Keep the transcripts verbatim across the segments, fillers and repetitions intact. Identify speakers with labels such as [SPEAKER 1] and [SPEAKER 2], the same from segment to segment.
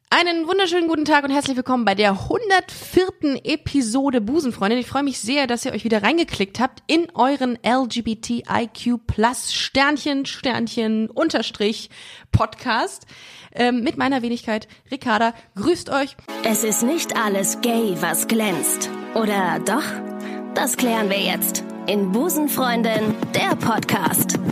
[SPEAKER 1] Einen wunderschönen guten Tag und herzlich willkommen bei der hundertvierten Episode Busenfreundin. Ich freue mich sehr, dass ihr euch wieder reingeklickt habt in euren L G B T I Q plus Sternchen, Sternchen, Unterstrich Podcast ähm, mit meiner Wenigkeit Ricarda. Grüßt euch.
[SPEAKER 2] Es ist nicht alles gay, was glänzt. Oder doch? Das klären wir jetzt in Busenfreundin, der Podcast.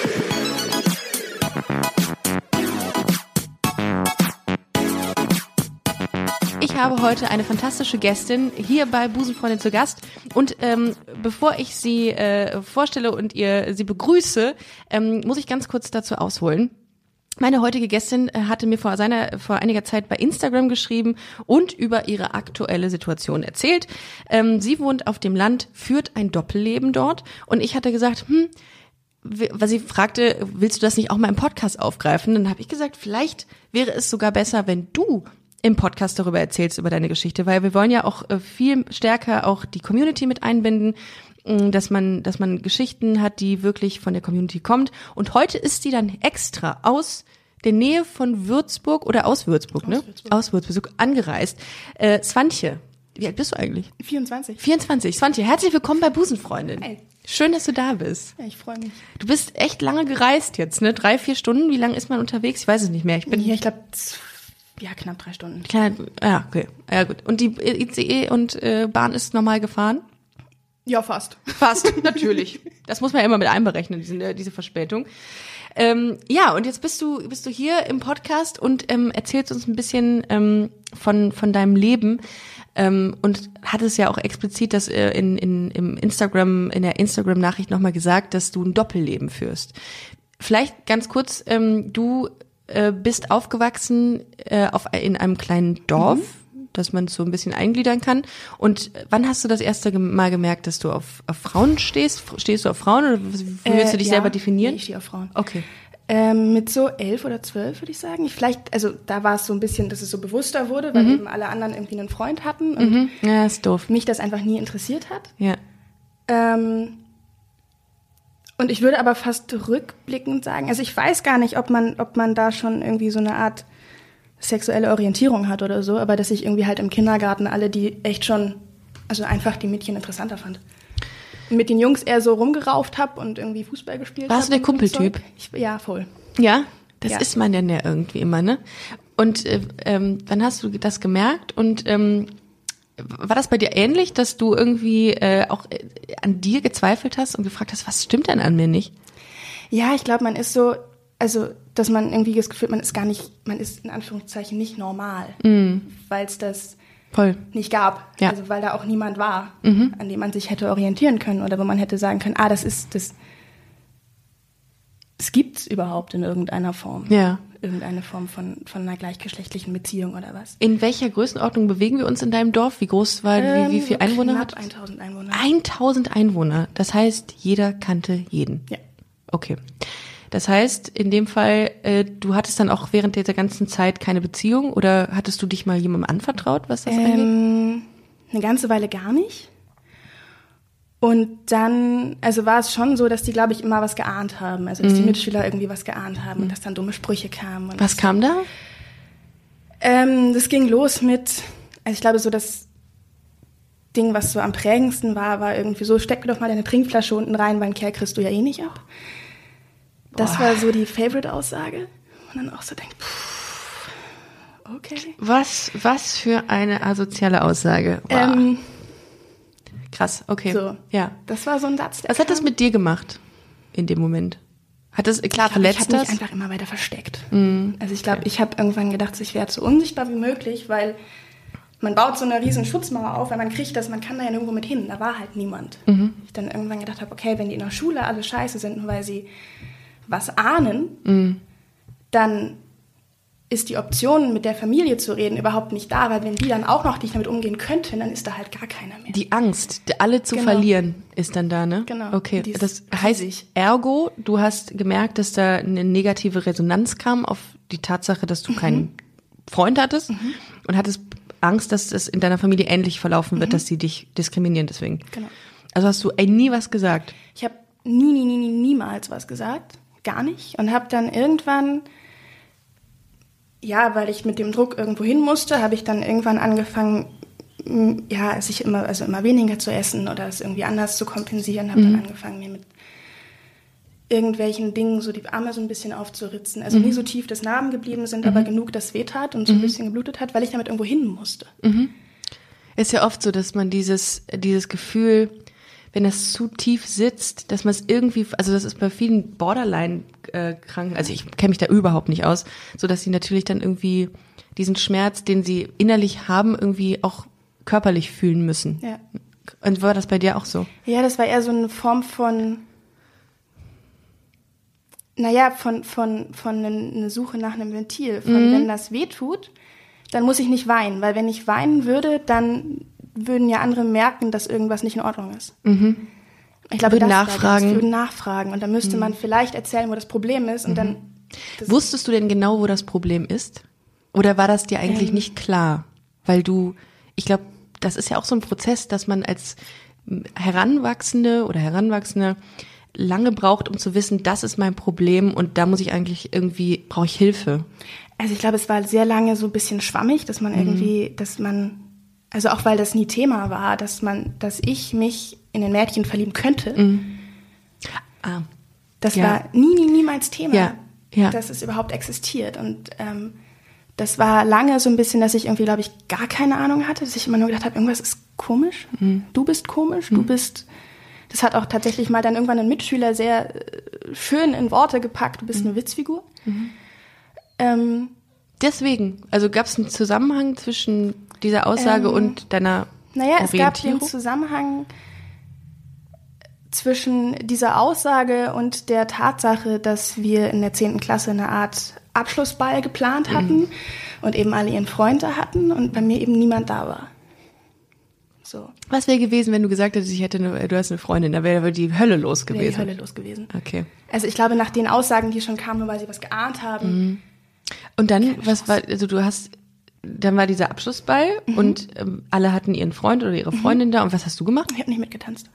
[SPEAKER 1] Ich habe heute eine fantastische Gästin hier bei Busenfreundin zu Gast und ähm, bevor ich sie äh, vorstelle und ihr sie begrüße, ähm, muss ich ganz kurz dazu ausholen. Meine heutige Gästin hatte mir vor, seiner, vor einiger Zeit bei Instagram geschrieben und über ihre aktuelle Situation erzählt. Ähm, sie wohnt auf dem Land, führt ein Doppelleben dort und ich hatte gesagt, hm, weil sie fragte, willst du das nicht auch mal im Podcast aufgreifen? Dann habe ich gesagt, vielleicht wäre es sogar besser, wenn du im Podcast darüber erzählst, über deine Geschichte, weil wir wollen ja auch viel stärker auch die Community mit einbinden, dass man, dass man Geschichten hat, die wirklich von der Community kommt. Und heute ist sie dann extra aus der Nähe von Würzburg oder aus Würzburg, aus ne? Würzburg. Aus Würzburg angereist. Äh, Swantje, wie alt bist du eigentlich?
[SPEAKER 3] vierundzwanzig.
[SPEAKER 1] vierundzwanzig. Swantje, herzlich willkommen bei Busenfreundin.
[SPEAKER 3] Hey.
[SPEAKER 1] Schön, dass du da bist.
[SPEAKER 3] Ja, ich freue mich.
[SPEAKER 1] Du bist echt lange gereist jetzt, ne? Drei, vier Stunden. Wie lange ist man unterwegs? Ich weiß es nicht mehr. Ich bin
[SPEAKER 3] hier, ich glaube, ja, knapp drei Stunden.
[SPEAKER 1] Klar, ja, okay. Ja, gut. Und die I C E und äh, Bahn ist normal gefahren?
[SPEAKER 3] Ja, fast.
[SPEAKER 1] Fast, natürlich. Das muss man ja immer mit einberechnen, diese, diese Verspätung. Ähm, ja, und jetzt bist du bist du hier im Podcast und ähm, erzählst uns ein bisschen ähm, von von deinem Leben ähm, und hattest ja auch explizit das äh, in in im Instagram in der Instagram-Nachricht nochmal gesagt, dass du ein Doppelleben führst. Vielleicht ganz kurz, ähm, du äh, bist aufgewachsen äh, auf in einem kleinen Dorf. Mhm. Dass man es so ein bisschen eingliedern kann. Und wann hast du das erste Mal gemerkt, dass du auf, auf Frauen stehst? Stehst du auf Frauen oder wie willst du dich
[SPEAKER 3] äh,
[SPEAKER 1] selber
[SPEAKER 3] ja,
[SPEAKER 1] definieren?
[SPEAKER 3] Nee, ich stehe auf Frauen.
[SPEAKER 1] Okay.
[SPEAKER 3] Ähm, mit so elf oder zwölf, würde ich sagen. Ich vielleicht, also da war es so ein bisschen, dass es so bewusster wurde, weil
[SPEAKER 1] mhm.
[SPEAKER 3] eben alle anderen irgendwie einen Freund hatten und
[SPEAKER 1] mhm. ja, ist doof.
[SPEAKER 3] mich das einfach nie interessiert hat.
[SPEAKER 1] Ja.
[SPEAKER 3] Ähm, und ich würde aber fast rückblickend sagen, also ich weiß gar nicht, ob man, ob man da schon irgendwie so eine Art sexuelle Orientierung hat oder so, aber dass ich irgendwie halt im Kindergarten alle, die echt schon, also einfach die Mädchen interessanter fand. Und mit den Jungs eher so rumgerauft habe und irgendwie Fußball gespielt habe.
[SPEAKER 1] Warst du der Kumpeltyp?
[SPEAKER 3] Ich, ja, voll.
[SPEAKER 1] Ja, das
[SPEAKER 3] ja.
[SPEAKER 1] ist man denn ja irgendwie immer, ne? Und äh, ähm, wann hast du das gemerkt? Und ähm, war das bei dir ähnlich, dass du irgendwie äh, auch äh, an dir gezweifelt hast und gefragt hast, was stimmt denn an mir nicht?
[SPEAKER 3] Ja, ich glaube, man ist so, also dass man irgendwie das Gefühl, man ist gar nicht, man ist in Anführungszeichen nicht normal, mm. weil es das
[SPEAKER 1] Voll.
[SPEAKER 3] nicht gab.
[SPEAKER 1] Ja.
[SPEAKER 3] Also weil da auch niemand war,
[SPEAKER 1] mhm.
[SPEAKER 3] an dem man sich hätte orientieren können oder wo man hätte sagen können, ah, das ist das, das gibt's überhaupt in irgendeiner Form.
[SPEAKER 1] Ja.
[SPEAKER 3] Irgendeine Form von von einer gleichgeschlechtlichen Beziehung oder was.
[SPEAKER 1] In welcher Größenordnung bewegen wir uns in deinem Dorf? Wie groß war,
[SPEAKER 3] ähm,
[SPEAKER 1] wie, wie viel Einwohner
[SPEAKER 3] knapp
[SPEAKER 1] hat?
[SPEAKER 3] eintausend Einwohner.
[SPEAKER 1] eintausend Einwohner. Das heißt, jeder kannte jeden.
[SPEAKER 3] Ja.
[SPEAKER 1] Okay. Das heißt, in dem Fall, äh, du hattest dann auch während dieser ganzen Zeit keine Beziehung oder hattest du dich mal jemandem anvertraut, was das
[SPEAKER 3] ähm,
[SPEAKER 1] angeht?
[SPEAKER 3] Eine ganze Weile gar nicht. Und dann, also war es schon so, dass die, glaube ich, immer was geahnt haben. Also dass mhm. die Mitschüler irgendwie was geahnt haben mhm. und dass dann dumme Sprüche kamen. Und
[SPEAKER 1] was
[SPEAKER 3] das,
[SPEAKER 1] kam da?
[SPEAKER 3] Ähm, das ging los mit, also ich glaube so das Ding, was so am prägendsten war, war irgendwie so, steck mir doch mal deine Trinkflasche unten rein, weil einen Kerl kriegst du ja eh nicht ab. Das Boah. war so die Favorite-Aussage. Und dann auch so denkt, pff, okay.
[SPEAKER 1] Was, was für eine asoziale Aussage. Wow. Ähm, Krass, okay.
[SPEAKER 3] So,
[SPEAKER 1] ja.
[SPEAKER 3] Das war so ein Satz.
[SPEAKER 1] Was hat das mit dir gemacht in dem Moment? Hat das, klar,
[SPEAKER 3] ich glaub,
[SPEAKER 1] verletzt
[SPEAKER 3] ich
[SPEAKER 1] das?
[SPEAKER 3] Ich habe mich einfach immer weiter versteckt.
[SPEAKER 1] Mm.
[SPEAKER 3] Also ich glaube, okay. ich habe irgendwann gedacht, ich werde so unsichtbar wie möglich, weil man baut so eine riesen Schutzmauer auf, weil man kriegt das, man kann da ja nirgendwo mit hin. Da war halt niemand.
[SPEAKER 1] Mhm.
[SPEAKER 3] Ich dann irgendwann gedacht habe, okay, wenn die in der Schule alle scheiße sind, nur weil sie was ahnen,
[SPEAKER 1] mm.
[SPEAKER 3] dann ist die Option, mit der Familie zu reden, überhaupt nicht da, weil wenn die dann auch noch nicht damit umgehen könnten, dann ist da halt gar keiner mehr.
[SPEAKER 1] Die Angst, alle zu
[SPEAKER 3] genau.
[SPEAKER 1] verlieren, ist dann da, ne?
[SPEAKER 3] Genau.
[SPEAKER 1] Okay, das heißt, riesig. Ergo, du hast gemerkt, dass da eine negative Resonanz kam auf die Tatsache, dass du mhm. keinen Freund hattest mhm. und hattest Angst, dass das in deiner Familie ähnlich verlaufen wird, mhm. dass sie dich diskriminieren deswegen.
[SPEAKER 3] Genau.
[SPEAKER 1] Also hast du ey, nie was gesagt?
[SPEAKER 3] Ich habe nie, nie, nie, nie, niemals was gesagt. Gar nicht. Und habe dann irgendwann ja, weil ich mit dem Druck irgendwo hin musste, habe ich dann irgendwann angefangen, ja, sich immer, also immer weniger zu essen oder es irgendwie anders zu kompensieren, habe mhm. dann angefangen, mir mit irgendwelchen Dingen so die Arme so ein bisschen aufzuritzen. Also mhm. nie so tief, dass Narben geblieben sind, mhm. aber genug, dass es wehtat und so ein bisschen geblutet hat, weil ich damit irgendwo hin musste.
[SPEAKER 1] Mhm. Ist ja oft so, dass man dieses, dieses Gefühl, wenn das zu tief sitzt, dass man es irgendwie, also das ist bei vielen Borderline-Kranken, also ich kenne mich da überhaupt nicht aus, so dass sie natürlich dann irgendwie diesen Schmerz, den sie innerlich haben, irgendwie auch körperlich fühlen müssen.
[SPEAKER 3] Ja.
[SPEAKER 1] Und war das bei dir auch so?
[SPEAKER 3] Ja, das war eher so eine Form von, naja, von, von, von einer Suche nach einem Ventil. Von, mhm. wenn das wehtut, dann muss ich nicht weinen. Weil wenn ich weinen würde, dann würden ja andere merken, dass irgendwas nicht in Ordnung ist. Mhm. Ich glaube,
[SPEAKER 1] würden
[SPEAKER 3] das
[SPEAKER 1] nachfragen.
[SPEAKER 3] würden nachfragen. Und dann müsste mhm. man vielleicht erzählen, wo das Problem ist. Und mhm. dann.
[SPEAKER 1] Wusstest du denn genau, wo das Problem ist? Oder war das dir eigentlich ähm. nicht klar? Weil du, ich glaube, das ist ja auch so ein Prozess, dass man als Heranwachsende oder Heranwachsende lange braucht, um zu wissen, das ist mein Problem und da muss ich eigentlich irgendwie, brauche ich Hilfe.
[SPEAKER 3] Also ich glaube, es war sehr lange so ein bisschen schwammig, dass man irgendwie, mhm. dass man, also auch weil das nie Thema war, dass man, dass ich mich in ein Mädchen verlieben könnte. Mhm.
[SPEAKER 1] Ah.
[SPEAKER 3] Das
[SPEAKER 1] ja.
[SPEAKER 3] war nie, nie, niemals Thema,
[SPEAKER 1] ja. Ja.
[SPEAKER 3] dass es überhaupt existiert. Und ähm, das war lange so ein bisschen, dass ich irgendwie, glaube ich, gar keine Ahnung hatte, dass ich immer nur gedacht habe, irgendwas ist komisch, mhm. du bist komisch, mhm. du bist... Das hat auch tatsächlich mal dann irgendwann ein Mitschüler sehr äh, schön in Worte gepackt, du bist mhm. eine Witzfigur. Mhm. Ähm,
[SPEAKER 1] Deswegen, also gab es einen Zusammenhang zwischen dieser Aussage ähm, und deiner
[SPEAKER 3] naja,
[SPEAKER 1] Orientierung?
[SPEAKER 3] Naja, es gab den Zusammenhang zwischen dieser Aussage und der Tatsache, dass wir in der zehnten Klasse eine Art Abschlussball geplant hatten mhm. und eben alle ihren Freund da hatten und bei mir eben niemand da war. So.
[SPEAKER 1] Was wäre gewesen, wenn du gesagt hättest, ich hätte eine, du hast eine Freundin, da wäre die Hölle los gewesen?
[SPEAKER 3] Wäre die Hölle los gewesen.
[SPEAKER 1] Okay.
[SPEAKER 3] Also ich glaube, nach den Aussagen, die schon kamen, nur weil sie was geahnt haben.
[SPEAKER 1] Mhm. Und dann, was war, also du hast, dann war dieser Abschlussball mhm. und ähm, alle hatten ihren Freund oder ihre Freundin mhm. da und was hast du gemacht?
[SPEAKER 3] Ich habe nicht mitgetanzt.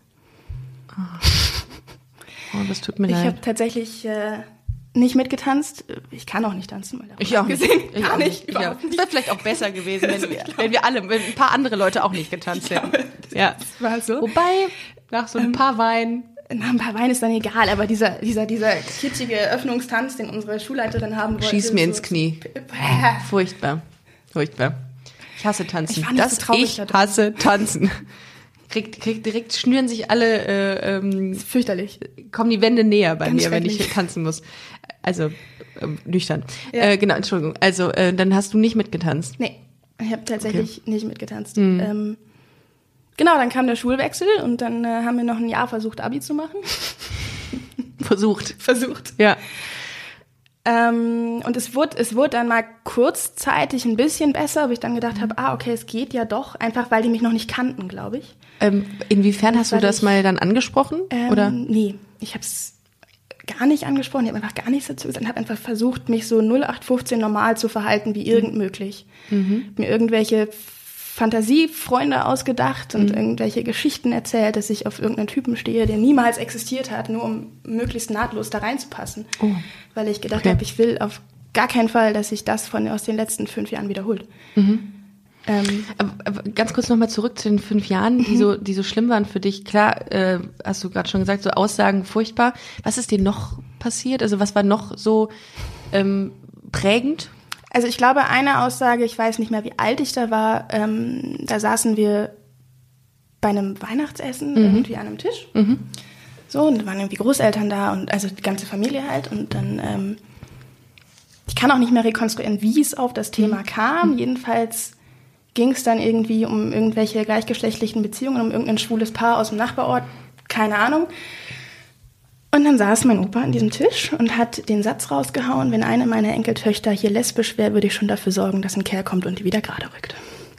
[SPEAKER 1] Oh, oh das tut mir
[SPEAKER 3] ich
[SPEAKER 1] leid.
[SPEAKER 3] Ich habe tatsächlich äh, nicht mitgetanzt. Ich kann auch nicht tanzen.
[SPEAKER 1] Ich auch nicht.
[SPEAKER 3] Gesehen.
[SPEAKER 1] Ich
[SPEAKER 3] Gar
[SPEAKER 1] auch
[SPEAKER 3] nicht.
[SPEAKER 1] nicht. Ja.
[SPEAKER 3] nicht.
[SPEAKER 1] Das wäre vielleicht auch besser gewesen, wenn, wir, wenn wir alle, wenn ein paar andere Leute auch nicht getanzt hätten. Ja,
[SPEAKER 3] das war so.
[SPEAKER 1] Wobei, nach so ein ähm, paar Weinen.
[SPEAKER 3] Nach ein paar Weinen ist dann egal, aber dieser, dieser, dieser kitschige Öffnungstanz, den unsere Schulleiterin haben wollte.
[SPEAKER 1] Schieß mir
[SPEAKER 3] so
[SPEAKER 1] ins Knie. Furchtbar. Furchtbar. Ich hasse Tanzen.
[SPEAKER 3] Ich war nicht
[SPEAKER 1] das
[SPEAKER 3] so traurig
[SPEAKER 1] ich hasse Tanzen. Kriegt, kriegt direkt schnüren sich alle, äh, ähm,
[SPEAKER 3] fürchterlich.
[SPEAKER 1] Kommen die Wände näher bei
[SPEAKER 3] Ganz
[SPEAKER 1] mir, wenn ich tanzen muss. Also, ähm, nüchtern.
[SPEAKER 3] Ja.
[SPEAKER 1] Äh, genau, Entschuldigung. Also, äh, dann hast du nicht mitgetanzt.
[SPEAKER 3] Nee, ich habe tatsächlich okay. nicht mitgetanzt.
[SPEAKER 1] Mhm.
[SPEAKER 3] Ähm, genau, dann kam der Schulwechsel und dann äh, haben wir noch ein Jahr versucht, Abi zu machen.
[SPEAKER 1] Versucht.
[SPEAKER 3] Versucht.
[SPEAKER 1] Ja.
[SPEAKER 3] Ähm, und es wurde, es wurde dann mal kurzzeitig ein bisschen besser, wo ich dann gedacht habe, ah, okay, es geht ja doch, einfach weil die mich noch nicht kannten, glaube ich.
[SPEAKER 1] Ähm, inwiefern hast du das ich, mal dann angesprochen?
[SPEAKER 3] Ähm,
[SPEAKER 1] oder?
[SPEAKER 3] Nee, ich habe es gar nicht angesprochen, ich habe einfach gar nichts dazu gesagt, habe einfach versucht, mich so null acht fünfzehn normal zu verhalten, wie irgend möglich. Mhm. Mir irgendwelche Fantasiefreunde ausgedacht und mhm. irgendwelche Geschichten erzählt, dass ich auf irgendeinen Typen stehe, der niemals existiert hat, nur um möglichst nahtlos da reinzupassen. Oh. Weil ich gedacht okay. habe, ich will auf gar keinen Fall, dass sich das von aus den letzten fünf Jahren wiederholt.
[SPEAKER 1] Mhm. Ähm, aber, aber ganz kurz nochmal zurück zu den fünf Jahren, die so, die so schlimm waren für dich. Klar, äh, hast du gerade schon gesagt, so Aussagen furchtbar. Was ist dir noch passiert? Also was war noch so ähm, prägend?
[SPEAKER 3] Also ich glaube, eine Aussage, ich weiß nicht mehr, wie alt ich da war, ähm, da saßen wir bei einem Weihnachtsessen mhm. irgendwie an einem Tisch. Mhm. So, und da waren irgendwie Großeltern da und also die ganze Familie halt. Und dann, ähm, ich kann auch nicht mehr rekonstruieren, wie es auf das Thema kam. Mhm. Jedenfalls ging es dann irgendwie um irgendwelche gleichgeschlechtlichen Beziehungen, um irgendein schwules Paar aus dem Nachbarort, keine Ahnung. Und dann saß mein Opa an diesem Tisch und hat den Satz rausgehauen, wenn eine meiner Enkeltöchter hier lesbisch wäre, würde ich schon dafür sorgen, dass ein Kerl kommt und die wieder gerade rückt.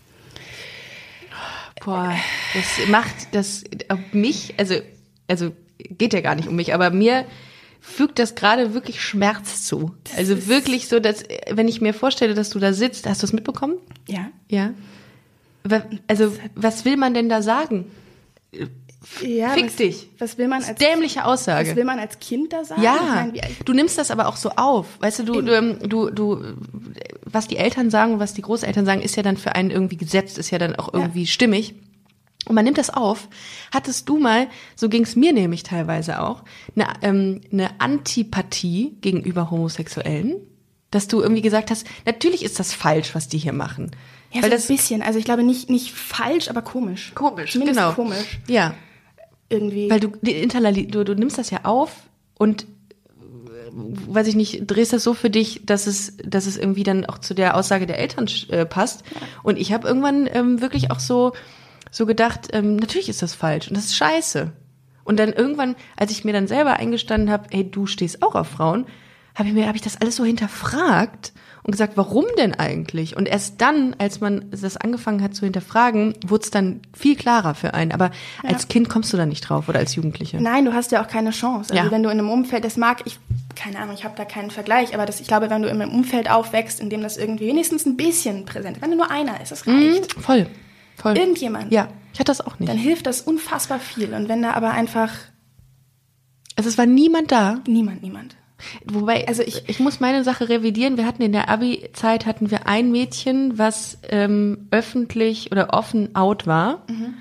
[SPEAKER 1] Boah, das macht das auf mich, also, also geht ja gar nicht um mich, aber mir fügt das gerade wirklich Schmerz zu. Das also wirklich so, dass, wenn ich mir vorstelle, dass du da sitzt, hast du es mitbekommen?
[SPEAKER 3] Ja.
[SPEAKER 1] Ja. Also, was will man denn da sagen?
[SPEAKER 3] Ja,
[SPEAKER 1] Fick
[SPEAKER 3] was,
[SPEAKER 1] dich.
[SPEAKER 3] Was will man als
[SPEAKER 1] dämliche Aussage.
[SPEAKER 3] Was will man als Kind da sagen?
[SPEAKER 1] Ja.
[SPEAKER 3] Ich meine, wie,
[SPEAKER 1] du nimmst das aber auch so auf. Weißt du, du, du, du, du was die Eltern sagen und was die Großeltern sagen, ist ja dann für einen irgendwie gesetzt, ist ja dann auch irgendwie ja. stimmig. Und man nimmt das auf. Hattest du mal, so ging es mir nämlich teilweise auch, eine, ähm, eine Antipathie gegenüber Homosexuellen? Dass du irgendwie gesagt hast, natürlich ist das falsch, was die hier machen.
[SPEAKER 3] Ja,
[SPEAKER 1] Weil
[SPEAKER 3] so
[SPEAKER 1] das
[SPEAKER 3] ein bisschen. Also ich glaube nicht, nicht falsch, aber komisch.
[SPEAKER 1] Komisch,
[SPEAKER 3] Zumindest
[SPEAKER 1] genau.
[SPEAKER 3] komisch.
[SPEAKER 1] Ja.
[SPEAKER 3] Irgendwie.
[SPEAKER 1] Weil du, du, du nimmst das ja auf und, weiß ich nicht, drehst das so für dich, dass es, dass es irgendwie dann auch zu der Aussage der Eltern äh, passt. Ja. Und ich habe irgendwann ähm, wirklich auch so, so gedacht, ähm, natürlich ist das falsch und das ist scheiße. Und dann irgendwann, als ich mir dann selber eingestanden habe, hey, du stehst auch auf Frauen, habe ich mir, habe ich das alles so hinterfragt und gesagt, warum denn eigentlich? Und erst dann, als man das angefangen hat zu hinterfragen, wurde es dann viel klarer für einen. Aber ja. als Kind kommst du da nicht drauf oder als Jugendliche.
[SPEAKER 3] Nein, du hast ja auch keine Chance. Also
[SPEAKER 1] ja.
[SPEAKER 3] wenn du in einem Umfeld, das mag ich, keine Ahnung, ich habe da keinen Vergleich, aber das, ich glaube, wenn du in einem Umfeld aufwächst, in dem das irgendwie wenigstens ein bisschen präsent ist, wenn du nur einer ist, das reicht.
[SPEAKER 1] Mhm, voll, voll.
[SPEAKER 3] Irgendjemand.
[SPEAKER 1] Ja, ich hatte das auch nicht.
[SPEAKER 3] Dann hilft das unfassbar viel. Und wenn da aber einfach...
[SPEAKER 1] Also es war niemand da?
[SPEAKER 3] Niemand, niemand.
[SPEAKER 1] Wobei, also ich, ich muss meine Sache revidieren. Wir hatten in der Abi-Zeit hatten wir ein Mädchen, was ähm, öffentlich oder offen out war. Mhm.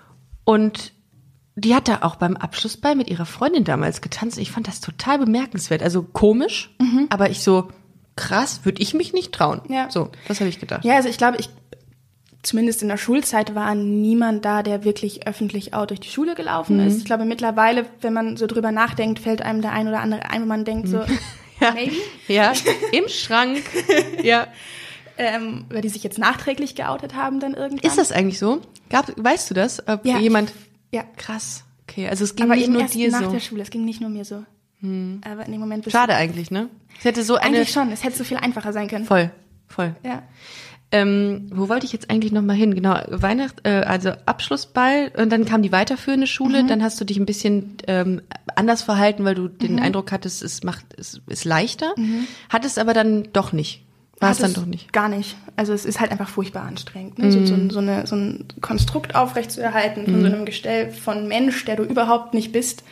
[SPEAKER 1] Und die hat da auch beim Abschlussball mit ihrer Freundin damals getanzt. Ich fand das total bemerkenswert. Also komisch, mhm. aber ich so, krass, würde ich mich nicht trauen.
[SPEAKER 3] Ja.
[SPEAKER 1] So, das habe ich gedacht.
[SPEAKER 3] Ja, also ich glaube, ich zumindest in der Schulzeit war niemand da, der wirklich öffentlich out durch die Schule gelaufen mhm. ist. Ich glaube, mittlerweile, wenn man so drüber nachdenkt, fällt einem der ein oder andere ein, wo man denkt so,
[SPEAKER 1] ja.
[SPEAKER 3] maybe?
[SPEAKER 1] Ja, im Schrank. Ja.
[SPEAKER 3] Ähm, weil die sich jetzt nachträglich geoutet haben dann irgendwann.
[SPEAKER 1] Ist das eigentlich so? Gab, weißt du das? Ob
[SPEAKER 3] ja.
[SPEAKER 1] jemand...
[SPEAKER 3] Ja.
[SPEAKER 1] Krass. Okay, also es ging
[SPEAKER 3] aber
[SPEAKER 1] nicht
[SPEAKER 3] eben
[SPEAKER 1] nur
[SPEAKER 3] erst
[SPEAKER 1] dir
[SPEAKER 3] nach
[SPEAKER 1] so.
[SPEAKER 3] der Schule, es ging nicht nur mir so. Hm. Aber in dem Moment...
[SPEAKER 1] Schade eigentlich, ne? Es hätte so eine...
[SPEAKER 3] Eigentlich schon, es hätte so viel einfacher sein können.
[SPEAKER 1] Voll, voll.
[SPEAKER 3] Ja.
[SPEAKER 1] Ähm, wo wollte ich jetzt eigentlich nochmal hin? Genau, Weihnacht, äh, also Abschlussball und dann kam die weiterführende Schule. Mhm. Dann hast du dich ein bisschen ähm, anders verhalten, weil du den mhm. Eindruck hattest, es macht, es ist leichter. Mhm. Hattest aber dann doch nicht. War es dann doch nicht?
[SPEAKER 3] Gar nicht. Also es ist halt einfach furchtbar anstrengend, ne? Mhm. so, so, so, eine, so ein Konstrukt aufrechtzuerhalten von mhm. so einem Gestell von Mensch, der du überhaupt nicht bist,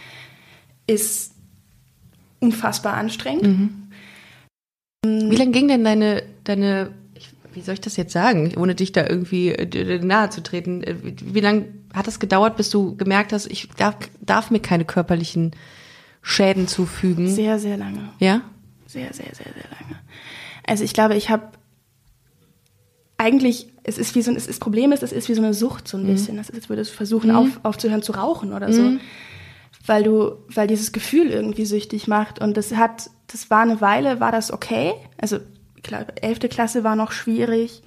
[SPEAKER 3] ist unfassbar anstrengend.
[SPEAKER 1] Mhm. Wie lange ging denn deine, deine wie soll ich das jetzt sagen, ohne dich da irgendwie nahe zu treten? Wie lange hat das gedauert, bis du gemerkt hast, ich darf, darf mir keine körperlichen Schäden zufügen?
[SPEAKER 3] Sehr, sehr lange.
[SPEAKER 1] Ja?
[SPEAKER 3] Sehr, sehr, sehr, sehr lange. Also ich glaube, ich habe eigentlich, es ist wie so, es ist, das Problem ist, es ist wie so eine Sucht so ein bisschen. Das ist, als würdest du versuchen, mhm. auf, aufzuhören zu rauchen oder so. Mhm. Weil du, weil dieses Gefühl irgendwie süchtig macht. Und das hat, das war eine Weile, war das okay. Also klar, elfte Klasse war noch schwierig.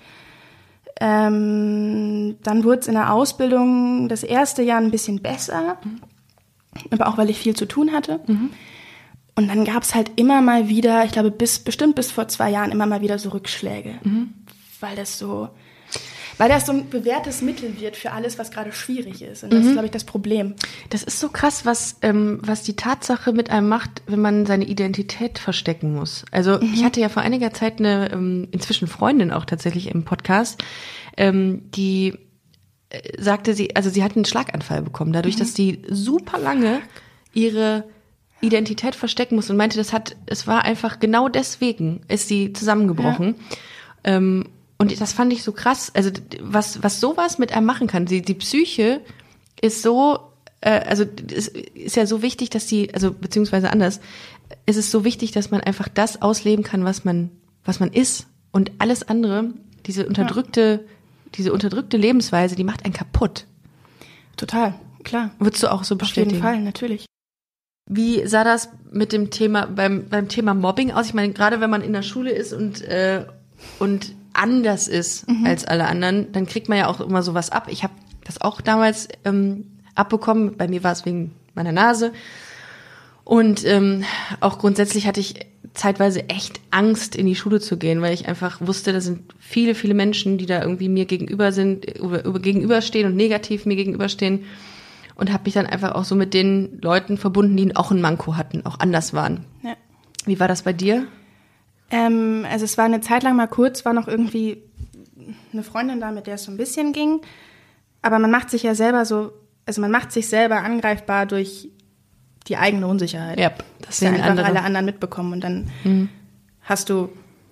[SPEAKER 3] Ähm, dann wurde es in der Ausbildung das erste Jahr ein bisschen besser, mhm. aber auch, weil ich viel zu tun hatte. Mhm. Und dann gab es halt immer mal wieder, ich glaube, bis bestimmt bis vor zwei Jahren immer mal wieder so Rückschläge, mhm. weil das so, weil das so ein bewährtes Mittel wird für alles, was gerade schwierig ist. Und das mhm. ist, glaube ich, das Problem.
[SPEAKER 1] Das ist so krass, was ähm, was die Tatsache mit einem macht, wenn man seine Identität verstecken muss. Also mhm. ich hatte ja vor einiger Zeit eine ähm, inzwischen Freundin auch tatsächlich im Podcast, ähm, die äh, sagte, sie, also sie hat einen Schlaganfall bekommen, dadurch, mhm. dass sie super lange ihre Identität verstecken muss und meinte, das hat, es war einfach genau deswegen ist sie zusammengebrochen. Ja. Ähm, Und das fand ich so krass, also was was sowas mit einem machen kann. Die, die Psyche ist so, äh, also es ist ja so wichtig, dass die, also beziehungsweise anders, es ist so wichtig, dass man einfach das ausleben kann, was man was man ist. Und alles andere, diese unterdrückte, ja. diese unterdrückte Lebensweise, die macht einen kaputt.
[SPEAKER 3] Total, klar.
[SPEAKER 1] Würdest du auch so bestätigen?
[SPEAKER 3] Auf jeden Fall, natürlich.
[SPEAKER 1] Wie sah das mit dem Thema, beim beim Thema Mobbing aus? Ich meine, gerade wenn man in der Schule ist und äh, und anders ist mhm. als alle anderen, dann kriegt man ja auch immer sowas ab. Ich habe das auch damals ähm, abbekommen. Bei mir war es wegen meiner Nase. Und ähm, auch grundsätzlich hatte ich zeitweise echt Angst, in die Schule zu gehen, weil ich einfach wusste, da sind viele, viele Menschen, die da irgendwie mir gegenüber sind, über, über gegenüberstehen und negativ mir gegenüberstehen. Und habe mich dann einfach auch so mit den Leuten verbunden, die auch ein Manko hatten, auch anders waren. Ja. Wie war das bei dir?
[SPEAKER 3] Ähm, also es war eine Zeit lang mal kurz, war noch irgendwie eine Freundin da, mit der es so ein bisschen ging. Aber man macht sich ja selber so, also man macht sich selber angreifbar durch die eigene Unsicherheit.
[SPEAKER 1] Ja, das
[SPEAKER 3] ist ja einfach
[SPEAKER 1] andere.
[SPEAKER 3] alle anderen mitbekommen. Und dann mhm. hast du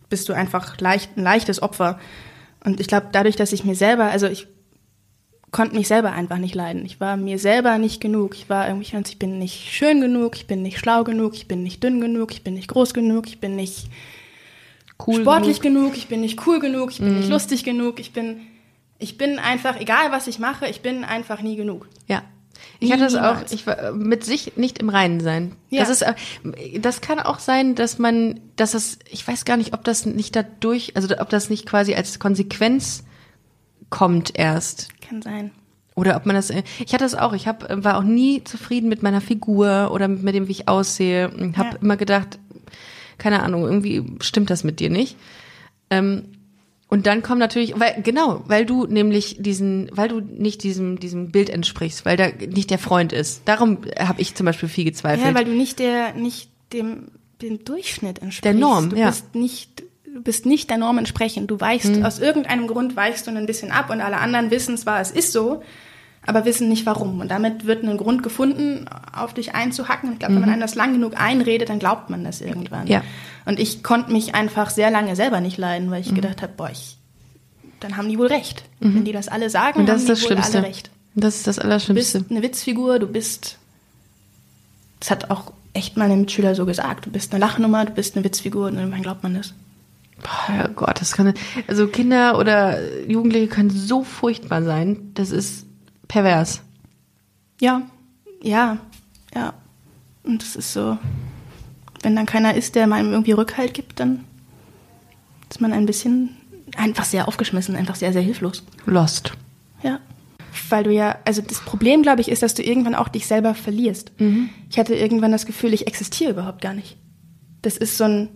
[SPEAKER 3] bist du einfach leicht, ein leichtes Opfer. Und ich glaube, dadurch, dass ich mir selber, also ich konnte mich selber einfach nicht leiden. Ich war mir selber nicht genug. Ich war irgendwie, ich bin nicht schön genug, ich bin nicht schlau genug, ich bin nicht dünn genug, ich bin nicht groß genug, ich bin nicht cool sportlich genug. genug, ich bin nicht cool genug, ich bin mhm. nicht lustig genug, ich bin, ich bin einfach, egal was ich mache, ich bin einfach nie genug.
[SPEAKER 1] Ja. Ich hatte das auch, ich war mit sich nicht im Reinen sein. Ja. Das ist, das kann auch sein, dass man, dass das, ich weiß gar nicht, ob das nicht dadurch, also ob das nicht quasi als Konsequenz kommt erst.
[SPEAKER 3] Kann sein.
[SPEAKER 1] Oder ob man das, ich hatte das auch, ich hab, war auch nie zufrieden mit meiner Figur oder mit dem, wie ich aussehe. Ich habe ja. immer gedacht, keine Ahnung, irgendwie stimmt das mit dir nicht. Ähm, und dann kommt natürlich, weil genau, weil du nämlich diesen, weil du nicht diesem diesem Bild entsprichst, weil da nicht der Freund ist. Darum habe ich zum Beispiel viel gezweifelt.
[SPEAKER 3] Ja, weil du nicht der, nicht dem dem Durchschnitt entsprichst.
[SPEAKER 1] Der Norm,
[SPEAKER 3] du
[SPEAKER 1] ja.
[SPEAKER 3] bist nicht Du bist nicht der Norm entsprechend. Du weichst, mhm. aus irgendeinem Grund weichst du ein bisschen ab und alle anderen wissen zwar, es ist so, aber wissen nicht warum. Und damit wird ein Grund gefunden, auf dich einzuhacken. Ich glaube, mhm. wenn man einem das lang genug einredet, dann glaubt man das irgendwann.
[SPEAKER 1] Ja.
[SPEAKER 3] Und ich konnte mich einfach sehr lange selber nicht leiden, weil ich mhm. gedacht habe, boah, ich, dann haben die wohl recht. Mhm. Wenn die das alle sagen,
[SPEAKER 1] und das
[SPEAKER 3] haben
[SPEAKER 1] ist
[SPEAKER 3] die
[SPEAKER 1] das
[SPEAKER 3] wohl
[SPEAKER 1] Schlimmste.
[SPEAKER 3] alle recht.
[SPEAKER 1] Das ist das Allerschlimmste.
[SPEAKER 3] Du bist eine Witzfigur, du bist, das hat auch echt meine Mitschüler so gesagt, du bist eine Lachnummer, du bist eine Witzfigur und irgendwann glaubt man das.
[SPEAKER 1] Boah, ja Gott, das kann, also Kinder oder Jugendliche können so furchtbar sein, das ist pervers.
[SPEAKER 3] Ja, ja, ja. Und das ist so, wenn dann keiner ist, der einem irgendwie Rückhalt gibt, dann ist man ein bisschen einfach sehr aufgeschmissen, einfach sehr, sehr hilflos.
[SPEAKER 1] Lost.
[SPEAKER 3] Ja. Weil du ja, also das Problem, glaube ich, ist, dass du irgendwann auch dich selber verlierst. Mhm. Ich hatte irgendwann das Gefühl, ich existiere überhaupt gar nicht. Das ist so ein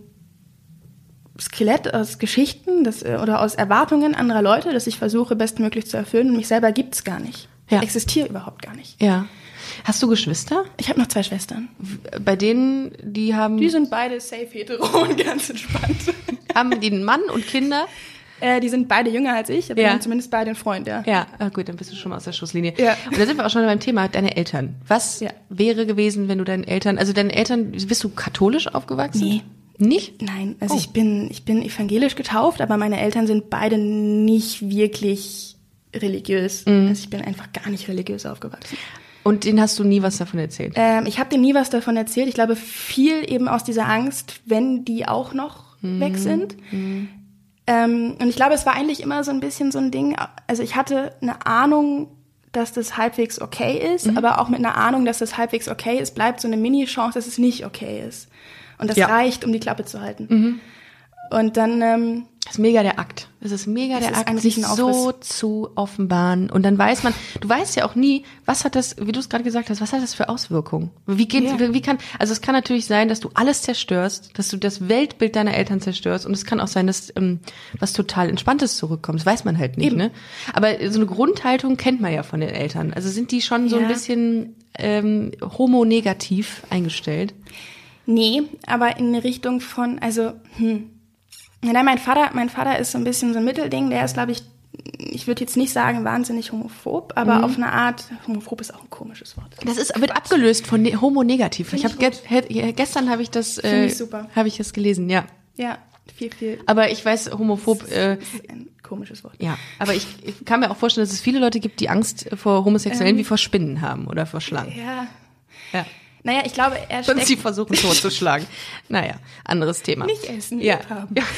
[SPEAKER 3] Skelett aus Geschichten das, oder aus Erwartungen anderer Leute, das ich versuche, bestmöglich zu erfüllen. Und mich selber gibt's gar nicht.
[SPEAKER 1] Ja.
[SPEAKER 3] Ich existiere überhaupt gar nicht.
[SPEAKER 1] Ja. Hast du Geschwister?
[SPEAKER 3] Ich habe noch zwei Schwestern.
[SPEAKER 1] Bei denen, die haben...
[SPEAKER 3] Die sind beide safe hetero und ganz entspannt.
[SPEAKER 1] Haben die einen Mann und Kinder?
[SPEAKER 3] Äh, die sind beide jünger als ich, aber
[SPEAKER 1] ja.
[SPEAKER 3] die haben zumindest beide einen Freund, ja.
[SPEAKER 1] Ja, ah, gut, dann bist du schon mal aus der Schusslinie.
[SPEAKER 3] Ja.
[SPEAKER 1] Und da sind wir auch schon beim Thema, deine Eltern. Was ja. wäre gewesen, wenn du deinen Eltern... Also deine Eltern, bist du katholisch aufgewachsen?
[SPEAKER 3] Nee.
[SPEAKER 1] Nicht?
[SPEAKER 3] Nein, also
[SPEAKER 1] oh.
[SPEAKER 3] ich bin ich bin evangelisch getauft, aber meine Eltern sind beide nicht wirklich religiös. Mhm. Also ich bin einfach gar nicht religiös aufgewachsen.
[SPEAKER 1] Und denen hast du nie was davon erzählt?
[SPEAKER 3] Ähm, ich habe denen nie was davon erzählt. Ich glaube, viel eben aus dieser Angst, wenn die auch noch mhm. weg sind. Mhm. Ähm, und ich glaube, es war eigentlich immer so ein bisschen so ein Ding. Also ich hatte eine Ahnung, dass das halbwegs okay ist, mhm. aber auch mit einer Ahnung, dass das halbwegs okay ist, bleibt so eine Mini-Chance, dass es nicht okay ist. Und das ja. reicht, um die Klappe zu halten. Mhm. Und dann... Ähm,
[SPEAKER 1] das ist mega der Akt. Das ist mega der Akt, sich so zu offenbaren. Und dann weiß man, du weißt ja auch nie, was hat das, wie du es gerade gesagt hast, was hat das für Auswirkungen? Wie geht, ja. wie, wie kann, also es kann natürlich sein, dass du alles zerstörst, dass du das Weltbild deiner Eltern zerstörst. Und es kann auch sein, dass ähm, was total Entspanntes zurückkommt. Das weiß man halt nicht, Eben. ne? Aber so eine Grundhaltung kennt man ja von den Eltern. Also sind die schon so ja. ein bisschen ähm, homonegativ eingestellt?
[SPEAKER 3] Nee, aber in eine Richtung von, also, hm. Nein, mein Vater, mein Vater ist so ein bisschen so ein Mittelding, der ist, glaube ich, ich würde jetzt nicht sagen wahnsinnig homophob, aber mhm. auf eine Art, homophob ist auch ein komisches Wort.
[SPEAKER 1] Das ist, wird abgelöst von ne- homonegativ. Find ich habe ge- gestern habe ich das, äh, habe ich das gelesen, ja.
[SPEAKER 3] Ja, viel, viel.
[SPEAKER 1] Aber ich weiß, homophob, äh,
[SPEAKER 3] das ist ein komisches Wort.
[SPEAKER 1] Ja, aber ich, ich kann mir auch vorstellen, dass es viele Leute gibt, die Angst vor Homosexuellen ähm, wie vor Spinnen haben oder vor Schlangen.
[SPEAKER 3] Ja.
[SPEAKER 1] Ja.
[SPEAKER 3] Naja, ich glaube, er steckt...
[SPEAKER 1] Und sie versuchen totzuschlagen. Naja, anderes Thema.
[SPEAKER 3] Nicht essen,
[SPEAKER 1] ja.
[SPEAKER 3] haben.
[SPEAKER 1] Ja.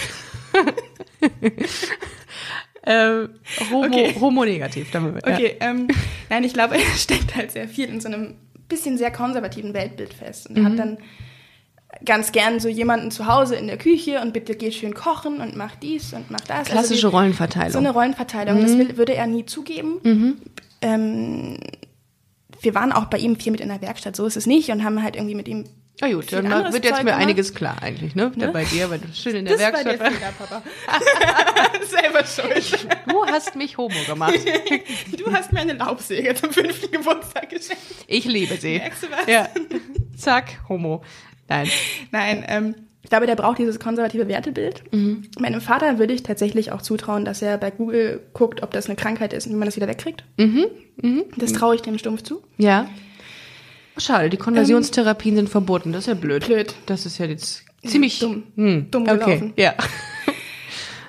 [SPEAKER 1] ähm, homo,
[SPEAKER 3] okay.
[SPEAKER 1] homonegativ. Damit, ja.
[SPEAKER 3] Okay, ähm, nein, ich glaube, er steckt halt sehr viel in so einem bisschen sehr konservativen Weltbild fest und mhm. hat dann ganz gern so jemanden zu Hause in der Küche und bitte geh schön kochen und mach dies und mach das.
[SPEAKER 1] Klassische also die, Rollenverteilung.
[SPEAKER 3] So eine Rollenverteilung, mhm. das will, würde er nie zugeben. Mhm. Ähm, wir waren auch bei ihm viel mit in der Werkstatt, so ist es nicht, und haben halt irgendwie mit ihm
[SPEAKER 1] ja gut, dann wird jetzt Zeug mir gemacht. Einiges klar eigentlich, ne? ne? Bei dir, weil du schön in der
[SPEAKER 3] das
[SPEAKER 1] Werkstatt
[SPEAKER 3] warst. Das war der Fehler, Papa. Selber schuld.
[SPEAKER 1] Du hast mich homo gemacht.
[SPEAKER 3] Du hast mir eine Laubsäge zum fünften Geburtstag geschenkt.
[SPEAKER 1] Ich liebe sie.
[SPEAKER 3] Merkst du was?
[SPEAKER 1] Ja. Zack, homo. Nein.
[SPEAKER 3] Nein, ähm, ich glaube, der braucht dieses konservative Wertebild. Mhm. Meinem Vater würde ich tatsächlich auch zutrauen, dass er bei Google guckt, ob das eine Krankheit ist und wie man das wieder wegkriegt. Mhm. Mhm. Das traue ich dem stumpf zu.
[SPEAKER 1] Ja. Schade, die Konversionstherapien ähm, sind verboten. Das ist ja blöd.
[SPEAKER 3] Blöd.
[SPEAKER 1] Das ist ja jetzt ziemlich
[SPEAKER 3] dumm.
[SPEAKER 1] Hm.
[SPEAKER 3] Dumm
[SPEAKER 1] okay.
[SPEAKER 3] gelaufen.
[SPEAKER 1] Ja.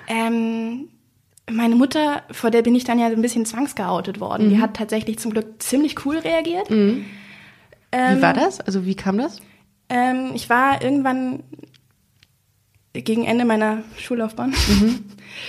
[SPEAKER 3] Ähm, meine Mutter, vor der bin ich dann ja ein bisschen zwangsgeoutet worden. Mhm. Die hat tatsächlich zum Glück ziemlich cool reagiert.
[SPEAKER 1] Mhm.
[SPEAKER 3] Ähm,
[SPEAKER 1] wie war das? Also wie kam das?
[SPEAKER 3] Ähm, ich war irgendwann gegen Ende meiner Schullaufbahn, mhm.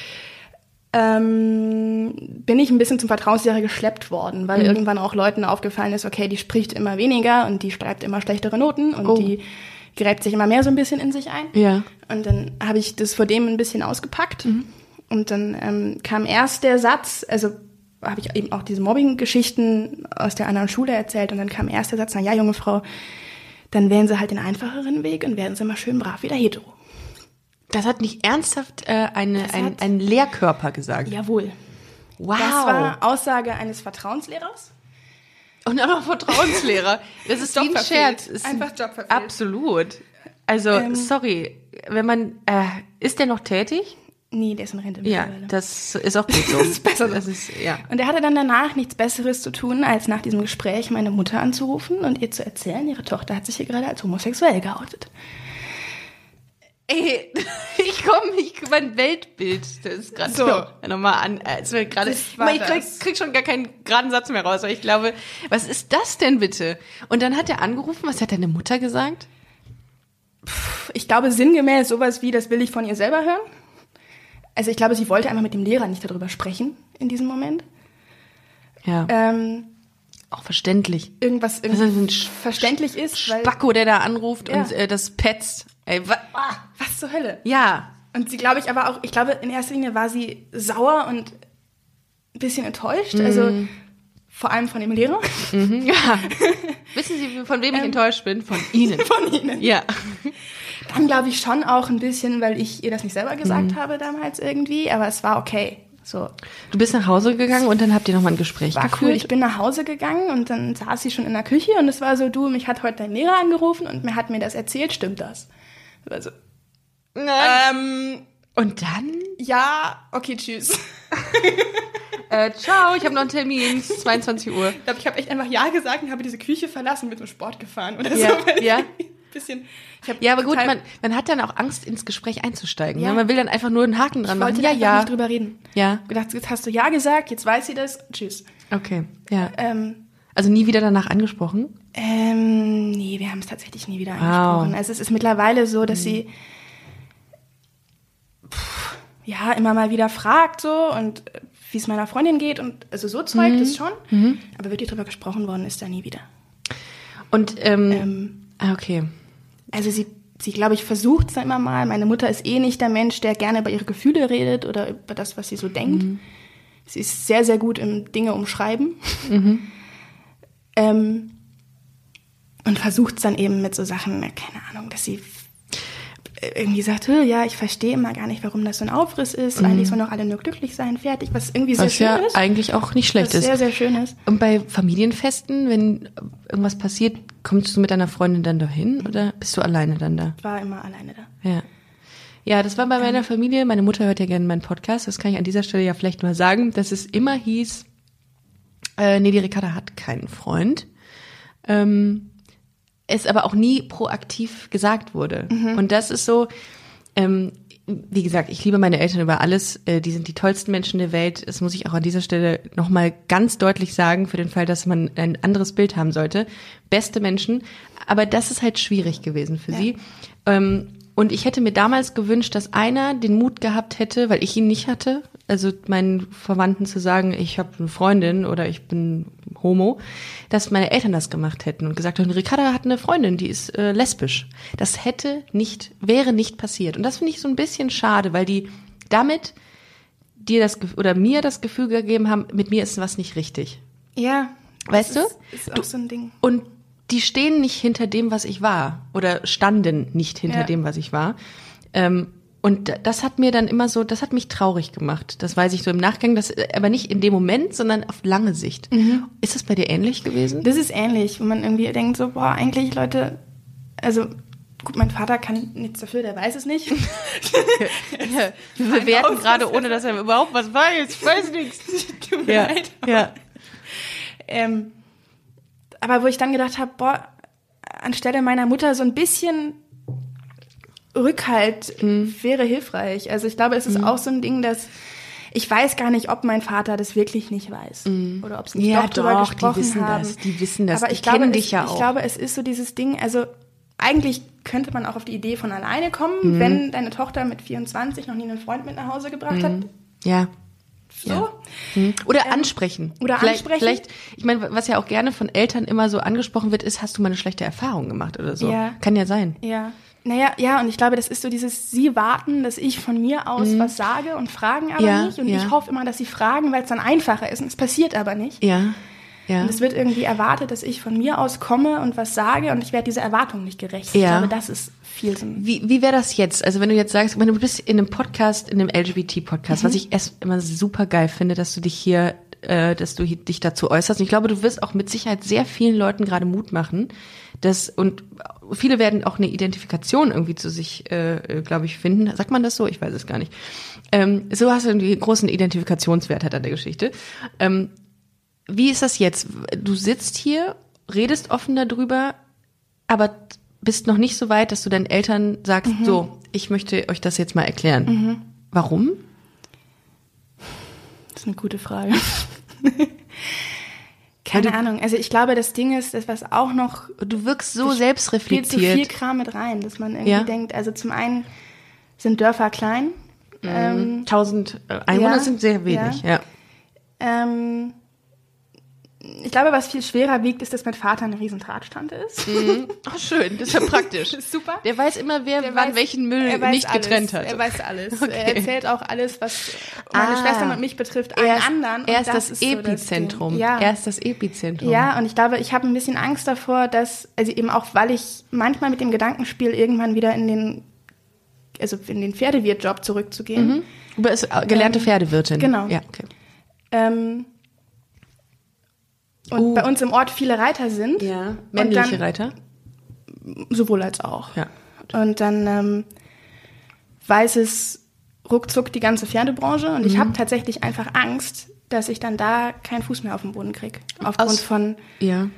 [SPEAKER 3] ähm, bin ich ein bisschen zum Vertrauenslehrer geschleppt worden, weil mhm. irgendwann auch Leuten aufgefallen ist, okay, die spricht immer weniger und die schreibt immer schlechtere Noten und oh. die gräbt sich immer mehr so ein bisschen in sich ein.
[SPEAKER 1] Ja.
[SPEAKER 3] Und dann habe ich das vor dem ein bisschen ausgepackt. Mhm. Und dann ähm, kam erst der Satz, also habe ich eben auch diese Mobbing-Geschichten aus der anderen Schule erzählt und dann kam erst der Satz, na ja, junge Frau, dann wählen Sie halt den einfacheren Weg und werden Sie mal schön brav wieder hetero.
[SPEAKER 1] Das hat nicht ernsthaft äh, eine, ein, ein Lehrkörper gesagt?
[SPEAKER 3] Jawohl.
[SPEAKER 1] Wow.
[SPEAKER 3] Das war Aussage eines Vertrauenslehrers.
[SPEAKER 1] Und auch noch Vertrauenslehrer. Das ist wie ein Scherz. Ist
[SPEAKER 3] einfach Job verfehlt.
[SPEAKER 1] Absolut. Also, ähm, sorry, wenn man, äh, ist der noch tätig?
[SPEAKER 3] Nee, der ist in Rente
[SPEAKER 1] Ja,
[SPEAKER 3] mittlerweile.
[SPEAKER 1] das ist auch gut so.
[SPEAKER 3] Das ist besser so.
[SPEAKER 1] Das ist, ja.
[SPEAKER 3] Und er hatte dann danach nichts Besseres zu tun, als nach diesem Gespräch meine Mutter anzurufen und ihr zu erzählen, ihre Tochter hat sich hier gerade als homosexuell geoutet.
[SPEAKER 1] Ey, ich komme, ich, mein Weltbild, das ist gerade
[SPEAKER 3] so.
[SPEAKER 1] so. Nochmal an, also gerade, ich krieg, krieg schon gar keinen geraden Satz mehr raus, weil ich glaube, was ist das denn bitte? Und dann hat er angerufen, was hat deine Mutter gesagt?
[SPEAKER 3] Ich glaube sinngemäß sowas wie, das will ich von ihr selber hören. Also ich glaube, sie wollte einfach mit dem Lehrer nicht darüber sprechen in diesem Moment.
[SPEAKER 1] Ja.
[SPEAKER 3] Ähm,
[SPEAKER 1] auch verständlich.
[SPEAKER 3] Irgendwas irgendwie verständlich ist.
[SPEAKER 1] Spacko, der da anruft ja. und äh, das petzt. Ey, wa-
[SPEAKER 3] was zur Hölle?
[SPEAKER 1] Ja.
[SPEAKER 3] Und sie, glaube ich, aber auch, ich glaube, in erster Linie war sie sauer und ein bisschen enttäuscht. Mhm. Also vor allem von dem Lehrer.
[SPEAKER 1] Mhm, ja. Wissen Sie, von wem ich ähm, enttäuscht bin? Von Ihnen.
[SPEAKER 3] Von Ihnen.
[SPEAKER 1] Ja.
[SPEAKER 3] Dann glaube ich schon auch ein bisschen, weil ich ihr das nicht selber gesagt mhm. habe damals irgendwie, aber es war okay. So.
[SPEAKER 1] Du bist nach Hause gegangen und dann habt ihr nochmal ein Gespräch
[SPEAKER 3] war
[SPEAKER 1] geführt?
[SPEAKER 3] Cool. Ich bin nach Hause gegangen und dann saß sie schon in der Küche und es war so, du, mich hat heute dein Lehrer angerufen und mir hat mir das erzählt, stimmt das? Also, ähm,
[SPEAKER 1] und dann?
[SPEAKER 3] Ja, okay, tschüss.
[SPEAKER 1] äh, ciao, ich habe noch einen Termin, es ist zweiundzwanzig Uhr.
[SPEAKER 3] Ich glaube, ich habe echt einfach Ja gesagt und habe diese Küche verlassen, mit dem Sport gefahren oder
[SPEAKER 1] ja,
[SPEAKER 3] so.
[SPEAKER 1] Ja,
[SPEAKER 3] bisschen,
[SPEAKER 1] ja, aber gut, man, man hat dann auch Angst, ins Gespräch einzusteigen. Ja. Man will dann einfach nur einen Haken dran
[SPEAKER 3] ich
[SPEAKER 1] machen.
[SPEAKER 3] Ich
[SPEAKER 1] ja,
[SPEAKER 3] wollte
[SPEAKER 1] ja.
[SPEAKER 3] nicht drüber reden.
[SPEAKER 1] Ja.
[SPEAKER 3] Gedacht, jetzt hast du Ja gesagt, jetzt weiß sie das, tschüss.
[SPEAKER 1] Okay, ja.
[SPEAKER 3] Ähm,
[SPEAKER 1] also nie wieder danach angesprochen?
[SPEAKER 3] Ähm, nee, wir haben es tatsächlich nie wieder angesprochen. Wow. Also es ist mittlerweile so, dass mhm. sie pff, ja immer mal wieder fragt so und wie es meiner Freundin geht und also so Zeug, mhm. das schon. Mhm. Aber wirklich drüber gesprochen worden ist da nie wieder.
[SPEAKER 1] Und, ähm,
[SPEAKER 3] ähm
[SPEAKER 1] ah, okay.
[SPEAKER 3] Also sie, sie glaube ich, versucht es dann immer mal. Meine Mutter ist eh nicht der Mensch, der gerne über ihre Gefühle redet oder über das, was sie so denkt. Mhm. Sie ist sehr, sehr gut im Dinge umschreiben. Mhm. ähm, und versucht es dann eben mit so Sachen, keine Ahnung, dass sie irgendwie sagt, ja, ich verstehe immer gar nicht, warum das so ein Aufriss ist. Mhm. Eigentlich sollen doch alle nur glücklich sein, fertig, was irgendwie sehr
[SPEAKER 1] was
[SPEAKER 3] schön
[SPEAKER 1] ja
[SPEAKER 3] ist.
[SPEAKER 1] Eigentlich auch nicht schlecht
[SPEAKER 3] was
[SPEAKER 1] ist.
[SPEAKER 3] sehr, sehr schön ist.
[SPEAKER 1] Und bei Familienfesten, wenn irgendwas passiert, kommst du mit deiner Freundin dann dahin mhm. oder bist du alleine dann da?
[SPEAKER 3] Ich war immer alleine da.
[SPEAKER 1] Ja. Ja, das war bei meiner Familie. Meine Mutter hört ja gerne meinen Podcast. Das kann ich an dieser Stelle ja vielleicht mal sagen, dass es immer hieß, äh, nee, die Ricarda hat keinen Freund. Ähm, es aber auch nie proaktiv gesagt wurde. Mhm. Und das ist so, ähm, wie gesagt, ich liebe meine Eltern über alles. Äh, die sind die tollsten Menschen der Welt. Das muss ich auch an dieser Stelle nochmal ganz deutlich sagen, für den Fall, dass man ein anderes Bild haben sollte. Beste Menschen. Aber das ist halt schwierig gewesen für ja. sie. Ähm, und ich hätte mir damals gewünscht, dass einer den Mut gehabt hätte, weil ich ihn nicht hatte, also meinen Verwandten zu sagen, ich habe eine Freundin oder ich bin homo, dass meine Eltern das gemacht hätten und gesagt haben, Ricarda hat eine Freundin, die ist äh, lesbisch. Das hätte nicht, wäre nicht passiert. Und das finde ich so ein bisschen schade, weil die damit dir das oder mir das Gefühl gegeben haben, mit mir ist was nicht richtig.
[SPEAKER 3] Ja.
[SPEAKER 1] Weißt du?
[SPEAKER 3] Ist, ist auch so ein Ding.
[SPEAKER 1] Und die stehen nicht hinter dem, was ich war. Oder standen nicht hinter
[SPEAKER 3] ja.
[SPEAKER 1] dem, was ich war. Ähm, und das hat mir dann immer so, das hat mich traurig gemacht. Das weiß ich so im Nachgang, das, aber nicht in dem Moment, sondern auf lange Sicht. Mhm. Ist das bei dir ähnlich gewesen?
[SPEAKER 3] Das ist ähnlich, wo man irgendwie denkt so, boah, eigentlich Leute, also gut, mein Vater kann nichts dafür, der weiß es nicht.
[SPEAKER 1] ja, wir bewerten gerade, ohne dass er überhaupt was weiß. Ich weiß nichts.
[SPEAKER 3] Tut mir
[SPEAKER 1] ja.
[SPEAKER 3] leid.
[SPEAKER 1] Ja.
[SPEAKER 3] Ähm, aber wo ich dann gedacht habe, boah, anstelle meiner Mutter so ein bisschen Rückhalt mhm. wäre hilfreich. Also ich glaube, es ist mhm. auch so ein Ding, dass ich weiß gar nicht, ob mein Vater das wirklich nicht weiß. Mm. Oder ob sie nicht
[SPEAKER 1] ja,
[SPEAKER 3] doch drüber
[SPEAKER 1] doch,
[SPEAKER 3] gesprochen
[SPEAKER 1] die wissen
[SPEAKER 3] haben.
[SPEAKER 1] Das, die wissen das,
[SPEAKER 3] aber
[SPEAKER 1] die
[SPEAKER 3] ich kennen
[SPEAKER 1] glaube,
[SPEAKER 3] dich
[SPEAKER 1] es, ja auch.
[SPEAKER 3] Ich glaube, es ist so dieses Ding, also eigentlich könnte man auch auf die Idee von alleine kommen, mm. wenn deine Tochter mit vierundzwanzig noch nie einen Freund mit nach Hause gebracht mm. hat.
[SPEAKER 1] Ja.
[SPEAKER 3] So.
[SPEAKER 1] Ja. Mhm. Oder
[SPEAKER 3] ähm,
[SPEAKER 1] ansprechen.
[SPEAKER 3] Oder
[SPEAKER 1] vielleicht,
[SPEAKER 3] ansprechen.
[SPEAKER 1] Vielleicht, ich meine, was ja auch gerne von Eltern immer so angesprochen wird, ist, hast du mal eine schlechte Erfahrung gemacht oder so.
[SPEAKER 3] Ja.
[SPEAKER 1] Kann ja sein.
[SPEAKER 3] Ja. Naja, ja, und ich glaube, das ist so dieses, sie warten, dass ich von mir aus mhm. was sage und fragen aber
[SPEAKER 1] ja,
[SPEAKER 3] nicht. Und
[SPEAKER 1] ja.
[SPEAKER 3] ich hoffe immer, dass sie fragen, weil es dann einfacher ist. Und es passiert aber nicht.
[SPEAKER 1] Ja, ja.
[SPEAKER 3] Und es wird irgendwie erwartet, dass ich von mir aus komme und was sage und ich werde dieser Erwartung nicht gerecht.
[SPEAKER 1] Ja.
[SPEAKER 3] Ich glaube, das ist viel Sinn.
[SPEAKER 1] Wie, wie wäre das jetzt? Also wenn du jetzt sagst, wenn du bist in einem Podcast, in einem L G B T-Podcast, mhm. was ich erst immer super geil finde, dass du dich hier, äh, dass du dich dazu äußerst. Und ich glaube, du wirst auch mit Sicherheit sehr vielen Leuten gerade Mut machen. Das, und viele werden auch eine Identifikation irgendwie zu sich, äh, glaube ich, finden. Sagt man das so? Ich weiß es gar nicht. Ähm, so hast du einen großen Identifikationswert halt an der Geschichte. Ähm, wie ist das jetzt? Du sitzt hier, redest offen darüber, aber bist noch nicht so weit, dass du deinen Eltern sagst, mhm. so, ich möchte euch das jetzt mal erklären. Mhm. Warum?
[SPEAKER 3] Das ist eine gute Frage. Keine Ahnung. Also ich glaube, das Ding ist, das was auch noch...
[SPEAKER 1] Du wirkst so selbstreflektiert.
[SPEAKER 3] Spielt so viel Kram mit rein, dass man irgendwie ja. denkt, also zum einen sind Dörfer klein.
[SPEAKER 1] Mhm. Ähm, Tausend Einwohner ja, sind sehr wenig, ja.
[SPEAKER 3] ja. Ähm, ich glaube, was viel schwerer wiegt, ist, dass mein Vater eine riesen Drahtstante ist.
[SPEAKER 1] Mhm. Ach schön, das ist ja praktisch.
[SPEAKER 3] Das ist super.
[SPEAKER 1] Der weiß immer, wer
[SPEAKER 3] Der
[SPEAKER 1] wann
[SPEAKER 3] weiß,
[SPEAKER 1] welchen Müll nicht
[SPEAKER 3] alles.
[SPEAKER 1] getrennt hat.
[SPEAKER 3] Er weiß alles.
[SPEAKER 1] Okay.
[SPEAKER 3] Er erzählt auch alles, was meine
[SPEAKER 1] ah.
[SPEAKER 3] Schwestern und mich betrifft, allen
[SPEAKER 1] er ist,
[SPEAKER 3] anderen. Und
[SPEAKER 1] er ist
[SPEAKER 3] das,
[SPEAKER 1] das
[SPEAKER 3] ist
[SPEAKER 1] Epizentrum.
[SPEAKER 3] So das ja.
[SPEAKER 1] Er ist das Epizentrum.
[SPEAKER 3] Ja, und ich glaube, ich habe ein bisschen Angst davor, dass, also eben auch, weil ich manchmal mit dem Gedanken spiele, irgendwann wieder in den, also in den Pferdewirtjob zurückzugehen.
[SPEAKER 1] Mhm. Du bist gelernte ähm, Pferdewirtin.
[SPEAKER 3] Genau.
[SPEAKER 1] Ja, okay.
[SPEAKER 3] Ähm, und uh. bei uns im Ort viele Reiter sind.
[SPEAKER 1] Ja, männliche
[SPEAKER 3] dann,
[SPEAKER 1] Reiter?
[SPEAKER 3] Sowohl als auch.
[SPEAKER 1] Ja.
[SPEAKER 3] Und dann ähm, weiß es ruckzuck die ganze Pferdebranche und mhm. ich habe tatsächlich einfach Angst, dass ich dann da keinen Fuß mehr auf den Boden kriege. Aufgrund Aus, von
[SPEAKER 1] ja.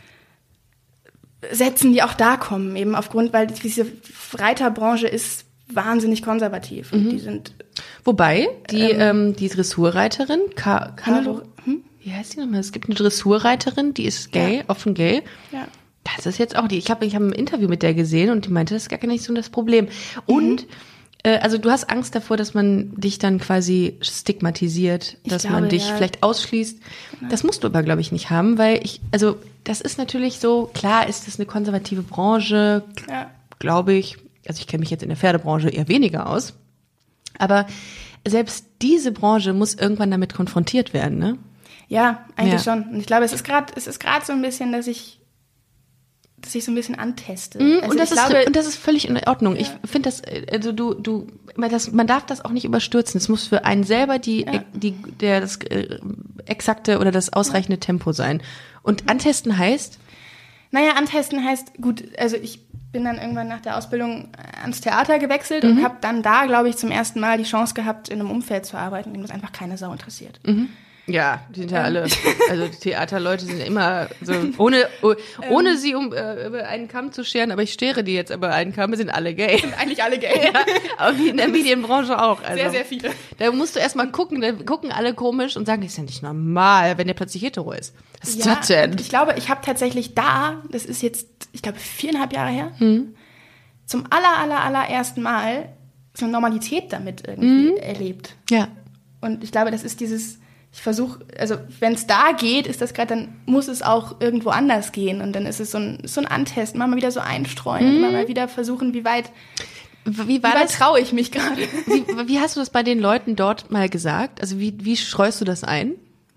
[SPEAKER 3] Sätzen, die auch da kommen. Eben aufgrund, weil diese Reiterbranche ist wahnsinnig konservativ.
[SPEAKER 1] Mhm.
[SPEAKER 3] Und die sind,
[SPEAKER 1] Wobei, die, ähm, ähm, die Dressurreiterin, Ka-
[SPEAKER 3] Hannelore, hm?
[SPEAKER 1] wie heißt die nochmal? Es gibt eine Dressurreiterin, die ist gay, ja. offen gay.
[SPEAKER 3] Ja.
[SPEAKER 1] Das ist jetzt auch die. Ich habe ich hab ein Interview mit der gesehen und die meinte, das ist gar nicht so das Problem. Und, mhm. äh, also du hast Angst davor, dass man dich dann quasi stigmatisiert, ich dass glaube, man dich ja. vielleicht ausschließt. Genau. Das musst du aber, glaube ich, nicht haben, weil ich, also das ist natürlich so, klar ist das eine konservative Branche, ja. glaube ich. Also ich kenne mich jetzt in der Pferdebranche eher weniger aus. Aber selbst diese Branche muss irgendwann damit konfrontiert werden, ne?
[SPEAKER 3] Ja, eigentlich
[SPEAKER 1] ja.
[SPEAKER 3] schon. Und ich glaube, es ist gerade, es ist gerade so ein bisschen, dass ich, dass ich so ein bisschen anteste.
[SPEAKER 1] Mm,
[SPEAKER 3] also
[SPEAKER 1] und das
[SPEAKER 3] ich
[SPEAKER 1] ist
[SPEAKER 3] glaube,
[SPEAKER 1] und das ist völlig in Ordnung. Ja. Ich finde das, also du, du, das, man darf das auch nicht überstürzen. Es muss für einen selber die,
[SPEAKER 3] ja.
[SPEAKER 1] die, der das äh, exakte oder das ausreichende ja. Tempo sein. Und antesten heißt?
[SPEAKER 3] Naja, antesten heißt, gut, also ich bin dann irgendwann nach der Ausbildung ans Theater gewechselt mhm. und habe dann da, glaube ich, zum ersten Mal die Chance gehabt, in einem Umfeld zu arbeiten, in dem das einfach keine Sau interessiert.
[SPEAKER 1] Mhm. Ja, die sind ja ähm. alle, also die Theaterleute sind ja immer so, ohne ohne ähm. sie um äh, über einen Kamm zu scheren, aber ich schere die jetzt über einen Kamm, sind alle gay.
[SPEAKER 3] Sind eigentlich alle gay.
[SPEAKER 1] Ja, aber wie in der Medienbranche auch. Also,
[SPEAKER 3] sehr, sehr viele.
[SPEAKER 1] Da musst du erstmal gucken, da gucken alle komisch und sagen, das ist ja nicht normal, wenn der plötzlich hetero ist. Was ist
[SPEAKER 3] ja,
[SPEAKER 1] das denn?
[SPEAKER 3] Ich glaube, ich habe tatsächlich da, das ist jetzt, ich glaube, viereinhalb Jahre her, hm. zum aller, aller, allerersten Mal so eine Normalität damit irgendwie hm. erlebt.
[SPEAKER 1] Ja.
[SPEAKER 3] Und ich glaube, das ist dieses, ich versuche, also wenn es da geht, ist das gerade, dann muss es auch irgendwo anders gehen. Und dann ist es so ein, so ein Antesten, immer mal wieder so einstreuen, mhm. immer mal wieder versuchen, wie weit,
[SPEAKER 1] wie, war
[SPEAKER 3] wie weit traue ich mich gerade.
[SPEAKER 1] Wie, wie hast du das bei den Leuten dort mal gesagt? Also wie, wie streust du das ein?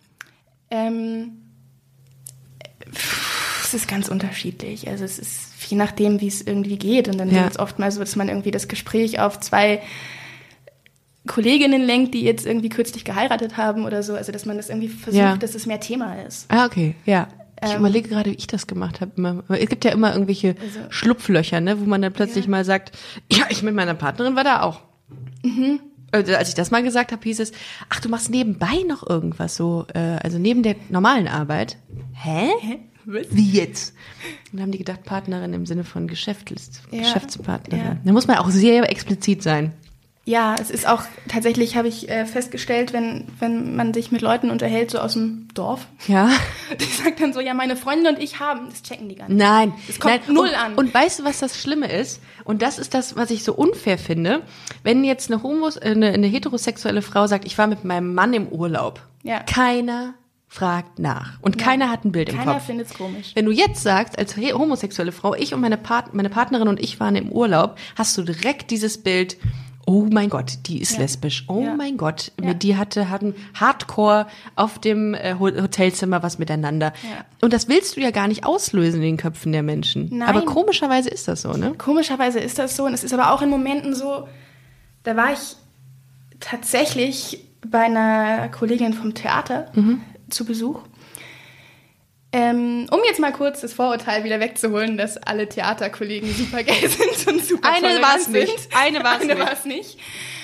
[SPEAKER 3] Ähm, es ist ganz unterschiedlich. Also es ist je nachdem, wie es irgendwie geht. Und dann ja. ist es oft mal so, dass man irgendwie das Gespräch auf zwei Kolleginnen lenkt, die jetzt irgendwie kürzlich geheiratet haben oder so. Also, dass man das irgendwie versucht, ja. dass es mehr Thema ist.
[SPEAKER 1] Ah, okay, ja. Ich ähm, überlege gerade, wie ich das gemacht habe. Es gibt ja immer irgendwelche also, Schlupflöcher, ne, wo man dann plötzlich ja. mal sagt, ja, ich mit meiner Partnerin war da auch. Mhm. Also, als ich das mal gesagt habe, hieß es, ach, du machst nebenbei noch irgendwas so, äh, also neben der normalen Arbeit. Hä? Hä? Wie jetzt? Und dann haben die gedacht, Partnerin im Sinne von Geschäft,
[SPEAKER 3] ja,
[SPEAKER 1] Geschäftspartnerin.
[SPEAKER 3] ja.
[SPEAKER 1] Da muss man auch sehr explizit sein.
[SPEAKER 3] Ja, es ist auch, tatsächlich habe ich äh, festgestellt, wenn, wenn man sich mit Leuten unterhält, so aus dem Dorf,
[SPEAKER 1] Ja.
[SPEAKER 3] die sagt dann so, ja, meine Freunde und ich haben, das checken die gar nicht.
[SPEAKER 1] Nein.
[SPEAKER 3] Es kommt
[SPEAKER 1] Nein.
[SPEAKER 3] null
[SPEAKER 1] und,
[SPEAKER 3] an.
[SPEAKER 1] Und weißt du, was das Schlimme ist? Und das ist das, was ich so unfair finde. Wenn jetzt eine, Homos, äh, eine, eine heterosexuelle Frau sagt, ich war mit meinem Mann im Urlaub.
[SPEAKER 3] Ja.
[SPEAKER 1] Keiner fragt nach. Und
[SPEAKER 3] Ja.
[SPEAKER 1] keiner hat ein Bild im
[SPEAKER 3] Keiner
[SPEAKER 1] Kopf.
[SPEAKER 3] findet's komisch.
[SPEAKER 1] Wenn du jetzt sagst, als he- homosexuelle Frau, ich und meine, Part- meine Partnerin und ich waren im Urlaub, hast du direkt dieses Bild, oh mein Gott, die ist
[SPEAKER 3] Ja.
[SPEAKER 1] lesbisch. Oh
[SPEAKER 3] Ja.
[SPEAKER 1] mein Gott,
[SPEAKER 3] Ja.
[SPEAKER 1] mit die hatte hatten Hardcore auf dem äh, Ho- Hotelzimmer was miteinander.
[SPEAKER 3] Ja.
[SPEAKER 1] Und das willst du ja gar nicht auslösen in den Köpfen der Menschen.
[SPEAKER 3] Nein.
[SPEAKER 1] Aber komischerweise ist das so, ne?
[SPEAKER 3] Komischerweise ist das so und es ist aber auch in Momenten so, da war ich tatsächlich bei einer Kollegin vom Theater
[SPEAKER 1] Mhm.
[SPEAKER 3] zu Besuch. Ähm, um jetzt mal kurz das Vorurteil wieder wegzuholen, dass alle Theaterkollegen super gay sind und super
[SPEAKER 1] Eine
[SPEAKER 3] tolerant
[SPEAKER 1] war's
[SPEAKER 3] sind.
[SPEAKER 1] nicht. Eine war's
[SPEAKER 3] Eine
[SPEAKER 1] nicht.
[SPEAKER 3] war's nicht.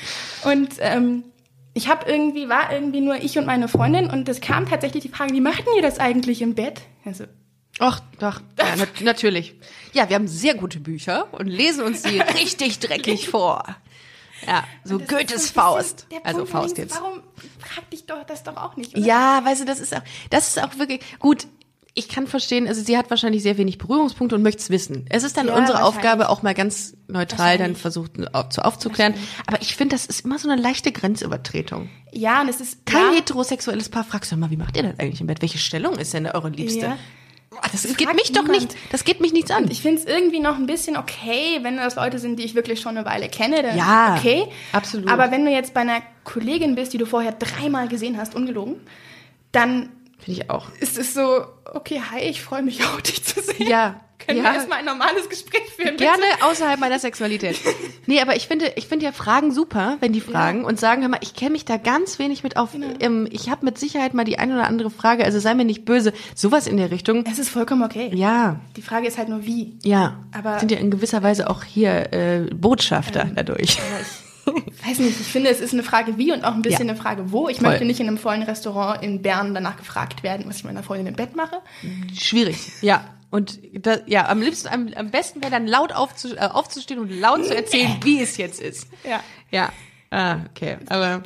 [SPEAKER 3] Und ähm, ich habe irgendwie, war irgendwie nur ich und meine Freundin und es kam tatsächlich die Frage, wie machten ihr das eigentlich im Bett? Also,
[SPEAKER 1] Ach, doch, ja, nat- natürlich. Ja, wir haben sehr gute Bücher und lesen uns die richtig dreckig vor. Ja, so
[SPEAKER 3] das ist
[SPEAKER 1] Goethes
[SPEAKER 3] so ein bisschen
[SPEAKER 1] Faust.
[SPEAKER 3] der
[SPEAKER 1] Also
[SPEAKER 3] Punkt,
[SPEAKER 1] Faust
[SPEAKER 3] wo ich-
[SPEAKER 1] jetzt.
[SPEAKER 3] Warum frag dich doch das doch auch nicht, oder?
[SPEAKER 1] Ja, weißt du, das ist auch, das ist auch wirklich, gut, ich kann verstehen, also sie hat wahrscheinlich sehr wenig Berührungspunkte und möchte es wissen. Es ist dann
[SPEAKER 3] Ja,
[SPEAKER 1] unsere
[SPEAKER 3] wahrscheinlich.
[SPEAKER 1] Aufgabe, auch mal ganz neutral dann
[SPEAKER 3] Wahrscheinlich.
[SPEAKER 1] versucht auf, zu aufzuklären. Aber ich finde, das ist immer so eine leichte Grenzübertretung.
[SPEAKER 3] Ja, und es ist
[SPEAKER 1] Kein
[SPEAKER 3] ja,
[SPEAKER 1] heterosexuelles Paar fragst du mal, wie macht ihr das eigentlich im Bett? Welche Stellung ist denn eure Liebste?
[SPEAKER 3] Ja.
[SPEAKER 1] Ah, Das
[SPEAKER 3] Das
[SPEAKER 1] geht
[SPEAKER 3] fragt
[SPEAKER 1] mich doch
[SPEAKER 3] niemand.
[SPEAKER 1] nicht, das geht mich nichts an.
[SPEAKER 3] Ich finde es irgendwie noch ein bisschen okay, wenn das Leute sind, die ich wirklich schon eine Weile kenne, dann
[SPEAKER 1] Ja,
[SPEAKER 3] okay.
[SPEAKER 1] absolut.
[SPEAKER 3] Aber wenn du jetzt bei einer Kollegin bist, die du vorher dreimal gesehen hast, ungelogen, dann
[SPEAKER 1] Finde ich auch.
[SPEAKER 3] ist es so, okay, hi, ich freue mich auch, dich zu sehen.
[SPEAKER 1] Ja,
[SPEAKER 3] Können
[SPEAKER 1] ja.
[SPEAKER 3] wir erstmal ein normales Gespräch führen, bitte?
[SPEAKER 1] Gerne außerhalb meiner Sexualität. Nee, aber ich finde, ich finde ja Fragen super, wenn die fragen und sagen, hör mal, ich kenne mich da ganz wenig mit auf. Ähm, ich habe mit Sicherheit mal die eine oder andere Frage, also sei mir nicht böse. Sowas in der Richtung.
[SPEAKER 3] Es ist vollkommen okay.
[SPEAKER 1] Ja,
[SPEAKER 3] Die Frage ist halt nur, wie.
[SPEAKER 1] ja.
[SPEAKER 3] Aber-
[SPEAKER 1] sind ja in gewisser Weise auch hier äh, Botschafter dadurch.
[SPEAKER 3] Aber ich weiß nicht, ich finde, es ist eine Frage wie und auch ein bisschen
[SPEAKER 1] Ja.
[SPEAKER 3] eine Frage wo. Ich
[SPEAKER 1] Voll.
[SPEAKER 3] möchte nicht in einem vollen Restaurant in Bern danach gefragt werden, was ich meiner Freundin im Bett mache.
[SPEAKER 1] Schwierig, ja. Und da, ja, am liebsten, am, am besten wäre dann laut aufzu, äh, aufzustehen und laut zu erzählen, wie es jetzt ist.
[SPEAKER 3] Ja.
[SPEAKER 1] Ja. Ah, okay. Aber,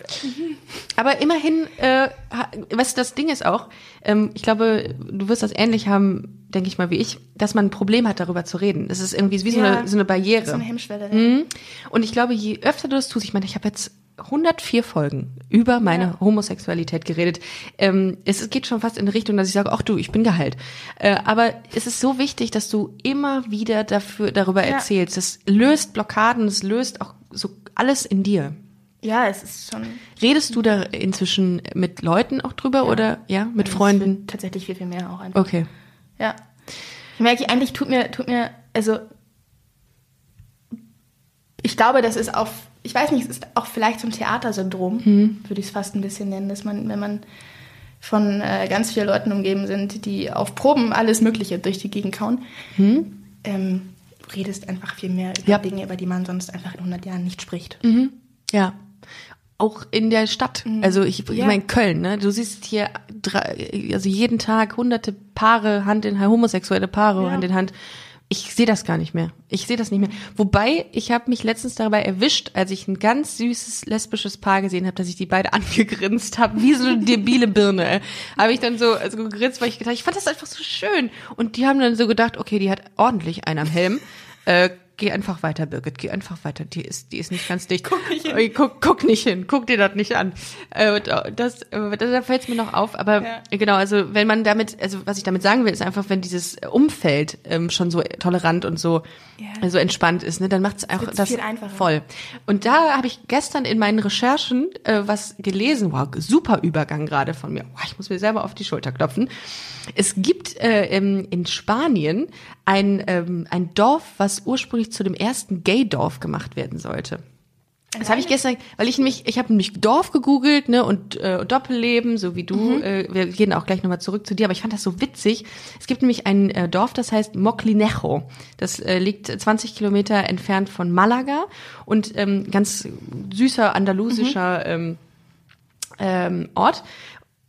[SPEAKER 1] aber immerhin, äh, ha- was das Ding ist auch, ähm, ich glaube, du wirst das ähnlich haben, denke ich mal, wie ich, dass man ein Problem hat, darüber zu reden. Das ist irgendwie wie so,
[SPEAKER 3] Ja.
[SPEAKER 1] eine, so eine Barriere.
[SPEAKER 3] So eine Hemmschwelle.
[SPEAKER 1] Mhm. Und ich glaube, je öfter du das tust, ich meine, ich habe jetzt hundertvier Folgen über meine
[SPEAKER 3] Ja.
[SPEAKER 1] Homosexualität geredet. Ähm, es, es geht schon fast in die Richtung, dass ich sage, ach du, ich bin geheilt. Äh, aber es ist so wichtig, dass du immer wieder dafür darüber
[SPEAKER 3] Ja.
[SPEAKER 1] erzählst. Das löst Blockaden, es löst auch so alles in dir.
[SPEAKER 3] Ja, es ist schon.
[SPEAKER 1] Redest du da inzwischen mit Leuten auch drüber oder ja, mit Freunden?
[SPEAKER 3] Tatsächlich viel, viel mehr auch einfach.
[SPEAKER 1] Okay.
[SPEAKER 3] Ja. Ich merke, eigentlich tut mir, tut mir, also ich glaube, das ist auf, ich weiß nicht, es ist auch vielleicht so ein Theatersyndrom,
[SPEAKER 1] Mhm.
[SPEAKER 3] würde ich es fast ein bisschen nennen, dass man, wenn man von äh, ganz vielen Leuten umgeben sind, die auf Proben alles Mögliche durch die Gegend kauen, ähm, du redest einfach viel mehr über
[SPEAKER 1] Ja.
[SPEAKER 3] Dinge, über die man sonst einfach in hundert Jahren nicht spricht.
[SPEAKER 1] Ja. Auch in der Stadt. Also ich, ich
[SPEAKER 3] Ja.
[SPEAKER 1] meine Köln, ne? Du siehst hier drei, also jeden Tag hunderte Paare Hand in Hand, homosexuelle Paare
[SPEAKER 3] Ja.
[SPEAKER 1] Hand in Hand. Ich sehe das gar nicht mehr. Ich sehe das nicht mehr. Wobei, ich habe mich letztens dabei erwischt, als ich ein ganz süßes lesbisches Paar gesehen habe, dass ich die beide angegrinst habe, wie so eine debile Birne. Habe ich dann so also gegrinst, weil ich gedacht, ich fand das einfach so schön. Und die haben dann so gedacht, okay, die hat ordentlich einen am Helm. Äh, geh einfach weiter, Birgit, geh einfach weiter. Die ist, die ist nicht ganz dicht.
[SPEAKER 3] Guck nicht hin.
[SPEAKER 1] Äh, Guck, guck nicht hin, guck dir das nicht an. Äh, das, äh, da fällt es mir noch auf. Aber
[SPEAKER 3] Ja.
[SPEAKER 1] genau, also wenn man damit, also was ich damit sagen will, ist einfach, wenn dieses Umfeld ähm, schon so tolerant und so
[SPEAKER 3] Ja.
[SPEAKER 1] äh, so entspannt ist, ne, dann macht es auch
[SPEAKER 3] wird's
[SPEAKER 1] das
[SPEAKER 3] viel einfacher.
[SPEAKER 1] voll. Und da habe ich gestern in meinen Recherchen äh, was gelesen. Wow, super Übergang gerade von mir. Wow, ich muss mir selber auf die Schulter klopfen. Es gibt äh, im, in Spanien ein ähm, ein Dorf, was ursprünglich zu dem ersten Gay-Dorf gemacht werden sollte. Das habe ich gestern, weil ich nämlich, ich habe nämlich Dorf gegoogelt, ne, und äh, Doppelleben, so wie du.
[SPEAKER 3] Mhm.
[SPEAKER 1] Äh, wir gehen auch gleich nochmal zurück zu dir, aber ich fand das so witzig. Es gibt nämlich ein äh, Dorf, das heißt Moclinejo. Das äh, liegt zwanzig Kilometer entfernt von Malaga und ähm, ganz süßer andalusischer ähm, ähm, Ort.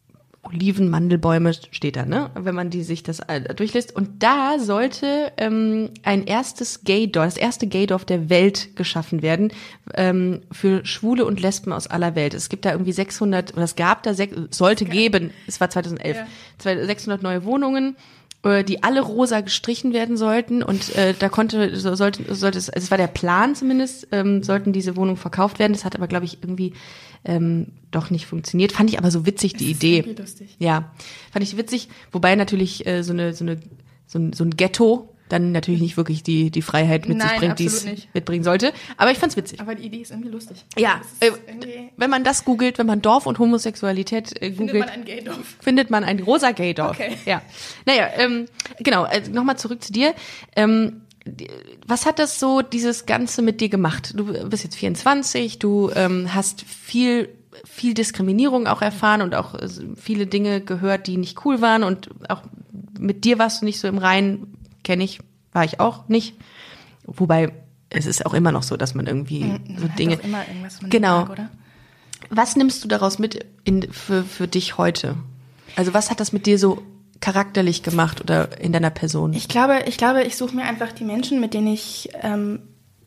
[SPEAKER 1] Oliven, Mandelbäume steht da, ne? Wenn man die sich das äh, durchliest. Und da sollte ähm, ein erstes Gaydorf, das erste Gaydorf der Welt geschaffen werden ähm, für Schwule und Lesben aus aller Welt. Es gibt da irgendwie sechshundert, oder es gab da, sech, sollte geben, es war zweitausendelf, ja. sechshundert neue Wohnungen, äh, die alle rosa gestrichen werden sollten. Und äh, da konnte, so, sollte, sollte es, also es war der Plan zumindest, ähm, sollten diese Wohnungen verkauft werden. Das hat aber, glaube ich, irgendwie Ähm, doch nicht funktioniert. Fand ich aber so witzig, die
[SPEAKER 3] das
[SPEAKER 1] Idee.
[SPEAKER 3] Ist irgendwie lustig.
[SPEAKER 1] Ja, fand ich witzig. Wobei natürlich äh, so eine so eine so ein, so ein Ghetto dann natürlich nicht wirklich die die Freiheit mit
[SPEAKER 3] Nein,
[SPEAKER 1] sich bringt, die es mitbringen sollte. Aber ich fand's witzig.
[SPEAKER 3] Aber die Idee ist irgendwie lustig.
[SPEAKER 1] Ja, äh, wenn man das googelt, wenn man Dorf und Homosexualität äh, googelt,
[SPEAKER 3] findet man ein Gaydorf.
[SPEAKER 1] Findet man ein rosa Gaydorf.
[SPEAKER 3] Okay.
[SPEAKER 1] Ja. Naja, ähm, genau. Äh, Nochmal zurück zu dir. Ähm, Was hat das so, dieses Ganze mit dir gemacht? Du bist jetzt vierundzwanzig, du ähm, hast viel viel Diskriminierung auch erfahren und auch äh, viele Dinge gehört, die nicht cool waren und auch mit dir warst du nicht so im Reinen, kenne ich, war ich auch nicht. Wobei, es ist auch immer noch so, dass man irgendwie
[SPEAKER 3] man
[SPEAKER 1] so
[SPEAKER 3] hat
[SPEAKER 1] Dinge...
[SPEAKER 3] doch immer irgendwas, was man
[SPEAKER 1] genau.
[SPEAKER 3] nicht mag, oder?
[SPEAKER 1] Was nimmst du daraus mit in, für, für dich heute? Also was hat das mit dir so charakterlich gemacht oder in deiner Person?
[SPEAKER 3] Ich glaube, ich glaube, ich suche mir einfach die Menschen, mit denen ich ähm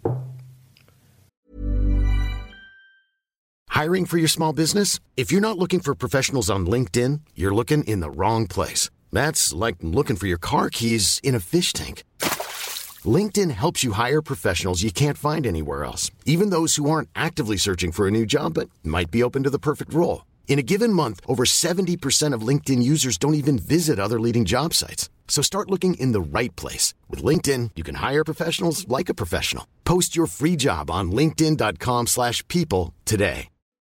[SPEAKER 4] Hiring for your small business? If you're not looking for professionals on LinkedIn, you're looking in the wrong place. That's like looking for your car keys in a fish tank. LinkedIn helps you hire professionals you can't find anywhere else, even those who aren't actively searching for a new job but might be open to the perfect role. In a given month, over seventy percent of LinkedIn users don't even visit other leading job sites. So start looking in the right place. With LinkedIn, you can hire professionals like a professional. Post your free job on linkedin dot com slash people today.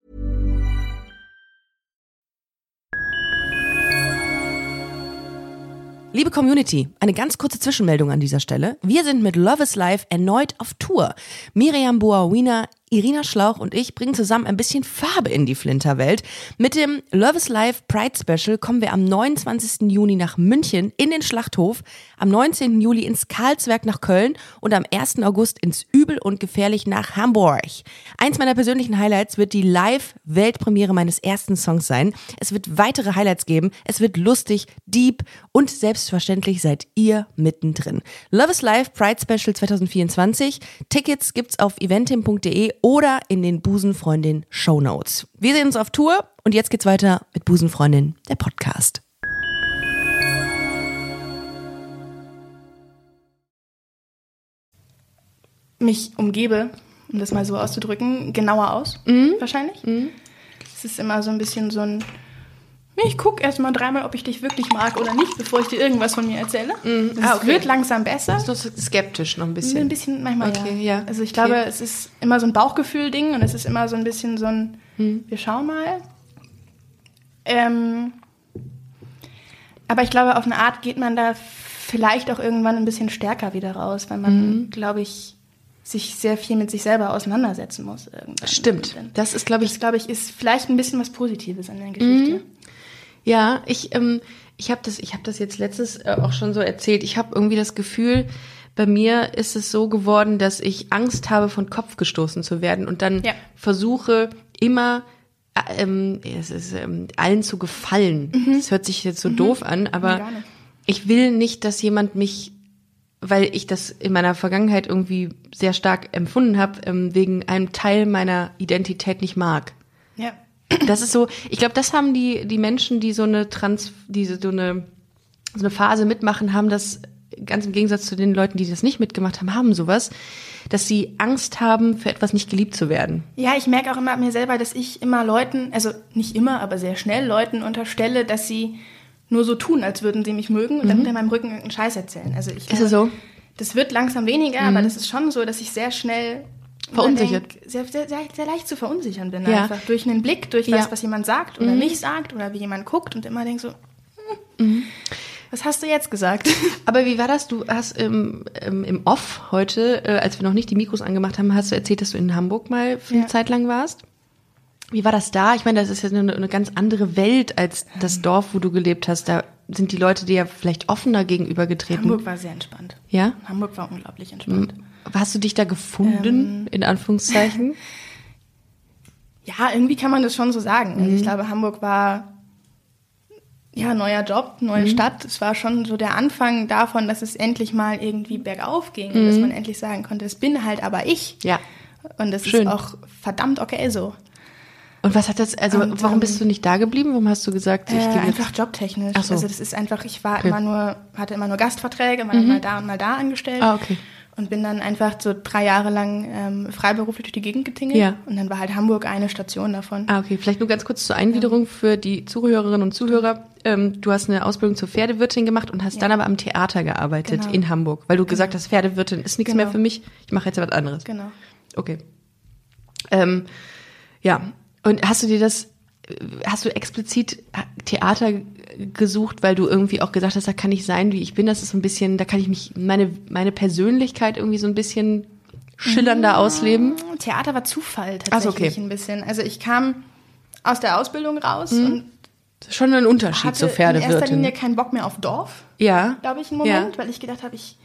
[SPEAKER 1] Liebe Community, eine ganz kurze Zwischenmeldung an dieser Stelle. Wir sind mit Love is Life erneut auf Tour. Miriam Boawina, Irina Schlauch und ich bringen zusammen ein bisschen Farbe in die Flinterwelt. Mit dem Love is Life Pride Special kommen wir am neunundzwanzigsten Juni nach München in den Schlachthof, am neunzehnten Juli ins Karlswerk nach Köln und am ersten August ins Übel und Gefährlich nach Hamburg. Eins meiner persönlichen Highlights wird die Live-Weltpremiere meines ersten Songs sein. Es wird weitere Highlights geben, es wird lustig, deep und selbstverständlich seid ihr mittendrin. Love is Life Pride Special zwanzig vierundzwanzig. Tickets gibt's auf eventim punkt de oder in den Busenfreundin Shownotes. Wir sehen uns auf Tour und jetzt geht's weiter mit Busenfreundin, der Podcast.
[SPEAKER 3] mich umgebe, um das mal so auszudrücken, genauer aus,
[SPEAKER 1] Mhm.
[SPEAKER 3] wahrscheinlich.
[SPEAKER 1] Mhm.
[SPEAKER 3] Es ist immer so ein bisschen so ein, ich gucke erst mal dreimal, ob ich dich wirklich mag oder nicht, bevor ich dir irgendwas von mir erzähle.
[SPEAKER 1] Mhm.
[SPEAKER 3] Es
[SPEAKER 1] Ah, okay.
[SPEAKER 3] wird langsam besser.
[SPEAKER 1] Bist du skeptisch noch ein bisschen?
[SPEAKER 3] Ein bisschen manchmal,
[SPEAKER 1] Okay,
[SPEAKER 3] ja.
[SPEAKER 1] ja.
[SPEAKER 3] Also ich
[SPEAKER 1] Okay.
[SPEAKER 3] glaube, es ist immer so ein Bauchgefühl-Ding und es ist immer so ein bisschen so ein,
[SPEAKER 1] Mhm.
[SPEAKER 3] wir schauen mal. Ähm, aber ich glaube, auf eine Art geht man da vielleicht auch irgendwann ein bisschen stärker wieder raus, weil man,
[SPEAKER 1] Mhm.
[SPEAKER 3] glaube ich, sich sehr viel mit sich selber auseinandersetzen muss. Irgendwann.
[SPEAKER 1] Stimmt. Das ist, glaube ich,
[SPEAKER 3] Das, glaube ich, ist vielleicht ein bisschen was Positives an der Geschichte.
[SPEAKER 1] Ja, ich ähm, ich habe das ich habe das jetzt letztes äh, auch schon so erzählt. Ich habe irgendwie das Gefühl, bei mir ist es so geworden, dass ich Angst habe, von Kopf gestoßen zu werden und dann
[SPEAKER 3] Ja.
[SPEAKER 1] versuche immer äh, ähm, es ist, ähm, allen zu gefallen. Das hört sich jetzt so doof an, aber
[SPEAKER 3] gar nicht.
[SPEAKER 1] ich will nicht, dass jemand mich, weil ich das in meiner Vergangenheit irgendwie sehr stark empfunden habe, ähm, wegen einem Teil meiner Identität nicht mag.
[SPEAKER 3] Ja.
[SPEAKER 1] Das ist so, ich glaube, das haben die die Menschen, die so eine Trans, diese so eine so eine Phase mitmachen, haben das ganz im Gegensatz zu den Leuten, die das nicht mitgemacht haben, haben sowas, dass sie Angst haben, für etwas nicht geliebt zu werden.
[SPEAKER 3] Ja, ich merke auch immer an mir selber, dass ich immer Leuten, also nicht immer, aber sehr schnell Leuten unterstelle, dass sie nur so tun, als würden sie mich mögen und dann hinter meinem Rücken irgendeinen Scheiß erzählen. Also ich
[SPEAKER 1] Ist es so?
[SPEAKER 3] Das wird langsam weniger, aber das ist schon so, dass ich sehr schnell
[SPEAKER 1] Verunsichert.
[SPEAKER 3] denk, sehr, sehr, sehr, sehr leicht zu verunsichern bin.
[SPEAKER 1] Ja.
[SPEAKER 3] Einfach durch einen Blick, durch
[SPEAKER 1] Ja.
[SPEAKER 3] was, was jemand sagt oder nicht sagt oder wie jemand guckt und immer denk so, hm, was hast du jetzt gesagt?
[SPEAKER 1] Aber wie war das? Du hast im, im, im Off heute, äh, als wir noch nicht die Mikros angemacht haben, hast du erzählt, dass du in Hamburg mal für eine
[SPEAKER 3] Ja.
[SPEAKER 1] Zeit lang warst. Wie war das da? Ich meine, das ist ja eine, eine ganz andere Welt als das Dorf, wo du gelebt hast. Da sind die Leute dir ja vielleicht offener gegenübergetreten.
[SPEAKER 3] Hamburg war sehr entspannt.
[SPEAKER 1] Ja?
[SPEAKER 3] Hamburg war unglaublich entspannt.
[SPEAKER 1] Hast du dich da gefunden, in Anführungszeichen?
[SPEAKER 3] Ja, irgendwie kann man das schon so sagen. Also
[SPEAKER 1] Mhm.
[SPEAKER 3] ich glaube, Hamburg war ja, neuer Job, neue
[SPEAKER 1] mhm.
[SPEAKER 3] Stadt. Es war schon so der Anfang davon, dass es endlich mal irgendwie bergauf ging. Mhm. Und dass man endlich sagen konnte, es bin halt aber ich.
[SPEAKER 1] Ja.
[SPEAKER 3] Und das
[SPEAKER 1] Schön.
[SPEAKER 3] ist auch verdammt okay so.
[SPEAKER 1] Und was hat das, also
[SPEAKER 3] Und,
[SPEAKER 1] warum
[SPEAKER 3] ähm,
[SPEAKER 1] bist du nicht da geblieben? Warum hast du gesagt, ich
[SPEAKER 3] Äh,
[SPEAKER 1] gehe
[SPEAKER 3] einfach
[SPEAKER 1] jetzt?
[SPEAKER 3] jobtechnisch.
[SPEAKER 1] Ach so.
[SPEAKER 3] Also das ist einfach, ich war
[SPEAKER 1] Okay.
[SPEAKER 3] immer nur, hatte immer nur Gastverträge, war dann mal da und mal da angestellt.
[SPEAKER 1] Ah, okay.
[SPEAKER 3] Und bin dann einfach so drei Jahre lang ähm, freiberuflich durch die Gegend getingelt.
[SPEAKER 1] Ja.
[SPEAKER 3] Und dann war halt Hamburg eine Station davon.
[SPEAKER 1] Ah, okay. Vielleicht nur ganz kurz zur Eingliederung für die Zuhörerinnen und Zuhörer. Ähm, du hast eine Ausbildung zur Pferdewirtin gemacht und hast
[SPEAKER 3] Ja.
[SPEAKER 1] dann aber am Theater gearbeitet
[SPEAKER 3] Genau.
[SPEAKER 1] in Hamburg, weil du gesagt hast, Pferdewirtin ist nichts
[SPEAKER 3] Genau.
[SPEAKER 1] mehr für mich, ich mache jetzt was anderes.
[SPEAKER 3] Genau.
[SPEAKER 1] Okay. Ähm, ja. Und hast du dir das, hast du explizit Theater gesucht, weil du irgendwie auch gesagt hast, da kann ich sein, wie ich bin, das ist so ein bisschen, da kann ich mich, meine, meine Persönlichkeit irgendwie so ein bisschen schillernder ausleben?
[SPEAKER 3] Theater war Zufall
[SPEAKER 1] Ach so,
[SPEAKER 3] tatsächlich
[SPEAKER 1] okay.
[SPEAKER 3] ein bisschen. Also ich kam aus der Ausbildung raus und
[SPEAKER 1] Das ist schon ein Unterschied
[SPEAKER 3] hatte
[SPEAKER 1] zur
[SPEAKER 3] in erster
[SPEAKER 1] Pferdewirtin.
[SPEAKER 3] Linie keinen Bock mehr auf Dorf,
[SPEAKER 1] Ja.
[SPEAKER 3] glaube ich, im Moment,
[SPEAKER 1] Ja.
[SPEAKER 3] weil ich gedacht habe, ich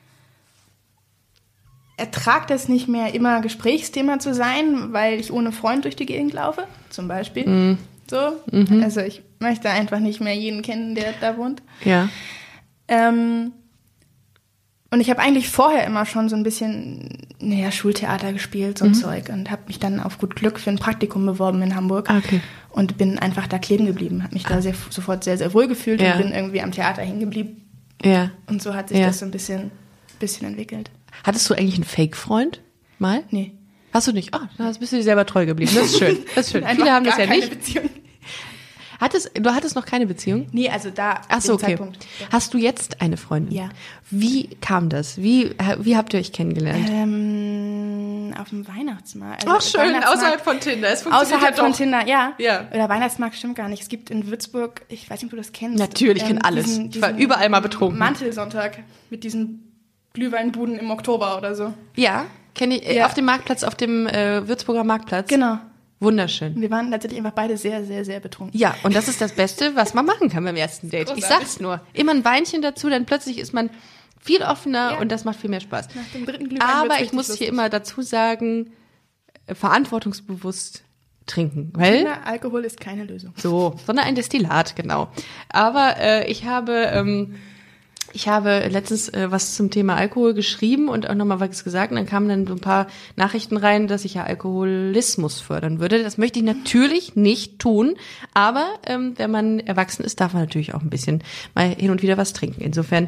[SPEAKER 3] ertrag das nicht mehr, immer Gesprächsthema zu sein, weil ich ohne Freund durch die Gegend laufe, zum Beispiel.
[SPEAKER 1] Mhm.
[SPEAKER 3] So. Also ich möchte einfach nicht mehr jeden kennen, der da wohnt.
[SPEAKER 1] Ja.
[SPEAKER 3] Ähm, und ich habe eigentlich vorher immer schon so ein bisschen, naja, Schultheater gespielt, so ein Zeug. Und habe mich dann auf gut Glück für ein Praktikum beworben in Hamburg.
[SPEAKER 1] Ah, okay.
[SPEAKER 3] Und bin einfach da kleben geblieben. Habe mich da sehr, sofort sehr, sehr wohl gefühlt
[SPEAKER 1] Ja.
[SPEAKER 3] und bin irgendwie am Theater hängen geblieben.
[SPEAKER 1] Ja.
[SPEAKER 3] Und so hat sich
[SPEAKER 1] Ja.
[SPEAKER 3] das so ein bisschen, bisschen entwickelt.
[SPEAKER 1] Hattest du eigentlich einen Fake-Freund? Mal?
[SPEAKER 3] Nee.
[SPEAKER 1] Hast du nicht? Oh, da bist du dir selber treu geblieben. Das ist schön. Das ist schön.
[SPEAKER 3] Einfach
[SPEAKER 1] Viele haben das
[SPEAKER 3] gar
[SPEAKER 1] ja
[SPEAKER 3] keine
[SPEAKER 1] nicht.
[SPEAKER 3] Beziehung.
[SPEAKER 1] Hattest, du hattest noch keine Beziehung?
[SPEAKER 3] Nee, also da,
[SPEAKER 1] Ach so,
[SPEAKER 3] dem
[SPEAKER 1] okay.
[SPEAKER 3] Zeitpunkt.
[SPEAKER 1] Hast du jetzt eine Freundin?
[SPEAKER 3] Ja.
[SPEAKER 1] Wie kam das? Wie, wie habt ihr euch kennengelernt?
[SPEAKER 3] Ähm, auf dem Weihnachtsmarkt. Also Weihnachtsmarkt-
[SPEAKER 1] von Tinder. Es
[SPEAKER 3] Außerhalb von Tinder, ja.
[SPEAKER 1] Ja.
[SPEAKER 3] Oder Weihnachtsmarkt stimmt gar nicht. Es gibt in Würzburg, ich weiß nicht, ob du das kennst.
[SPEAKER 1] Natürlich, ich kenn alles. Ich war überall mal betrunken.
[SPEAKER 3] Mantelsonntag mit diesen Glühweinbuden im Oktober oder so.
[SPEAKER 1] Ja, kenne ich. Äh,
[SPEAKER 3] Ja.
[SPEAKER 1] Auf dem Marktplatz, auf dem äh, Würzburger Marktplatz.
[SPEAKER 3] Genau.
[SPEAKER 1] Wunderschön.
[SPEAKER 3] Wir waren tatsächlich einfach beide sehr, sehr, sehr betrunken.
[SPEAKER 1] Ja, und das ist das Beste, was man machen kann beim ersten Date. Ich
[SPEAKER 3] Großartig.
[SPEAKER 1] sag's nur. Immer ein Weinchen dazu, dann plötzlich ist man viel offener
[SPEAKER 3] Ja.
[SPEAKER 1] und das macht viel mehr Spaß.
[SPEAKER 3] Nach dem dritten Glühwein
[SPEAKER 1] Aber
[SPEAKER 3] wird's
[SPEAKER 1] ich
[SPEAKER 3] richtig
[SPEAKER 1] muss
[SPEAKER 3] lustig.
[SPEAKER 1] hier immer dazu sagen, äh, verantwortungsbewusst trinken. Weil,
[SPEAKER 3] Kinder, Alkohol ist keine Lösung.
[SPEAKER 1] so, sondern ein Destillat, genau. Aber äh, ich habe... Ähm, Ich habe letztens äh, was zum Thema Alkohol geschrieben und auch nochmal was gesagt. Und dann kamen dann so ein paar Nachrichten rein, dass ich ja Alkoholismus fördern würde. Das möchte ich natürlich nicht tun. Aber ähm, wenn man erwachsen ist, darf man natürlich auch ein bisschen mal hin und wieder was trinken. Insofern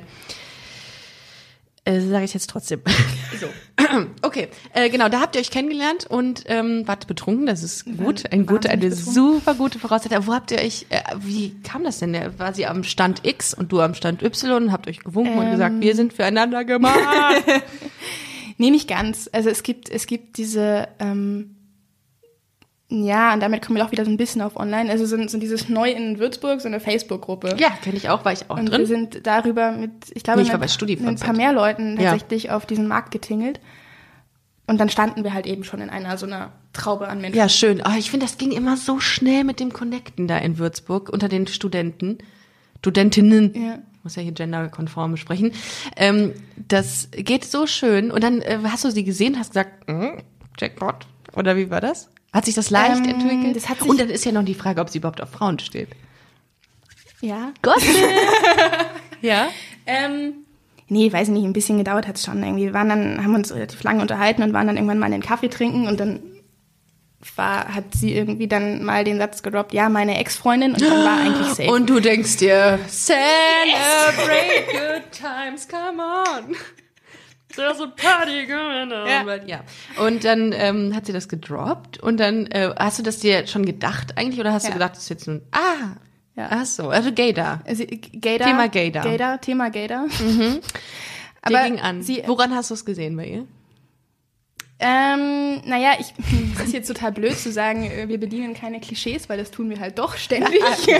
[SPEAKER 1] äh, sage ich jetzt trotzdem. So. Okay, äh, genau, da habt ihr euch kennengelernt und ähm, wart betrunken, das ist gut, ein gute, eine
[SPEAKER 3] wahnsinnig betrunken.
[SPEAKER 1] super gute Voraussetzung. Wo habt ihr euch, äh, wie kam das denn? War sie am Stand X und du am Stand Y und habt euch gewunken und gesagt, wir sind füreinander gemacht?
[SPEAKER 3] Nee, nicht ganz. Also es gibt, es gibt diese, ähm, ja, und damit kommen wir auch wieder so ein bisschen auf online. Also so, so dieses Neu in Würzburg, so eine Facebook-Gruppe.
[SPEAKER 1] Ja, kenne ich auch, war ich auch
[SPEAKER 3] Und wir
[SPEAKER 1] drin.
[SPEAKER 3] sind darüber mit, ich glaube,
[SPEAKER 1] Nee, ich
[SPEAKER 3] mit,
[SPEAKER 1] war bei
[SPEAKER 3] mit ein
[SPEAKER 1] StudiVZ.
[SPEAKER 3] paar mehr Leuten
[SPEAKER 1] Ja.
[SPEAKER 3] tatsächlich auf diesen Markt getingelt. Und dann standen wir halt eben schon in einer so einer Traube an Menschen.
[SPEAKER 1] Ja, schön. Oh, ich finde, das ging immer so schnell mit dem Connecten da in Würzburg unter den Studenten, Studentinnen.
[SPEAKER 3] Ja.
[SPEAKER 1] Muss ja hier genderkonform sprechen. Ähm, das geht so schön. Und dann äh, hast du sie gesehen, hast gesagt, mm, Jackpot. Oder wie war das? Hat sich das leicht
[SPEAKER 3] Ähm,
[SPEAKER 1] entwickelt?
[SPEAKER 3] das hat sich-
[SPEAKER 1] Und dann ist ja noch die Frage, ob sie überhaupt auf Frauen steht.
[SPEAKER 3] Ja.
[SPEAKER 1] Gott. Ja.
[SPEAKER 3] Ähm, nee, weiß ich nicht, ein bisschen gedauert hat es schon irgendwie. Wir waren dann, haben uns relativ lange unterhalten und waren dann irgendwann mal einen Kaffee trinken und dann war, hat sie irgendwie dann mal den Satz gedroppt, ja, meine Ex-Freundin, und dann war eigentlich safe.
[SPEAKER 1] Und du denkst dir, celebrate good times, come on. There's a party going on.
[SPEAKER 3] Ja.
[SPEAKER 1] Ja. Und dann ähm, hat sie das gedroppt und dann äh, hast du das dir schon gedacht eigentlich oder hast
[SPEAKER 3] Ja.
[SPEAKER 1] du gedacht, das ist jetzt nun, ah,
[SPEAKER 3] Ja.
[SPEAKER 1] ach so, also Gaydar.
[SPEAKER 3] Also, Gaydar,
[SPEAKER 1] Thema Gaydar.
[SPEAKER 3] Gaydar, Thema Gaydar.
[SPEAKER 1] Mhm.
[SPEAKER 3] Aber
[SPEAKER 1] Der ging an.
[SPEAKER 3] sie-
[SPEAKER 1] Woran hast du es gesehen bei ihr?
[SPEAKER 3] Ähm, naja, ich, das ist jetzt total blöd zu sagen, äh, wir bedienen keine Klischees, weil das tun wir halt doch ständig.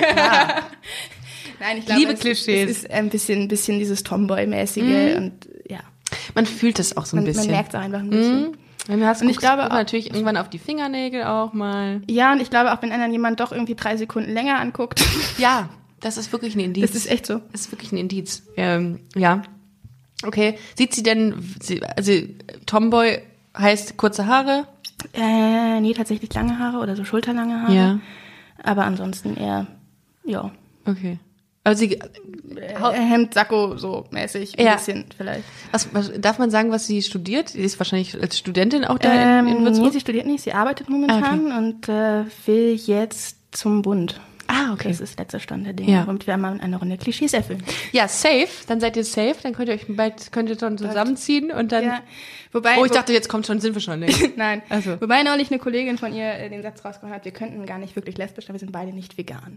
[SPEAKER 3] Nein, ich glaube,
[SPEAKER 1] Liebe
[SPEAKER 3] es,
[SPEAKER 1] Klischees.
[SPEAKER 3] es ist ein bisschen, ein bisschen dieses Tomboy-mäßige
[SPEAKER 1] Mhm.
[SPEAKER 3] und ja,
[SPEAKER 1] Man fühlt es auch so ein
[SPEAKER 3] man, man
[SPEAKER 1] bisschen.
[SPEAKER 3] merkt es auch einfach ein bisschen.
[SPEAKER 1] Mhm. Wenn du hast,
[SPEAKER 3] Und ich
[SPEAKER 1] guckst,
[SPEAKER 3] glaube
[SPEAKER 1] guck
[SPEAKER 3] auch-
[SPEAKER 1] natürlich irgendwann auf die Fingernägel auch mal.
[SPEAKER 3] Ja, und ich glaube auch, wenn einer jemand doch irgendwie drei Sekunden länger anguckt,
[SPEAKER 1] Ja, das ist wirklich ein Indiz.
[SPEAKER 3] das ist echt so.
[SPEAKER 1] Das ist wirklich ein Indiz. Ähm, ja. Okay. Sieht sie denn, sie, also Tomboy heißt kurze Haare?
[SPEAKER 3] Äh, nee, tatsächlich lange Haare oder so schulterlange Haare.
[SPEAKER 1] Ja.
[SPEAKER 3] Aber ansonsten eher, ja.
[SPEAKER 1] Okay. Also sie,
[SPEAKER 3] Äh, Hemd, Sakko, so mäßig, ein
[SPEAKER 1] Ja.
[SPEAKER 3] bisschen vielleicht.
[SPEAKER 1] was, was, darf man sagen, was sie studiert? Sie ist wahrscheinlich als Studentin auch da
[SPEAKER 3] Ähm,
[SPEAKER 1] in, in
[SPEAKER 3] nee,
[SPEAKER 1] Würzburg?
[SPEAKER 3] sie studiert nicht, sie arbeitet momentan und äh, will jetzt zum Bund.
[SPEAKER 1] Ah, okay.
[SPEAKER 3] Das ist letzter Stand der Dinge.
[SPEAKER 1] Ja.
[SPEAKER 3] Und wir mal eine Runde Klischees erfüllen.
[SPEAKER 1] Ja, safe. Dann seid ihr safe. Dann könnt ihr euch bald könnt ihr dann zusammenziehen und dann.
[SPEAKER 3] Ja. Wobei,
[SPEAKER 1] Oh, ich
[SPEAKER 3] wo-
[SPEAKER 1] dachte, jetzt kommt schon, sind wir schon. Nicht.
[SPEAKER 3] Nein.
[SPEAKER 1] Also.
[SPEAKER 3] Wobei neulich eine Kollegin von ihr äh, den Satz rausgehauen hat, wir könnten gar nicht wirklich lesbisch, aber wir sind beide nicht vegan.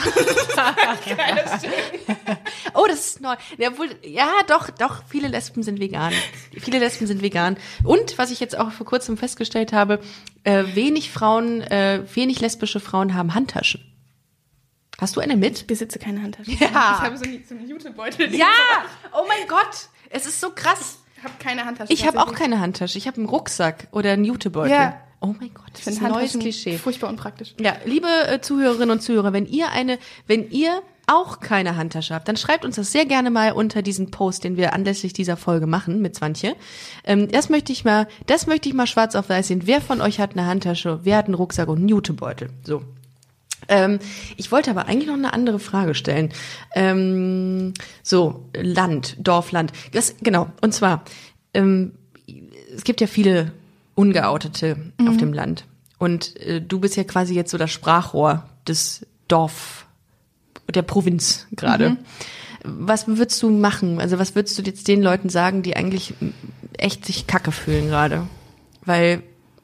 [SPEAKER 1] Oh, das ist neu. Ja, wohl, ja, doch, doch. Viele Lesben sind vegan. Viele Lesben sind vegan. Und was ich jetzt auch vor kurzem festgestellt habe: äh, wenig Frauen, äh, wenig lesbische Frauen haben Handtaschen. Hast du eine mit?
[SPEAKER 3] Ich besitze keine Handtasche.
[SPEAKER 1] Ja.
[SPEAKER 3] Ich habe so einen, so einen Jutebeutel.
[SPEAKER 1] Ja. Oh mein Gott. Es ist so krass.
[SPEAKER 3] Ich habe keine Handtasche.
[SPEAKER 1] Ich habe auch
[SPEAKER 3] tatsächlich.
[SPEAKER 1] keine Handtasche. Ich habe einen Rucksack oder einen Jutebeutel.
[SPEAKER 3] Ja.
[SPEAKER 1] Oh mein Gott, das
[SPEAKER 3] Ich
[SPEAKER 1] ist
[SPEAKER 3] finde
[SPEAKER 1] ein neues
[SPEAKER 3] Handtaschen
[SPEAKER 1] Klischee.
[SPEAKER 3] furchtbar unpraktisch.
[SPEAKER 1] Ja, liebe äh, Zuhörerinnen und Zuhörer, wenn ihr eine, wenn ihr auch keine Handtasche habt, dann schreibt uns das sehr gerne mal unter diesen Post, den wir anlässlich dieser Folge machen mit Swantje. Ähm, das möchte ich mal, das möchte ich mal schwarz auf weiß sehen. Wer von euch hat eine Handtasche? Wer hat einen Rucksack und einen Jutebeutel? So. Ähm, ich wollte aber eigentlich noch eine andere Frage stellen. Ähm, so, Land, Dorf, Land. Das, genau, und zwar, ähm, es gibt ja viele Ungeoutete
[SPEAKER 3] Mhm.
[SPEAKER 1] auf dem Land. Und äh, du bist ja quasi jetzt so das Sprachrohr des Dorf, der Provinz gerade.
[SPEAKER 3] Mhm.
[SPEAKER 1] Was würdest du machen? Also was würdest du jetzt den Leuten sagen, die eigentlich echt sich kacke fühlen gerade? Weil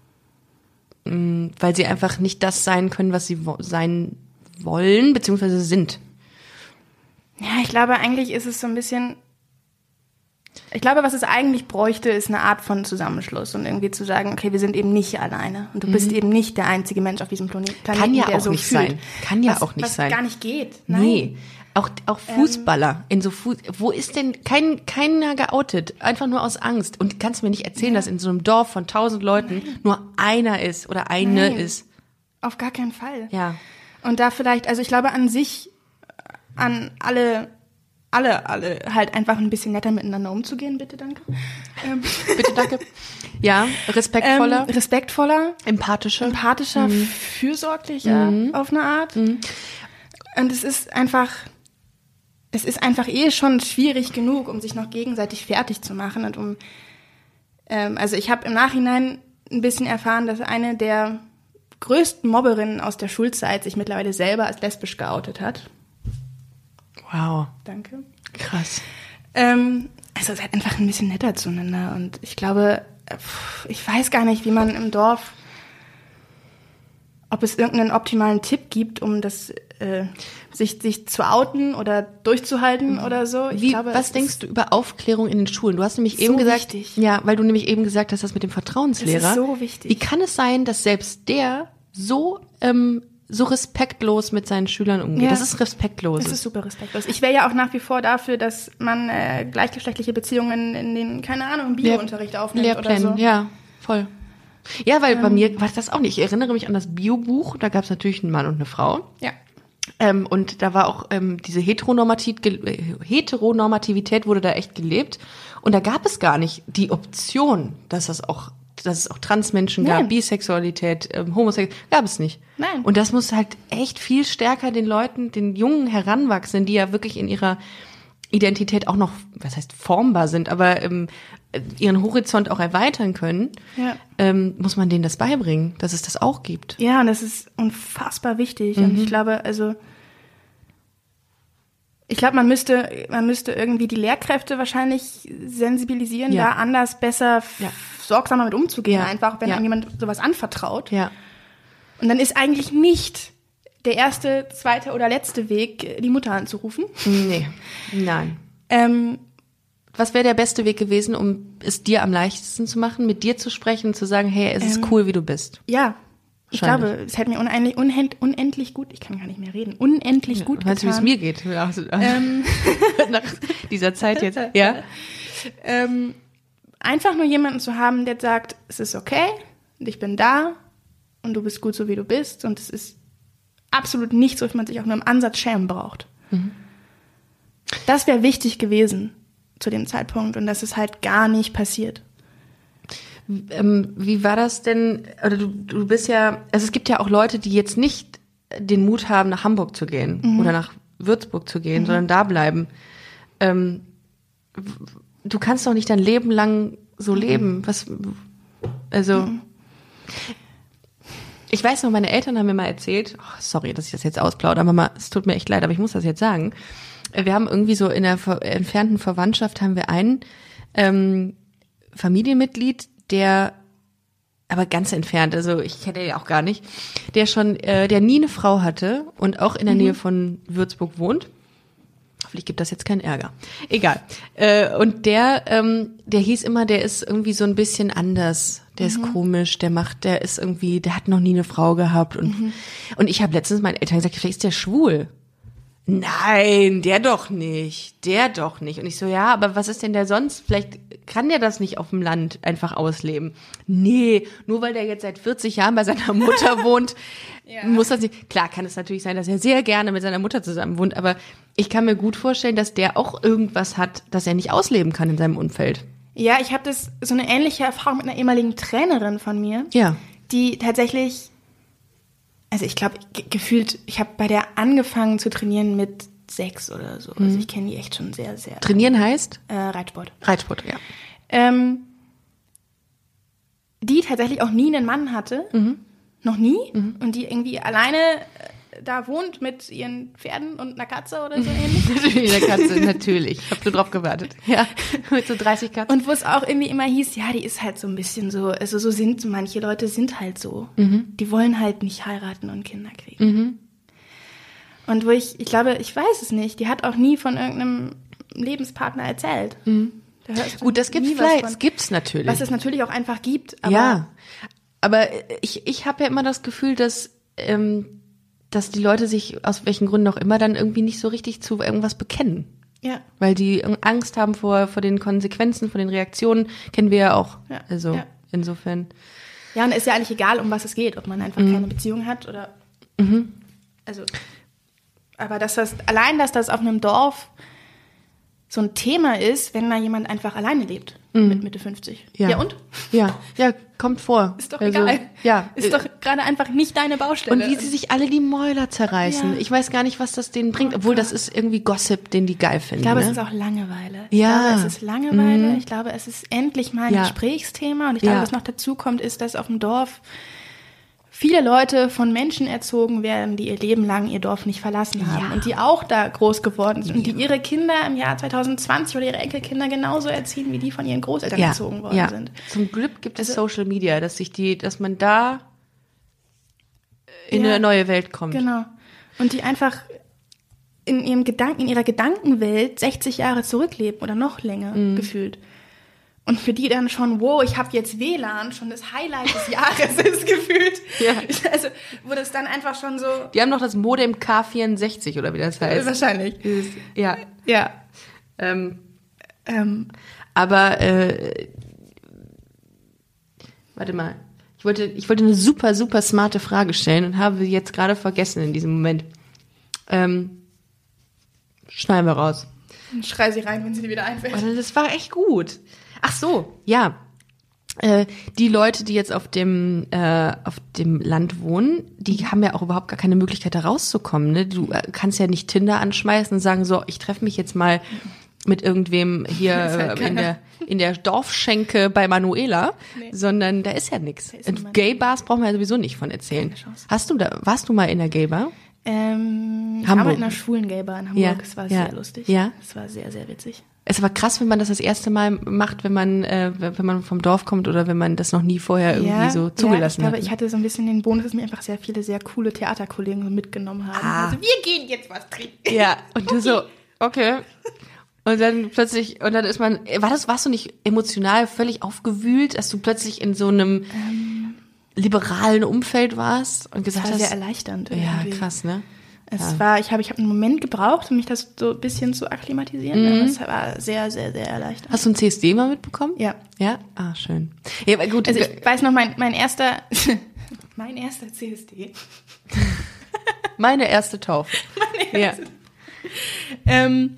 [SPEAKER 1] mh, weil sie einfach nicht das sein können, was sie wo- sein wollen, beziehungsweise sind.
[SPEAKER 3] Ja, ich glaube, eigentlich ist es so ein bisschen. Ich glaube, was es eigentlich bräuchte, ist eine Art von Zusammenschluss und irgendwie zu sagen, okay, wir sind eben nicht alleine und du bist eben nicht der einzige Mensch auf diesem Planet- Planeten,
[SPEAKER 1] Kann ja
[SPEAKER 3] der
[SPEAKER 1] auch
[SPEAKER 3] so
[SPEAKER 1] nicht
[SPEAKER 3] fühlt.
[SPEAKER 1] sein. Kann ja
[SPEAKER 3] was,
[SPEAKER 1] auch nicht
[SPEAKER 3] was
[SPEAKER 1] sein.
[SPEAKER 3] gar nicht geht. Nein.
[SPEAKER 1] Nee. Auch, auch Fußballer in so Fuß, wo ist denn kein, keiner geoutet? Einfach nur aus Angst. Und kannst mir nicht erzählen, dass in so einem Dorf von tausend Leuten nur einer ist oder eine
[SPEAKER 3] Nein.
[SPEAKER 1] ist.
[SPEAKER 3] Auf gar keinen Fall.
[SPEAKER 1] Ja.
[SPEAKER 3] Und da vielleicht, also ich glaube an sich, an alle, alle, alle halt einfach ein bisschen netter miteinander umzugehen, bitte, danke. Ähm,
[SPEAKER 1] Bitte, danke. Ja, respektvoller,
[SPEAKER 3] ähm, respektvoller,
[SPEAKER 1] empathischer.
[SPEAKER 3] empathischer, fürsorglicher auf eine Art. Und es ist einfach, es ist einfach eh schon schwierig genug, um sich noch gegenseitig fertig zu machen und um, ähm, also ich habe im Nachhinein ein bisschen erfahren, dass eine der größten Mobberinnen aus der Schulzeit sich mittlerweile selber als lesbisch geoutet hat.
[SPEAKER 1] Wow,
[SPEAKER 3] Danke.
[SPEAKER 1] krass.
[SPEAKER 3] Ähm, also seid einfach ein bisschen netter zueinander. Und ich glaube, pff, ich weiß gar nicht, wie man im Dorf, ob es irgendeinen optimalen Tipp gibt, um das äh, sich, sich zu outen oder durchzuhalten oder so. Ich
[SPEAKER 1] Wie,
[SPEAKER 3] glaube,
[SPEAKER 1] was
[SPEAKER 3] es
[SPEAKER 1] denkst
[SPEAKER 3] ist,
[SPEAKER 1] du über Aufklärung in den Schulen? Du hast nämlich
[SPEAKER 3] So
[SPEAKER 1] eben gesagt,
[SPEAKER 3] wichtig.
[SPEAKER 1] ja, weil du nämlich eben gesagt hast, das mit dem Vertrauenslehrer.
[SPEAKER 3] Das ist so wichtig.
[SPEAKER 1] Wie kann es sein, dass selbst der so ähm, so respektlos mit seinen Schülern umgeht?
[SPEAKER 3] Ja.
[SPEAKER 1] Das ist respektlos.
[SPEAKER 3] Das ist super respektlos. Ich wäre ja auch nach wie vor dafür, dass man äh, gleichgeschlechtliche Beziehungen in den, keine Ahnung, Biounterricht aufnimmt oder
[SPEAKER 1] Lehrplänen,
[SPEAKER 3] so.
[SPEAKER 1] ja, voll. Ja, weil bei mir war das auch nicht. Ich erinnere mich an das Biobuch, da gab es natürlich einen Mann und eine Frau.
[SPEAKER 3] Ja.
[SPEAKER 1] Ähm, und da war auch ähm, diese Heteronormativ äh, Heteronormativität wurde da echt gelebt. Und da gab es gar nicht die Option, dass das auch, dass es auch Transmenschen
[SPEAKER 3] Nein.
[SPEAKER 1] gab, Bisexualität, ähm, Homosexualität, gab es nicht.
[SPEAKER 3] Nein.
[SPEAKER 1] Und das muss halt echt viel stärker den Leuten, den jungen Heranwachsenden, die ja wirklich in ihrer Identität auch noch, was heißt formbar sind, aber ähm, ihren Horizont auch erweitern können,
[SPEAKER 3] Ja.
[SPEAKER 1] ähm, muss man denen das beibringen, dass es das auch gibt.
[SPEAKER 3] Ja, und das ist unfassbar wichtig. Und ich glaube, also ich glaube, man müsste, man müsste irgendwie die Lehrkräfte wahrscheinlich sensibilisieren,
[SPEAKER 1] Ja.
[SPEAKER 3] da anders, besser, f-
[SPEAKER 1] Ja.
[SPEAKER 3] sorgsamer mit umzugehen,
[SPEAKER 1] Ja.
[SPEAKER 3] einfach, wenn
[SPEAKER 1] Ja.
[SPEAKER 3] einem jemand sowas anvertraut.
[SPEAKER 1] Ja.
[SPEAKER 3] Und dann ist eigentlich nicht der erste, zweite oder letzte Weg, die Mutter anzurufen.
[SPEAKER 1] Nee, nein.
[SPEAKER 3] Ähm,
[SPEAKER 1] Was wäre der beste Weg gewesen, um es dir am leichtesten zu machen, mit dir zu sprechen und zu sagen, hey, es ist
[SPEAKER 3] Ähm,
[SPEAKER 1] cool, wie du bist?
[SPEAKER 3] ja, ich
[SPEAKER 1] Wahrscheinlich.
[SPEAKER 3] glaube, es hätte mir unendlich, unend, unendlich gut, ich kann gar nicht mehr reden, unendlich gut
[SPEAKER 1] Weißt du, wie es
[SPEAKER 3] getan.
[SPEAKER 1] mir geht? Also,
[SPEAKER 3] Ähm,
[SPEAKER 1] nach dieser Zeit jetzt. Ja?
[SPEAKER 3] ähm, einfach nur jemanden zu haben, der sagt, es ist okay und ich bin da und du bist gut so, wie du bist und es ist absolut nichts, wofür man sich auch nur im Ansatz schämen braucht.
[SPEAKER 1] Mhm.
[SPEAKER 3] Das wäre wichtig gewesen zu dem Zeitpunkt und das ist halt gar nicht passiert.
[SPEAKER 1] Ähm, wie war das denn? Oder du, du bist ja, also es gibt ja auch Leute, die jetzt nicht den Mut haben, nach Hamburg zu gehen
[SPEAKER 3] Mhm.
[SPEAKER 1] oder nach Würzburg zu gehen, mhm. sondern da bleiben. Ähm, du kannst doch nicht dein Leben lang so mhm. leben. Was, also, mhm. ich weiß noch, meine Eltern haben mir mal erzählt, oh, sorry, dass ich das jetzt ausplaudere, Mama, es tut mir echt leid, aber ich muss das jetzt sagen. Wir haben irgendwie so in der ver- entfernten Verwandtschaft haben wir einen ähm, Familienmitglied, der aber ganz entfernt, also ich kenne den ja auch gar nicht, der schon, äh, der nie eine Frau hatte und auch in der mhm. Nähe von Würzburg wohnt. Hoffentlich gibt das jetzt keinen Ärger. Egal. Äh, und der, ähm, der hieß immer, der ist irgendwie so ein bisschen anders. Der mhm. ist komisch, der macht, der ist irgendwie, der hat noch nie eine Frau gehabt. Und, mhm. und ich habe letztens meinen Eltern gesagt, vielleicht ist der schwul. Nein, der doch nicht, der doch nicht. Und ich so, ja, aber was ist denn der sonst? Vielleicht kann der das nicht auf dem Land einfach ausleben. Nee, nur weil der jetzt seit vierzig Jahren bei seiner Mutter wohnt, ja. muss das nicht. Klar kann es natürlich sein, dass er sehr gerne mit seiner Mutter zusammen wohnt, aber ich kann mir gut vorstellen, dass der auch irgendwas hat, das er nicht ausleben kann in seinem Umfeld.
[SPEAKER 3] Ja, ich habe das so eine ähnliche Erfahrung mit einer ehemaligen Trainerin von mir,
[SPEAKER 1] ja.
[SPEAKER 3] die tatsächlich, also ich glaube, ge- gefühlt, ich habe bei der angefangen zu trainieren mit sechs oder so. Mhm. Also ich kenne die echt schon sehr, sehr.
[SPEAKER 1] Trainieren heißt?
[SPEAKER 3] Äh, Reitsport.
[SPEAKER 1] Reitsport, ja.
[SPEAKER 3] Ähm, die tatsächlich auch nie einen Mann hatte. Mhm. Noch nie. Mhm. Und die irgendwie alleine äh, da wohnt mit ihren Pferden und einer Katze oder so ähnlich.
[SPEAKER 1] Natürlich eine Katze, natürlich. Ich habe nur drauf gewartet. Ja, mit so dreißig Katzen.
[SPEAKER 3] Und wo es auch irgendwie immer hieß, ja, die ist halt so ein bisschen so, also so sind manche Leute sind halt so. Mhm. Die wollen halt nicht heiraten und Kinder kriegen. Mhm. Und wo ich, ich glaube, ich weiß es nicht, die hat auch nie von irgendeinem Lebenspartner erzählt.
[SPEAKER 1] Mhm. Da Gut, das gibt's vielleicht, das gibt's natürlich.
[SPEAKER 3] Was es natürlich auch einfach gibt. Aber
[SPEAKER 1] ja, aber ich, ich habe ja immer das Gefühl, dass ähm, dass die Leute sich aus welchen Gründen auch immer dann irgendwie nicht so richtig zu irgendwas bekennen.
[SPEAKER 3] Ja.
[SPEAKER 1] Weil die Angst haben vor, vor den Konsequenzen, vor den Reaktionen, kennen wir ja auch.
[SPEAKER 3] Ja.
[SPEAKER 1] Also
[SPEAKER 3] ja.
[SPEAKER 1] insofern.
[SPEAKER 3] Ja, und ist ja eigentlich egal, um was es geht, ob man einfach mhm. keine Beziehung hat oder.
[SPEAKER 1] Mhm.
[SPEAKER 3] Also, aber dass das, allein, dass das auf einem Dorf so ein Thema ist, wenn da jemand einfach alleine lebt. Mhm. Mit Mitte fünfzig.
[SPEAKER 1] Ja.
[SPEAKER 3] ja und?
[SPEAKER 1] Ja, ja, kommt vor.
[SPEAKER 3] Ist doch
[SPEAKER 1] also,
[SPEAKER 3] egal.
[SPEAKER 1] Ja.
[SPEAKER 3] Ist doch gerade einfach nicht deine Baustelle.
[SPEAKER 1] Und wie sie sich alle die Mäuler zerreißen. Ja. Ich weiß gar nicht, was das denen bringt.
[SPEAKER 3] Oh,
[SPEAKER 1] obwohl, das ist irgendwie Gossip, den die geil finden.
[SPEAKER 3] Ich glaube,
[SPEAKER 1] ne?
[SPEAKER 3] es ist auch Langeweile. Ich
[SPEAKER 1] ja.
[SPEAKER 3] glaube, es ist Langeweile.
[SPEAKER 1] Mhm.
[SPEAKER 3] Ich glaube, es ist endlich mal ein
[SPEAKER 1] ja.
[SPEAKER 3] Gesprächsthema. Und ich glaube,
[SPEAKER 1] ja.
[SPEAKER 3] was noch dazu kommt, ist, dass auf dem Dorf viele Leute von Menschen erzogen werden, die ihr Leben lang ihr Dorf nicht verlassen haben.
[SPEAKER 1] Ja.
[SPEAKER 3] Und die auch da groß geworden sind. Und die ihre Kinder im Jahr zwanzig zwanzig oder ihre Enkelkinder genauso erziehen, wie die von ihren Großeltern
[SPEAKER 1] ja.
[SPEAKER 3] erzogen worden
[SPEAKER 1] ja.
[SPEAKER 3] sind.
[SPEAKER 1] Zum Glück gibt es
[SPEAKER 3] also,
[SPEAKER 1] Social Media, dass sich die, dass man da in
[SPEAKER 3] ja,
[SPEAKER 1] eine neue Welt kommt.
[SPEAKER 3] Genau. Und die einfach in ihrem Gedanken, in ihrer Gedankenwelt sechzig Jahre zurückleben oder noch länger mhm. gefühlt. Und für die dann schon, wow, ich habe jetzt W L A N, schon das Highlight des Jahres ist gefühlt. Ja. Also, wo das dann einfach schon so...
[SPEAKER 1] Die haben noch das Modem K vierundsechzig oder wie das heißt.
[SPEAKER 3] Wahrscheinlich.
[SPEAKER 1] Dieses, ja.
[SPEAKER 3] Ja.
[SPEAKER 1] Ähm,
[SPEAKER 3] ähm.
[SPEAKER 1] Aber, äh, warte mal. Ich wollte, ich wollte eine super, super smarte Frage stellen und habe sie jetzt gerade vergessen in diesem Moment. Ähm, schneiden wir raus.
[SPEAKER 3] Schrei sie rein, wenn sie dir wieder einfällt.
[SPEAKER 1] Oh, das war echt gut. Ach so, ja. Äh, die Leute, die jetzt auf dem äh, auf dem Land wohnen, die haben ja auch überhaupt gar keine Möglichkeit, da rauszukommen. Ne? Du äh, kannst ja nicht Tinder anschmeißen und sagen, so, ich treffe mich jetzt mal mit irgendwem hier halt in der in der Dorfschenke bei Manuela, nee. sondern da ist ja nichts. Gay-Bars brauchen wir ja sowieso nicht von erzählen. Hast du da, warst du mal in der Gay-Bar?
[SPEAKER 3] Ähm, ich war mal in einer schwulen Gay-Bar in Hamburg.
[SPEAKER 1] Ja.
[SPEAKER 3] Es war
[SPEAKER 1] ja.
[SPEAKER 3] sehr lustig.
[SPEAKER 1] Ja.
[SPEAKER 3] Es war sehr, sehr witzig.
[SPEAKER 1] Es war krass, wenn man das das erste Mal macht, wenn man äh, wenn man vom Dorf kommt oder wenn man das noch nie vorher irgendwie
[SPEAKER 3] ja,
[SPEAKER 1] so zugelassen
[SPEAKER 3] ja, ich
[SPEAKER 1] hat.
[SPEAKER 3] glaube, ich hatte so ein bisschen den Bonus, dass mir einfach sehr viele sehr coole Theaterkollegen so mitgenommen haben.
[SPEAKER 1] Ah.
[SPEAKER 3] Also, wir gehen jetzt was trinken.
[SPEAKER 1] Ja, und du so, okay. Und dann plötzlich, und dann ist man, war das, warst du nicht emotional völlig aufgewühlt, dass du plötzlich in so einem ähm, liberalen Umfeld warst und gesagt
[SPEAKER 3] das war
[SPEAKER 1] hast?
[SPEAKER 3] sehr erleichternd.
[SPEAKER 1] Ja,
[SPEAKER 3] irgendwie.
[SPEAKER 1] krass, ne?
[SPEAKER 3] Es
[SPEAKER 1] ja.
[SPEAKER 3] war, ich habe ich hab einen Moment gebraucht, um mich das so ein bisschen zu akklimatisieren. Mhm. Aber es war sehr, sehr, sehr erleichternd.
[SPEAKER 1] Hast du ein C S D mal mitbekommen?
[SPEAKER 3] Ja.
[SPEAKER 1] Ja? Ah, schön. Ja, aber gut.
[SPEAKER 3] Also ich weiß noch, mein, mein erster, mein erster C S D.
[SPEAKER 1] Meine erste Taufe.
[SPEAKER 3] Meine erste. Ja. ähm,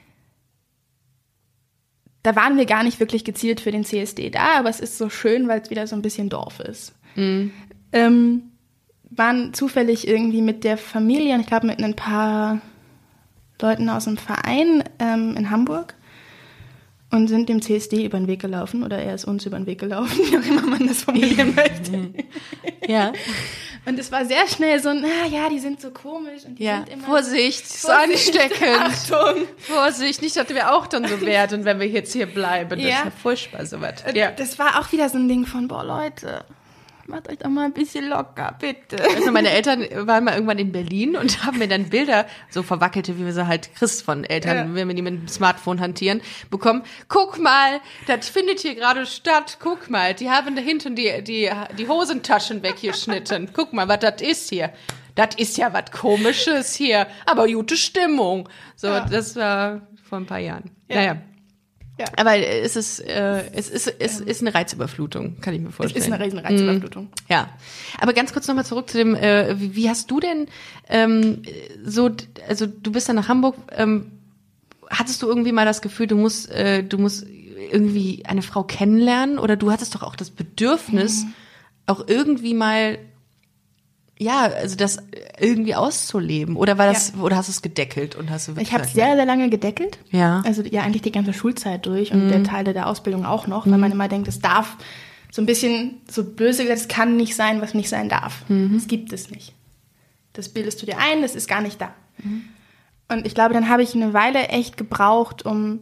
[SPEAKER 3] da waren wir gar nicht wirklich gezielt für den C S D da, aber es ist so schön, weil es wieder so ein bisschen Dorf ist. Mhm. Ähm, waren zufällig irgendwie mit der Familie und ich glaube mit ein paar Leuten aus einem Verein ähm, in Hamburg und sind dem C S D über den Weg gelaufen oder er ist uns über den Weg gelaufen, wie auch immer man das formulieren möchte.
[SPEAKER 1] Ja.
[SPEAKER 3] Und es war sehr schnell so ein, ah, ja, die sind so komisch und die
[SPEAKER 1] Ja,
[SPEAKER 3] sind immer
[SPEAKER 1] Vorsicht, ist
[SPEAKER 3] Vorsicht,
[SPEAKER 1] ansteckend.
[SPEAKER 3] Achtung.
[SPEAKER 1] Vorsicht, nicht, dass wir auch dann so werden, wenn wir jetzt hier bleiben. Das
[SPEAKER 3] Ja.
[SPEAKER 1] ist ja furchtbar, sowas.
[SPEAKER 3] Und
[SPEAKER 1] Ja.
[SPEAKER 3] das war auch wieder so ein Ding von, boah, Leute, macht euch doch mal ein bisschen locker, bitte.
[SPEAKER 1] Also meine Eltern waren mal irgendwann in Berlin und haben mir dann Bilder, so verwackelte, wie wir sie halt Chris von Eltern,
[SPEAKER 3] Ja.
[SPEAKER 1] wenn wir die mit dem Smartphone hantieren, bekommen. Guck mal, das findet hier gerade statt. Guck mal, die haben da hinten die, die, die Hosentaschen weggeschnitten. Guck mal, was das ist hier. Das ist ja was Komisches hier, aber gute Stimmung. So,
[SPEAKER 3] Ja.
[SPEAKER 1] das war vor ein paar Jahren.
[SPEAKER 3] Ja.
[SPEAKER 1] Naja.
[SPEAKER 3] Ja.
[SPEAKER 1] Aber es ist, äh, es ist, es ist eine Reizüberflutung, kann ich mir
[SPEAKER 3] Es
[SPEAKER 1] vorstellen.
[SPEAKER 3] ist eine riesen Reizüberflutung.
[SPEAKER 1] Ja, aber ganz kurz nochmal zurück zu dem, äh, wie, wie hast du denn ähm, so, also du bist dann nach Hamburg, ähm, hattest du irgendwie mal das Gefühl, du musst, äh, du musst irgendwie eine Frau kennenlernen oder du hattest doch auch das Bedürfnis, mhm. auch irgendwie mal, ja, also das irgendwie auszuleben oder war das,
[SPEAKER 3] Ja.
[SPEAKER 1] oder hast du es gedeckelt und hast du wirklich
[SPEAKER 3] Ich habe
[SPEAKER 1] gesagt,
[SPEAKER 3] sehr, sehr lange gedeckelt.
[SPEAKER 1] Ja.
[SPEAKER 3] Also ja, eigentlich die ganze Schulzeit durch und der Teile der Ausbildung auch noch, weil man immer denkt, es darf so ein bisschen, so böse gesagt, es kann nicht sein, was nicht sein darf. Das gibt es nicht. Das bildest du dir ein, das ist gar nicht da. Und ich glaube, dann habe ich eine Weile echt gebraucht, um,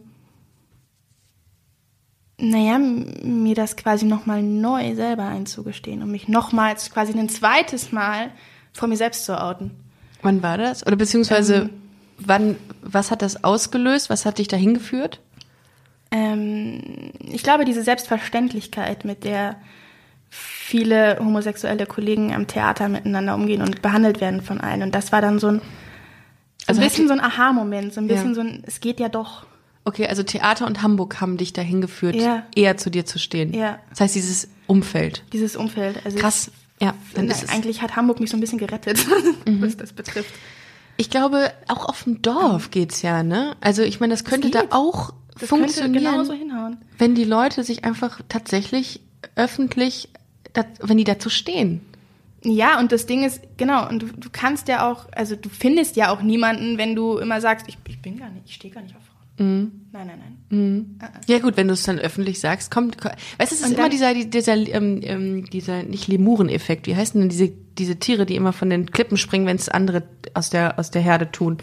[SPEAKER 3] naja, m- mir das quasi nochmal neu selber einzugestehen, um mich nochmals quasi ein zweites Mal vor mir selbst zu outen.
[SPEAKER 1] wann war das? Oder beziehungsweise,
[SPEAKER 3] Ähm.
[SPEAKER 1] wann, was hat das ausgelöst? Was hat dich dahin geführt?
[SPEAKER 3] Ähm, ich glaube, diese Selbstverständlichkeit, mit der viele homosexuelle Kollegen am Theater miteinander umgehen und behandelt werden von allen. Und das war dann so ein, so
[SPEAKER 1] Also
[SPEAKER 3] ein
[SPEAKER 1] hat
[SPEAKER 3] bisschen
[SPEAKER 1] die-
[SPEAKER 3] so ein Aha-Moment, so ein bisschen
[SPEAKER 1] Ja.
[SPEAKER 3] so ein, es geht ja doch.
[SPEAKER 1] Okay, also Theater und Hamburg haben dich dahin geführt,
[SPEAKER 3] Ja.
[SPEAKER 1] eher zu dir zu stehen.
[SPEAKER 3] Ja.
[SPEAKER 1] Das heißt, dieses Umfeld.
[SPEAKER 3] Dieses Umfeld. Also
[SPEAKER 1] Krass. Ja,
[SPEAKER 3] Ich,
[SPEAKER 1] dann
[SPEAKER 3] na,
[SPEAKER 1] ist es.
[SPEAKER 3] eigentlich hat Hamburg mich so ein bisschen gerettet, was das betrifft.
[SPEAKER 1] Ich glaube, auch auf dem Dorf geht's ja, ne? Also ich meine, das könnte da
[SPEAKER 3] geht.
[SPEAKER 1] auch
[SPEAKER 3] Das könnte
[SPEAKER 1] funktionieren,
[SPEAKER 3] genauso hinhauen.
[SPEAKER 1] wenn die Leute sich einfach tatsächlich öffentlich, dat, wenn die dazu stehen.
[SPEAKER 3] Ja, und das Ding ist, genau, und du, du kannst ja auch, also du findest ja auch niemanden, wenn du immer sagst, ich, ich bin gar nicht, ich stehe gar nicht auf Frauen.
[SPEAKER 1] Mhm.
[SPEAKER 3] Nein, nein, nein.
[SPEAKER 1] Ja gut, wenn du es dann öffentlich sagst, kommt, kommt weißt du, es ist
[SPEAKER 3] Und
[SPEAKER 1] immer
[SPEAKER 3] dann-
[SPEAKER 1] dieser, dieser, ähm, ähm, dieser, nicht Lemureneffekt, wie heißen denn diese, diese Tiere, die immer von den Klippen springen, wenn es andere aus der, aus der Herde tun?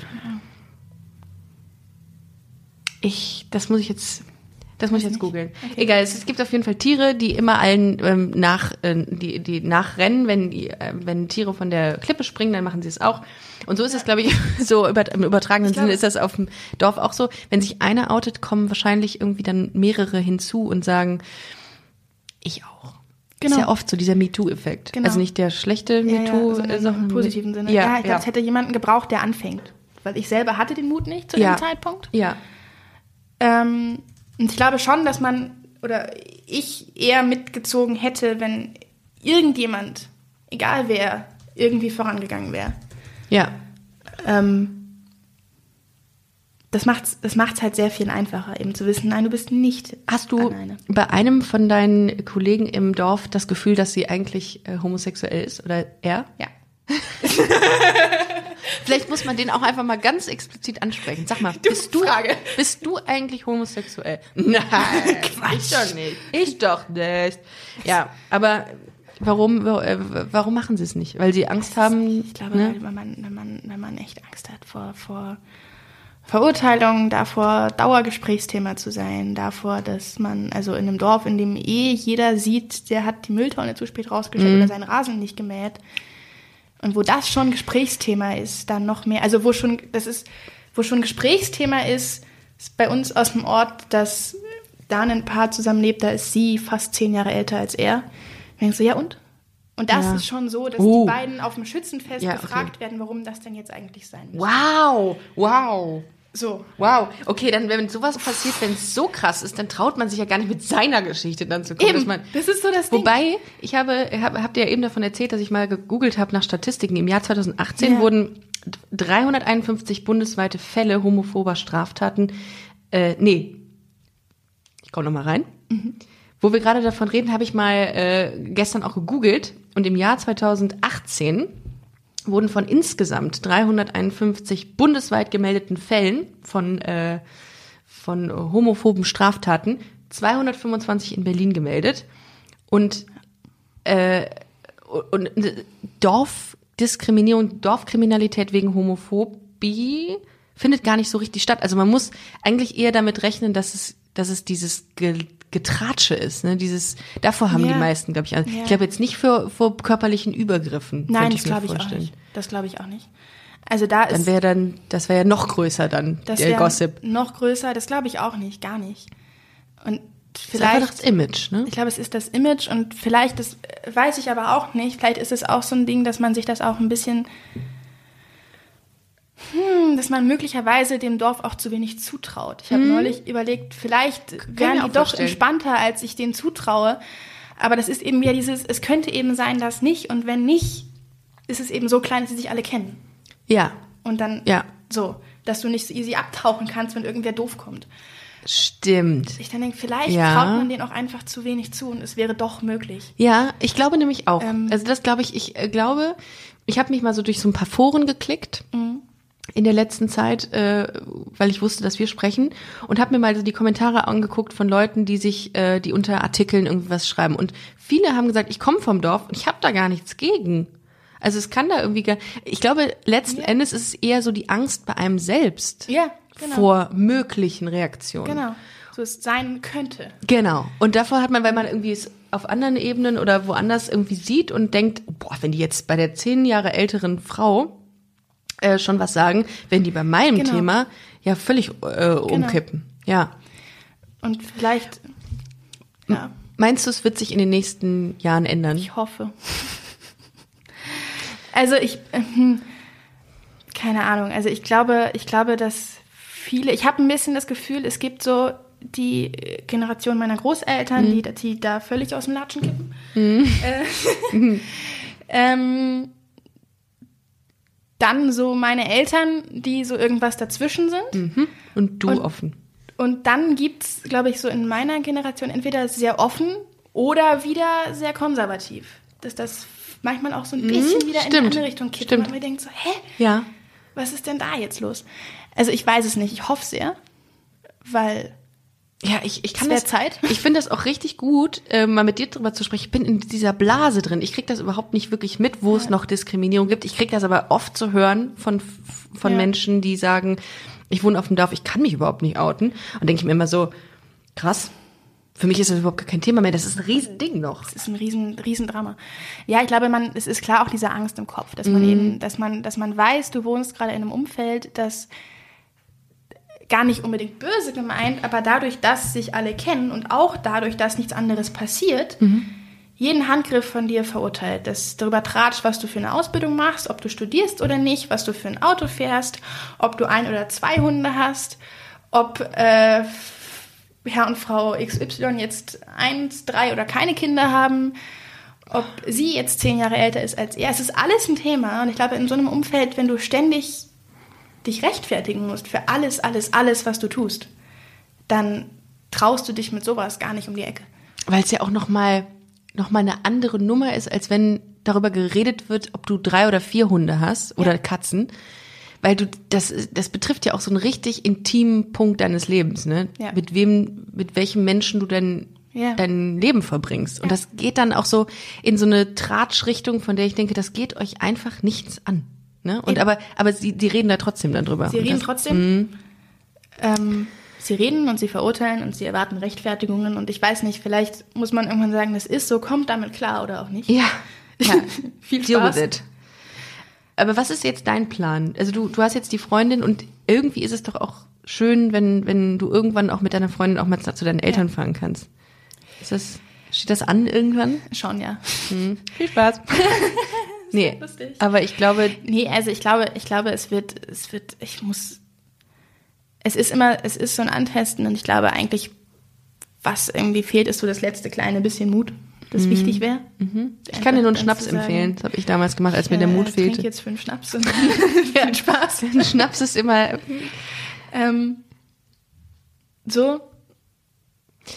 [SPEAKER 1] Ich, das muss ich jetzt, das muss ich jetzt googeln. Egal, es, es gibt auf jeden Fall Tiere, die immer allen ähm, nach, äh, die, die nachrennen, wenn die, äh, wenn Tiere von der Klippe springen, dann machen sie es auch. Und so ist es, glaube ich, so über, im übertragenen Sinne
[SPEAKER 3] glaube-
[SPEAKER 1] ist das auf dem Dorf auch so. Wenn sich einer outet, kommen wahrscheinlich irgendwie dann mehrere hinzu und sagen, ich auch.
[SPEAKER 3] Genau.
[SPEAKER 1] Ist ja oft so dieser MeToo-Effekt.
[SPEAKER 3] Genau.
[SPEAKER 1] Also nicht der schlechte
[SPEAKER 3] Ja,
[SPEAKER 1] MeToo,
[SPEAKER 3] ja, sondern
[SPEAKER 1] äh, sondern
[SPEAKER 3] im positiven Sinne.
[SPEAKER 1] Ja,
[SPEAKER 3] Ja, ich glaube,
[SPEAKER 1] ja.
[SPEAKER 3] es hätte jemanden gebraucht, der anfängt. Weil ich selber hatte den Mut nicht zu
[SPEAKER 1] Ja.
[SPEAKER 3] dem Zeitpunkt.
[SPEAKER 1] Ja.
[SPEAKER 3] Ähm, und ich glaube schon, dass man, oder ich eher mitgezogen hätte, wenn irgendjemand, egal wer, irgendwie vorangegangen wäre.
[SPEAKER 1] Ja.
[SPEAKER 3] Ähm, das macht's, das macht's halt sehr viel einfacher, eben zu wissen, nein, du bist nicht
[SPEAKER 1] Hast du
[SPEAKER 3] alleine.
[SPEAKER 1] bei einem von deinen Kollegen im Dorf das Gefühl, dass sie eigentlich äh, homosexuell ist oder er?
[SPEAKER 3] Ja.
[SPEAKER 1] Vielleicht muss man den auch einfach mal ganz explizit ansprechen. Sag mal, bist du, bist du eigentlich homosexuell? Nein, ich doch nicht. Ich doch nicht. Ja, aber warum, äh, warum machen sie es nicht? Weil sie Angst haben?
[SPEAKER 3] Ich glaube,
[SPEAKER 1] ne?
[SPEAKER 3] wenn man, wenn man, wenn man echt Angst hat vor, vor Verurteilung, davor Dauergesprächsthema zu sein, davor, dass man, also in einem Dorf, in dem eh jeder sieht, der hat die Mülltonne zu spät rausgestellt
[SPEAKER 1] Mhm.
[SPEAKER 3] oder seinen Rasen nicht gemäht. Und wo das schon Gesprächsthema ist, dann noch mehr, also wo schon, das ist, wo schon Gesprächsthema ist, ist bei uns aus dem Ort, dass da ein Paar zusammenlebt, da ist sie fast zehn Jahre älter als er. Und denkst du, ja und? Und das
[SPEAKER 1] Ja.
[SPEAKER 3] ist schon so, dass
[SPEAKER 1] Uh.
[SPEAKER 3] die beiden auf dem Schützenfest
[SPEAKER 1] Ja, okay.
[SPEAKER 3] gefragt werden, warum das denn jetzt eigentlich sein muss.
[SPEAKER 1] Wow, wow.
[SPEAKER 3] So.
[SPEAKER 1] Wow, okay, dann wenn sowas passiert, wenn es so krass ist, dann traut man sich ja gar nicht mit seiner Geschichte dann zu kommen.
[SPEAKER 3] Eben,
[SPEAKER 1] dass man,
[SPEAKER 3] das ist so das Ding.
[SPEAKER 1] Wobei, ich habe, hab, habt ihr ja eben davon erzählt, dass ich mal gegoogelt habe nach Statistiken. Im Jahr zwanzig achtzehn
[SPEAKER 3] Ja.
[SPEAKER 1] wurden dreihunderteinundfünfzig bundesweite Fälle homophober Straftaten, äh, nee, ich komme nochmal rein.
[SPEAKER 3] Mhm.
[SPEAKER 1] Wo wir gerade davon reden, habe ich mal äh, gestern auch gegoogelt und im Jahr zwanzig achtzehn wurden von insgesamt dreihunderteinundfünfzig bundesweit gemeldeten Fällen von, äh, von homophoben Straftaten zweihundertfünfundzwanzig in Berlin gemeldet. Und, äh, und Dorfdiskriminierung, Dorfkriminalität wegen Homophobie findet gar nicht so richtig statt. Also man muss eigentlich eher damit rechnen, dass es, dass es dieses Ge- Getratsche ist, ne? Dieses, davor haben
[SPEAKER 3] Ja.
[SPEAKER 1] die meisten, glaube ich, Angst.
[SPEAKER 3] Ja.
[SPEAKER 1] Ich glaube jetzt nicht für, vor körperlichen Übergriffen.
[SPEAKER 3] Nein,
[SPEAKER 1] könnte
[SPEAKER 3] das
[SPEAKER 1] mir
[SPEAKER 3] glaube ich auch
[SPEAKER 1] vorstellen.
[SPEAKER 3] nicht. Das glaube ich auch nicht. Also da
[SPEAKER 1] Dann
[SPEAKER 3] ist
[SPEAKER 1] wäre dann, das wäre ja noch größer dann,
[SPEAKER 3] das
[SPEAKER 1] der
[SPEAKER 3] wär
[SPEAKER 1] Gossip.
[SPEAKER 3] noch größer. Das glaube ich auch nicht, gar nicht. Und
[SPEAKER 1] Das ist einfach
[SPEAKER 3] vielleicht
[SPEAKER 1] das Image, ne?
[SPEAKER 3] Ich glaube, es ist das Image und vielleicht, das weiß ich aber auch nicht, vielleicht ist es auch so ein Ding, dass man sich das auch ein bisschen, hm, dass man möglicherweise dem Dorf auch zu wenig zutraut. Ich habe
[SPEAKER 1] Hm.
[SPEAKER 3] neulich überlegt, vielleicht
[SPEAKER 1] mir
[SPEAKER 3] wären
[SPEAKER 1] auch
[SPEAKER 3] die doch
[SPEAKER 1] vorstellen.
[SPEAKER 3] entspannter, als ich denen zutraue. Aber das ist eben wieder dieses, es könnte eben sein, dass nicht. Und wenn nicht, ist es eben so klein, dass sie sich alle kennen.
[SPEAKER 1] Ja,
[SPEAKER 3] Und dann
[SPEAKER 1] ja,
[SPEAKER 3] so, dass du nicht so easy abtauchen kannst, wenn irgendwer doof kommt.
[SPEAKER 1] stimmt.
[SPEAKER 3] Ich dann denke, vielleicht
[SPEAKER 1] Ja.
[SPEAKER 3] traut man denen auch einfach zu wenig zu und es wäre doch möglich.
[SPEAKER 1] Ja, ich glaube nämlich auch.
[SPEAKER 3] Ähm.
[SPEAKER 1] also das glaube ich, ich äh, glaube, ich habe mich mal so durch so ein paar Foren geklickt
[SPEAKER 3] Mhm.
[SPEAKER 1] in der letzten Zeit, äh, weil ich wusste, dass wir sprechen und habe mir mal so die Kommentare angeguckt von Leuten, die sich, äh, die unter Artikeln irgendwas schreiben. Und viele haben gesagt, ich komme vom Dorf und ich habe da gar nichts gegen. Also es kann da irgendwie gar, ich glaube, letzten
[SPEAKER 3] Ja.
[SPEAKER 1] Endes ist es eher so die Angst bei einem selbst
[SPEAKER 3] Ja, genau.
[SPEAKER 1] vor möglichen Reaktionen.
[SPEAKER 3] Genau, so es sein könnte.
[SPEAKER 1] Genau. Und davor hat man, weil man irgendwie es auf anderen Ebenen oder woanders irgendwie sieht und denkt, boah, wenn die jetzt bei der zehn Jahre älteren Frau äh, schon was sagen, wenn die bei meinem
[SPEAKER 3] Genau.
[SPEAKER 1] Thema ja völlig äh, umkippen. Ja.
[SPEAKER 3] Und vielleicht, ja,
[SPEAKER 1] Meinst du, es wird sich in den nächsten Jahren ändern?
[SPEAKER 3] ich hoffe. Also ich, ähm, keine Ahnung, also ich glaube, ich glaube, dass viele, ich habe ein bisschen das Gefühl, es gibt so die Generation meiner Großeltern,
[SPEAKER 1] Mhm.
[SPEAKER 3] die, die da völlig aus dem Latschen kippen. Äh, ähm, dann so meine Eltern, die so irgendwas dazwischen sind.
[SPEAKER 1] Mhm. Und du
[SPEAKER 3] Und-
[SPEAKER 1] offen.
[SPEAKER 3] Und dann gibt's, glaube ich, so in meiner Generation entweder sehr offen oder wieder sehr konservativ. Dass das manchmal auch so ein bisschen wieder in die
[SPEAKER 1] stimmt.
[SPEAKER 3] andere Richtung kippt.
[SPEAKER 1] Stimmt.
[SPEAKER 3] Und man denkt so, hä,
[SPEAKER 1] Ja.
[SPEAKER 3] was ist denn da jetzt los? Also ich weiß es nicht, ich hoffe sehr, weil
[SPEAKER 1] Ja, ich, ich kann
[SPEAKER 3] Es wär
[SPEAKER 1] das.
[SPEAKER 3] Zeit.
[SPEAKER 1] Ich finde das auch richtig gut, äh, mal mit dir drüber zu sprechen. Ich bin in dieser Blase drin. Ich krieg das überhaupt nicht wirklich mit, wo es noch Diskriminierung gibt. Ich krieg das aber oft zu hören von von
[SPEAKER 3] Ja.
[SPEAKER 1] Menschen, die sagen, ich wohne auf dem Dorf, ich kann mich überhaupt nicht outen. Und denke ich mir immer so, krass. Für mich ist das überhaupt gar kein Thema mehr. Das ist ein Riesending noch.
[SPEAKER 3] es ist ein riesen, riesen Drama. Ja, ich glaube, man, es ist klar auch diese Angst im Kopf, dass man eben, dass man, dass man weiß, du wohnst gerade in einem Umfeld, das gar nicht unbedingt böse gemeint, aber dadurch, dass sich alle kennen und auch dadurch, dass nichts anderes passiert, jeden Handgriff von dir verurteilt, dass darüber tratscht, was du für eine Ausbildung machst, ob du studierst oder nicht, was du für ein Auto fährst, ob du ein oder zwei Hunde hast, ob äh, Herr und Frau X Y jetzt eins, drei oder keine Kinder haben, ob sie jetzt zehn Jahre älter ist als er. Es ist alles ein Thema und ich glaube, in so einem Umfeld, wenn du ständig dich rechtfertigen musst für alles, alles, alles, was du tust, dann traust du dich mit sowas gar nicht um die Ecke.
[SPEAKER 1] Weil es ja auch nochmal noch mal eine andere Nummer ist, als wenn darüber geredet wird, ob du drei oder vier Hunde hast oder
[SPEAKER 3] Ja.
[SPEAKER 1] Katzen. Weil du, das, das betrifft ja auch so einen richtig intimen Punkt deines Lebens, ne?
[SPEAKER 3] Ja.
[SPEAKER 1] Mit wem, mit welchem Menschen du denn
[SPEAKER 3] Ja.
[SPEAKER 1] dein Leben verbringst. Und
[SPEAKER 3] Ja.
[SPEAKER 1] das geht dann auch so in so eine Tratschrichtung, von der ich denke, das geht euch einfach nichts an. Ne? Und
[SPEAKER 3] Eben.
[SPEAKER 1] aber, aber sie, die reden da trotzdem dann drüber.
[SPEAKER 3] Sie
[SPEAKER 1] Und
[SPEAKER 3] reden
[SPEAKER 1] das,
[SPEAKER 3] trotzdem. Ähm, sie reden und sie verurteilen und sie erwarten Rechtfertigungen. Und ich weiß nicht, vielleicht muss man irgendwann sagen, das ist so, kommt damit klar oder auch nicht.
[SPEAKER 1] Ja, ja.
[SPEAKER 3] Viel
[SPEAKER 1] Deal
[SPEAKER 3] Spaß.
[SPEAKER 1] with it. Aber was ist jetzt dein Plan? Also du, du hast jetzt die Freundin und irgendwie ist es doch auch schön, wenn, wenn du irgendwann auch mit deiner Freundin auch mal zu deinen Eltern
[SPEAKER 3] Ja.
[SPEAKER 1] fahren kannst. Ist das, steht das an irgendwann?
[SPEAKER 3] Schon, ja.
[SPEAKER 1] Viel Spaß. Nee,
[SPEAKER 3] lustig.
[SPEAKER 1] aber ich glaube,
[SPEAKER 3] Nee, also ich glaube, ich glaube, es wird, es wird, ich muss, es ist immer, es ist so ein Antesten und ich glaube eigentlich, was irgendwie fehlt, ist so das letzte kleine bisschen Mut, das wichtig wäre.
[SPEAKER 1] ich kann dir nur einen Schnaps empfehlen. Das habe ich damals gemacht, als mir der Mut
[SPEAKER 3] Ich trinke
[SPEAKER 1] fehlte.
[SPEAKER 3] jetzt fünf Schnaps und viel Spaß.
[SPEAKER 1] Ein Schnaps ist immer,
[SPEAKER 3] Ähm, so,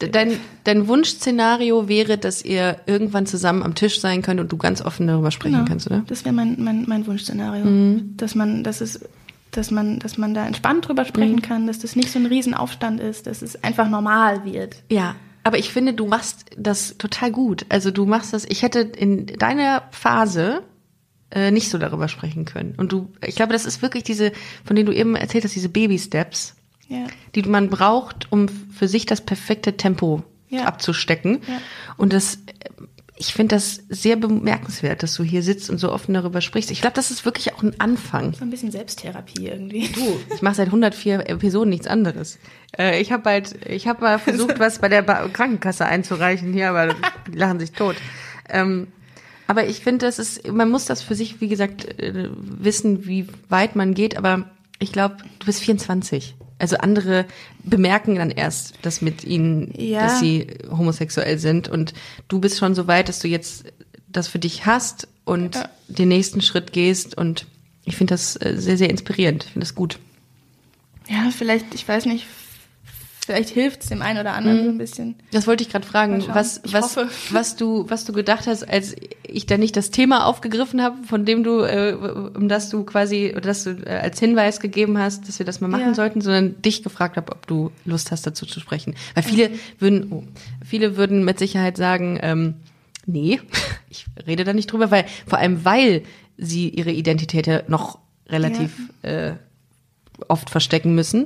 [SPEAKER 1] dein, dein Wunschszenario wäre, dass ihr irgendwann zusammen am Tisch sein könnt und du ganz offen darüber sprechen
[SPEAKER 3] genau.
[SPEAKER 1] kannst, oder?
[SPEAKER 3] Das wäre mein, mein, mein Wunschszenario.
[SPEAKER 1] Mhm.
[SPEAKER 3] Dass man, dass es, dass man, dass man da entspannt drüber sprechen mhm. kann, dass das nicht so ein Riesenaufstand ist, dass es einfach normal wird.
[SPEAKER 1] Ja, aber ich finde, du machst das total gut. Also du machst das, ich hätte in deiner Phase äh, nicht so darüber sprechen können. Und du, ich glaube, das ist wirklich diese, von denen du eben erzählt hast, diese Baby-Steps, ja. die man braucht, um für sich das perfekte Tempo ja. abzustecken. Ja. Und das, ich finde das sehr bemerkenswert, dass du hier sitzt und so offen darüber sprichst. Ich glaube, das ist wirklich auch ein Anfang.
[SPEAKER 3] So ein bisschen Selbsttherapie irgendwie.
[SPEAKER 1] Du, ich mache seit hundertvier Episoden nichts anderes. Äh, ich habe halt, ich habe mal versucht, was bei der ba- Krankenkasse einzureichen hier, aber die lachen sich tot. Ähm, aber ich finde, das ist, man muss das für sich, wie gesagt, äh, wissen, wie weit man geht. Aber ich glaube, du bist vierundzwanzig. Also andere bemerken dann erst, dass mit ihnen, ja. dass sie homosexuell sind. Und du bist schon so weit, dass du jetzt das für dich hast und ja. den nächsten Schritt gehst. Und ich finde das sehr, sehr inspirierend. Ich finde das gut.
[SPEAKER 3] Ja, vielleicht, ich weiß nicht, vielleicht hilft es dem einen oder anderen mhm. so ein bisschen.
[SPEAKER 1] Das wollte ich gerade fragen, was,
[SPEAKER 3] ich
[SPEAKER 1] was,
[SPEAKER 3] hoffe.
[SPEAKER 1] was du, was du gedacht hast, als ich da nicht das Thema aufgegriffen habe, von dem du, äh, um das du quasi, oder das du äh, als Hinweis gegeben hast, dass wir das mal machen
[SPEAKER 3] ja.
[SPEAKER 1] sollten, sondern dich gefragt habe, ob du Lust hast, dazu zu sprechen. Weil viele mhm. würden, oh, viele würden mit Sicherheit sagen, ähm, nee, ich rede da nicht drüber, weil, vor allem weil sie ihre Identität ja noch relativ ja. äh, oft verstecken müssen.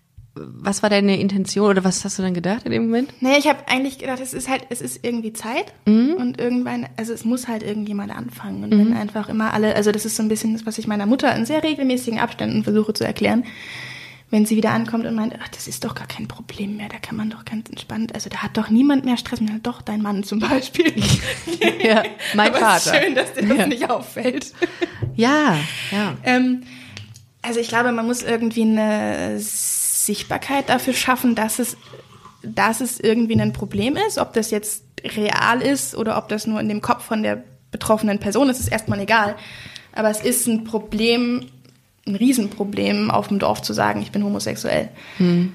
[SPEAKER 1] Was war deine Intention oder was hast du dann gedacht in dem Moment?
[SPEAKER 3] Nee, ich habe eigentlich gedacht, es ist halt, es ist irgendwie Zeit mhm. und irgendwann, also es muss halt irgendjemand anfangen und mhm. wenn einfach immer alle, also das ist so ein bisschen das, was ich meiner Mutter in sehr regelmäßigen Abständen versuche zu erklären, wenn sie wieder ankommt und meint, ach, das ist doch gar kein Problem mehr, da kann man doch ganz entspannt, also da hat doch niemand mehr Stress mehr, doch dein Mann zum Beispiel.
[SPEAKER 1] Ja, mein
[SPEAKER 3] Aber
[SPEAKER 1] Vater.
[SPEAKER 3] Es ist schön, dass dir das
[SPEAKER 1] ja.
[SPEAKER 3] nicht auffällt.
[SPEAKER 1] Ja, ja.
[SPEAKER 3] Ähm, also ich glaube, man muss irgendwie eine Sichtbarkeit dafür schaffen, dass es, dass es irgendwie ein Problem ist. Ob das jetzt real ist oder ob das nur in dem Kopf von der betroffenen Person ist, ist erstmal egal. Aber es ist ein Problem, ein Riesenproblem, auf dem Dorf zu sagen, ich bin homosexuell. Hm.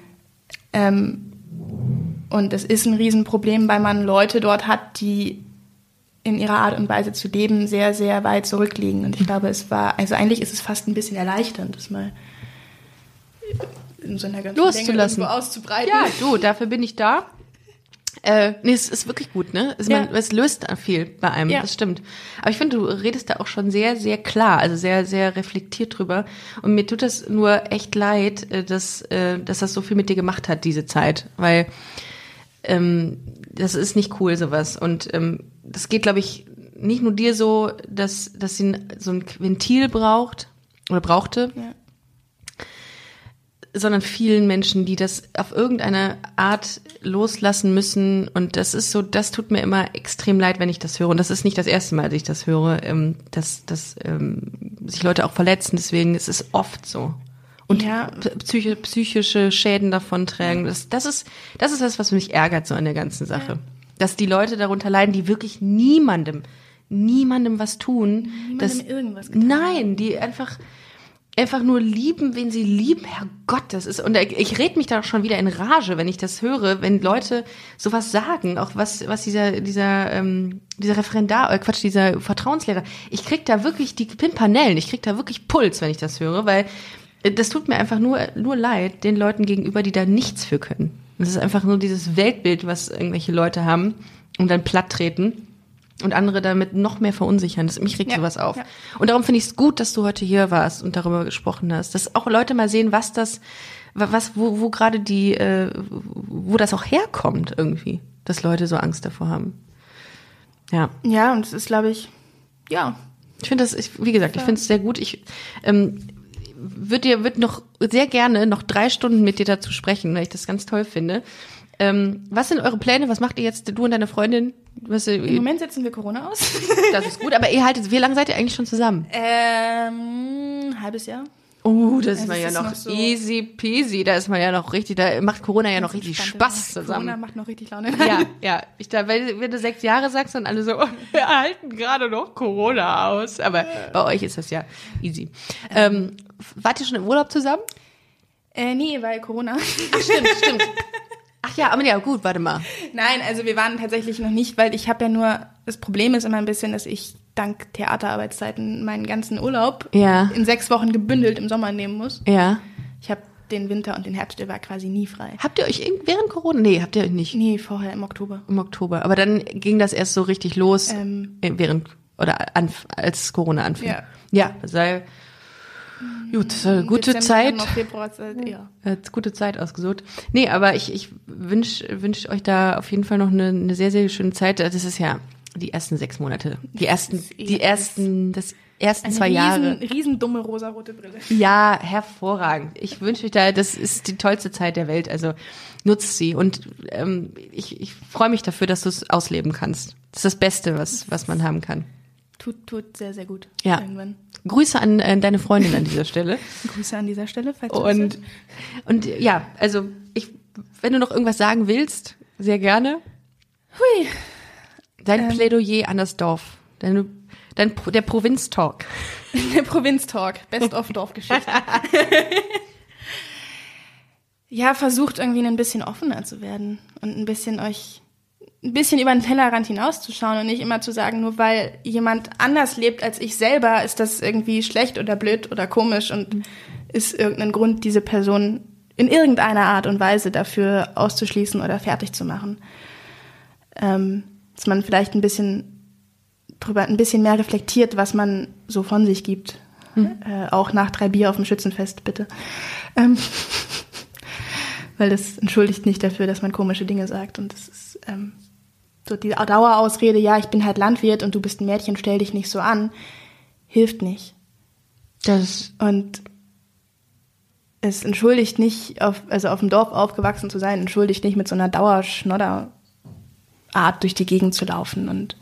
[SPEAKER 3] Ähm, und es ist ein Riesenproblem, weil man Leute dort hat, die in ihrer Art und Weise zu leben sehr, sehr weit zurückliegen. Und ich glaube, es war, also eigentlich ist es fast ein bisschen erleichternd, das mal in so einer ganzen
[SPEAKER 1] loszulassen,
[SPEAKER 3] Länge irgendwo auszubreiten.
[SPEAKER 1] Ja, du, dafür bin ich da. Äh, nee, es ist wirklich gut, ne? Es,
[SPEAKER 3] ja.
[SPEAKER 1] man, es löst viel bei einem, ja. das stimmt. Aber ich finde, du redest da auch schon sehr, sehr klar, also sehr, sehr reflektiert drüber. Und mir tut das nur echt leid, dass, dass das so viel mit dir gemacht hat, diese Zeit. Weil ähm, das ist nicht cool, sowas. Und ähm, das geht, glaube ich, nicht nur dir so, dass, dass sie so ein Ventil braucht oder brauchte, ja. sondern vielen Menschen, die das auf irgendeine Art loslassen müssen. Und das ist so, das tut mir immer extrem leid, wenn ich das höre. Und das ist nicht das erste Mal, dass ich das höre, ähm, dass, dass ähm, sich Leute auch verletzen. Deswegen ist es oft so. Und
[SPEAKER 3] ja.
[SPEAKER 1] psych- psychische Schäden davontragen. Das, das ist, das ist das, was mich ärgert so an der ganzen Sache. Ja. Dass die Leute darunter leiden, die wirklich niemandem, niemandem was tun.
[SPEAKER 3] Niemandem
[SPEAKER 1] dass,
[SPEAKER 3] irgendwas getan.
[SPEAKER 1] Nein, die einfach... einfach nur lieben, wen sie lieben. Herrgott, das ist, und ich, ich red mich da auch schon wieder in Rage, wenn ich das höre, wenn Leute sowas sagen, auch was, was dieser, dieser, ähm, dieser Referendar, äh, Quatsch, dieser Vertrauenslehrer, ich krieg da wirklich die Pimpanellen, ich krieg da wirklich Puls, wenn ich das höre, weil äh, das tut mir einfach nur, nur leid, den Leuten gegenüber, die da nichts für können. Das ist einfach nur dieses Weltbild, was irgendwelche Leute haben und dann platt treten. Und andere damit noch mehr verunsichern. Das, mich regt ja, sowas auf. Ja. Und darum finde ich es gut, dass du heute hier warst und darüber gesprochen hast. Dass auch Leute mal sehen, was das, was, wo, wo gerade die, äh, wo das auch herkommt irgendwie. Dass Leute so Angst davor haben. Ja.
[SPEAKER 3] Ja, und es ist, glaube ich, ja.
[SPEAKER 1] Ich finde das, ich, wie gesagt, ich finde es sehr gut. Ich ähm, würde dir, würde noch sehr gerne noch drei Stunden mit dir dazu sprechen, weil ich das ganz toll finde. Ähm, was sind eure Pläne? Was macht ihr jetzt, du und deine Freundin? Was,
[SPEAKER 3] Im Moment setzen wir Corona aus.
[SPEAKER 1] Das ist gut, aber ihr haltet, wie lange seid ihr eigentlich schon zusammen?
[SPEAKER 3] Ähm, ein halbes Jahr.
[SPEAKER 1] Oh, das ist
[SPEAKER 3] also
[SPEAKER 1] man ja noch,
[SPEAKER 3] noch so
[SPEAKER 1] easy peasy, da ist man ja noch richtig, da macht Corona ja noch richtig Spaß zusammen.
[SPEAKER 3] Corona macht noch richtig Laune.
[SPEAKER 1] Ja, ja. Ich da, weil, wenn du sechs Jahre sagst, dann alle so, oh, wir halten gerade noch Corona aus. Aber bei euch ist das ja easy. Ähm, wart ihr schon im Urlaub zusammen?
[SPEAKER 3] Äh, nee, weil Corona.
[SPEAKER 1] Ach, stimmt, stimmt. Ach Ach ja, aber ja, gut, warte mal.
[SPEAKER 3] Nein, also wir waren tatsächlich noch nicht, weil ich habe ja nur, das Problem ist immer ein bisschen, dass ich dank Theaterarbeitszeiten meinen ganzen Urlaub
[SPEAKER 1] ja.
[SPEAKER 3] in sechs Wochen gebündelt im Sommer nehmen muss.
[SPEAKER 1] Ja.
[SPEAKER 3] Ich habe den Winter und den Herbst, der war quasi nie frei.
[SPEAKER 1] Habt ihr euch während Corona? Nee, habt ihr euch nicht.
[SPEAKER 3] Nee, vorher im Oktober.
[SPEAKER 1] Im Oktober. Aber dann ging das erst so richtig los, ähm, während, oder an, als Corona anfing. Ja. Ja, sei, gut, gute
[SPEAKER 3] Dezember,
[SPEAKER 1] Zeit.
[SPEAKER 3] Januar, Februar, ja.
[SPEAKER 1] Hat gute Zeit ausgesucht. Nee, aber ich, ich wünsche wünsch euch da auf jeden Fall noch eine, eine sehr, sehr schöne Zeit. Das ist ja die ersten sechs Monate. Die ersten, die ersten, das ersten
[SPEAKER 3] Eine
[SPEAKER 1] zwei
[SPEAKER 3] riesen,
[SPEAKER 1] Jahre.
[SPEAKER 3] Riesen dumme rosarote Brille.
[SPEAKER 1] Ja, hervorragend. Ich wünsche euch da, das ist die tollste Zeit der Welt. Also nutzt sie. Und ähm, ich, ich freue mich dafür, dass du es ausleben kannst. Das ist das Beste, was, was man haben kann.
[SPEAKER 3] Tut, tut sehr, sehr gut.
[SPEAKER 1] Ja.
[SPEAKER 3] Irgendwann.
[SPEAKER 1] Grüße an äh, deine Freundin an dieser Stelle.
[SPEAKER 3] Grüße an dieser Stelle, falls du
[SPEAKER 1] und, und ja, also ich, wenn du noch irgendwas sagen willst, sehr gerne.
[SPEAKER 3] Hui.
[SPEAKER 1] Dein
[SPEAKER 3] ähm.
[SPEAKER 1] Plädoyer an das Dorf. Deine, dein, der Provinz-Talk.
[SPEAKER 3] Der Provinz-Talk. Best of Dorfgeschichte. Ja, versucht irgendwie ein bisschen offener zu werden und ein bisschen euch ein bisschen über den Tellerrand hinauszuschauen und nicht immer zu sagen, nur weil jemand anders lebt als ich selber, ist das irgendwie schlecht oder blöd oder komisch und mhm. ist irgendein Grund, diese Person in irgendeiner Art und Weise dafür auszuschließen oder fertig zu machen. Ähm, dass man vielleicht ein bisschen drüber, ein bisschen mehr reflektiert, was man so von sich gibt. Mhm. Äh, auch nach drei Bier auf dem Schützenfest, bitte. Ähm, weil das entschuldigt nicht dafür, dass man komische Dinge sagt und das ist ähm, so die Dauerausrede, ja, ich bin halt Landwirt und du bist ein Mädchen, stell dich nicht so an, hilft nicht.
[SPEAKER 1] Das
[SPEAKER 3] und es entschuldigt nicht, auf, also auf dem Dorf aufgewachsen zu sein, entschuldigt nicht, mit so einer Dauerschnodder-Art durch die Gegend zu laufen und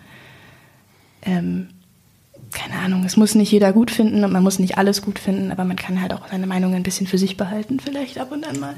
[SPEAKER 3] ähm, keine Ahnung, es muss nicht jeder gut finden und man muss nicht alles gut finden, aber man kann halt auch seine Meinung ein bisschen für sich behalten, vielleicht ab und an mal.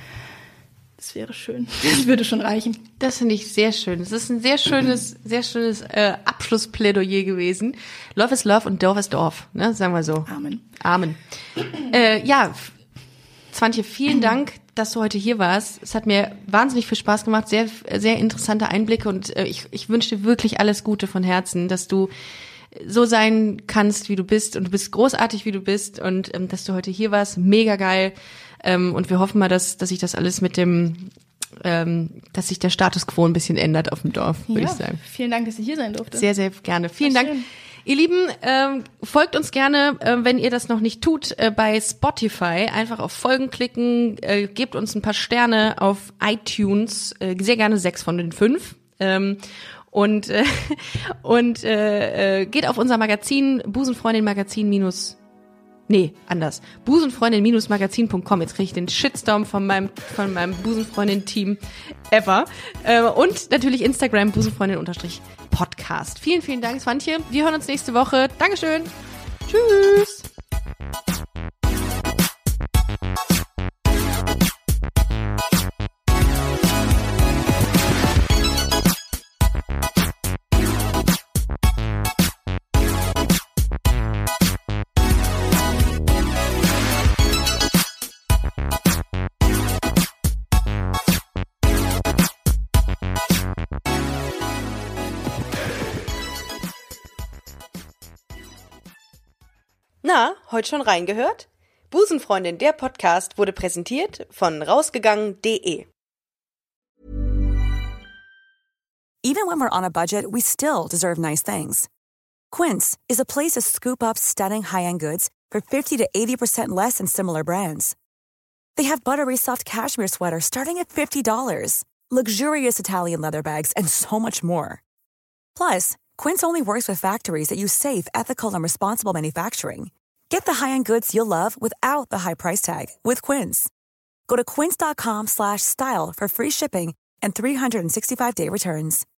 [SPEAKER 3] Das wäre schön. Das würde schon reichen.
[SPEAKER 1] Das finde ich sehr schön. Das ist ein sehr schönes, sehr schönes äh, Abschlussplädoyer gewesen. Love is Love und Dorf ist Dorf, ne? Sagen wir so.
[SPEAKER 3] Amen.
[SPEAKER 1] Amen. Äh, ja, Swantje, vielen Dank, dass du heute hier warst. Es hat mir wahnsinnig viel Spaß gemacht, sehr, sehr interessante Einblicke und äh, ich, ich wünsche dir wirklich alles Gute von Herzen, dass du so sein kannst, wie du bist und du bist großartig, wie du bist und ähm, dass du heute hier warst. Mega geil. Ähm, und wir hoffen mal, dass, dass sich das alles mit dem, ähm, dass sich der Status quo ein bisschen ändert auf dem Dorf, würde
[SPEAKER 3] ja,
[SPEAKER 1] ich sagen.
[SPEAKER 3] Vielen Dank, dass ich hier sein durfte.
[SPEAKER 1] Sehr, sehr gerne. Vielen Dank.
[SPEAKER 3] Schön.
[SPEAKER 1] Ihr Lieben, ähm, folgt uns gerne, äh, wenn ihr das noch nicht tut, äh, bei Spotify. Einfach auf Folgen klicken, äh, gebt uns ein paar Sterne auf iTunes, äh, sehr gerne sechs von den fünf. Ähm, und äh, und äh, äh, geht auf unser Magazin, Busenfreundin Magazin minus Nee, anders. Busenfreundin-magazin punkt com. Jetzt kriege ich den Shitstorm von meinem, von meinem Busenfreundin-Team ever. Äh, und natürlich Instagram, Busenfreundin-Podcast. Vielen, vielen Dank, Swantje. Wir hören uns nächste Woche. Dankeschön. Tschüss. Na, heute schon reingehört? Busenfreundin, der Podcast, wurde präsentiert von rausgegangen punkt de.
[SPEAKER 5] Even when we're on a budget, we still deserve nice things. Quince is a place to scoop up stunning high-end goods for fifty to eighty percent less than similar brands. They have buttery soft cashmere sweaters starting at fifty dollars, luxurious Italian leather bags, and so much more. Plus, Quince only works with factories that use safe, ethical, and responsible manufacturing. Get the high-end goods you'll love without the high price tag with Quince. Go to quince.com slash style for free shipping and three sixty-five day returns.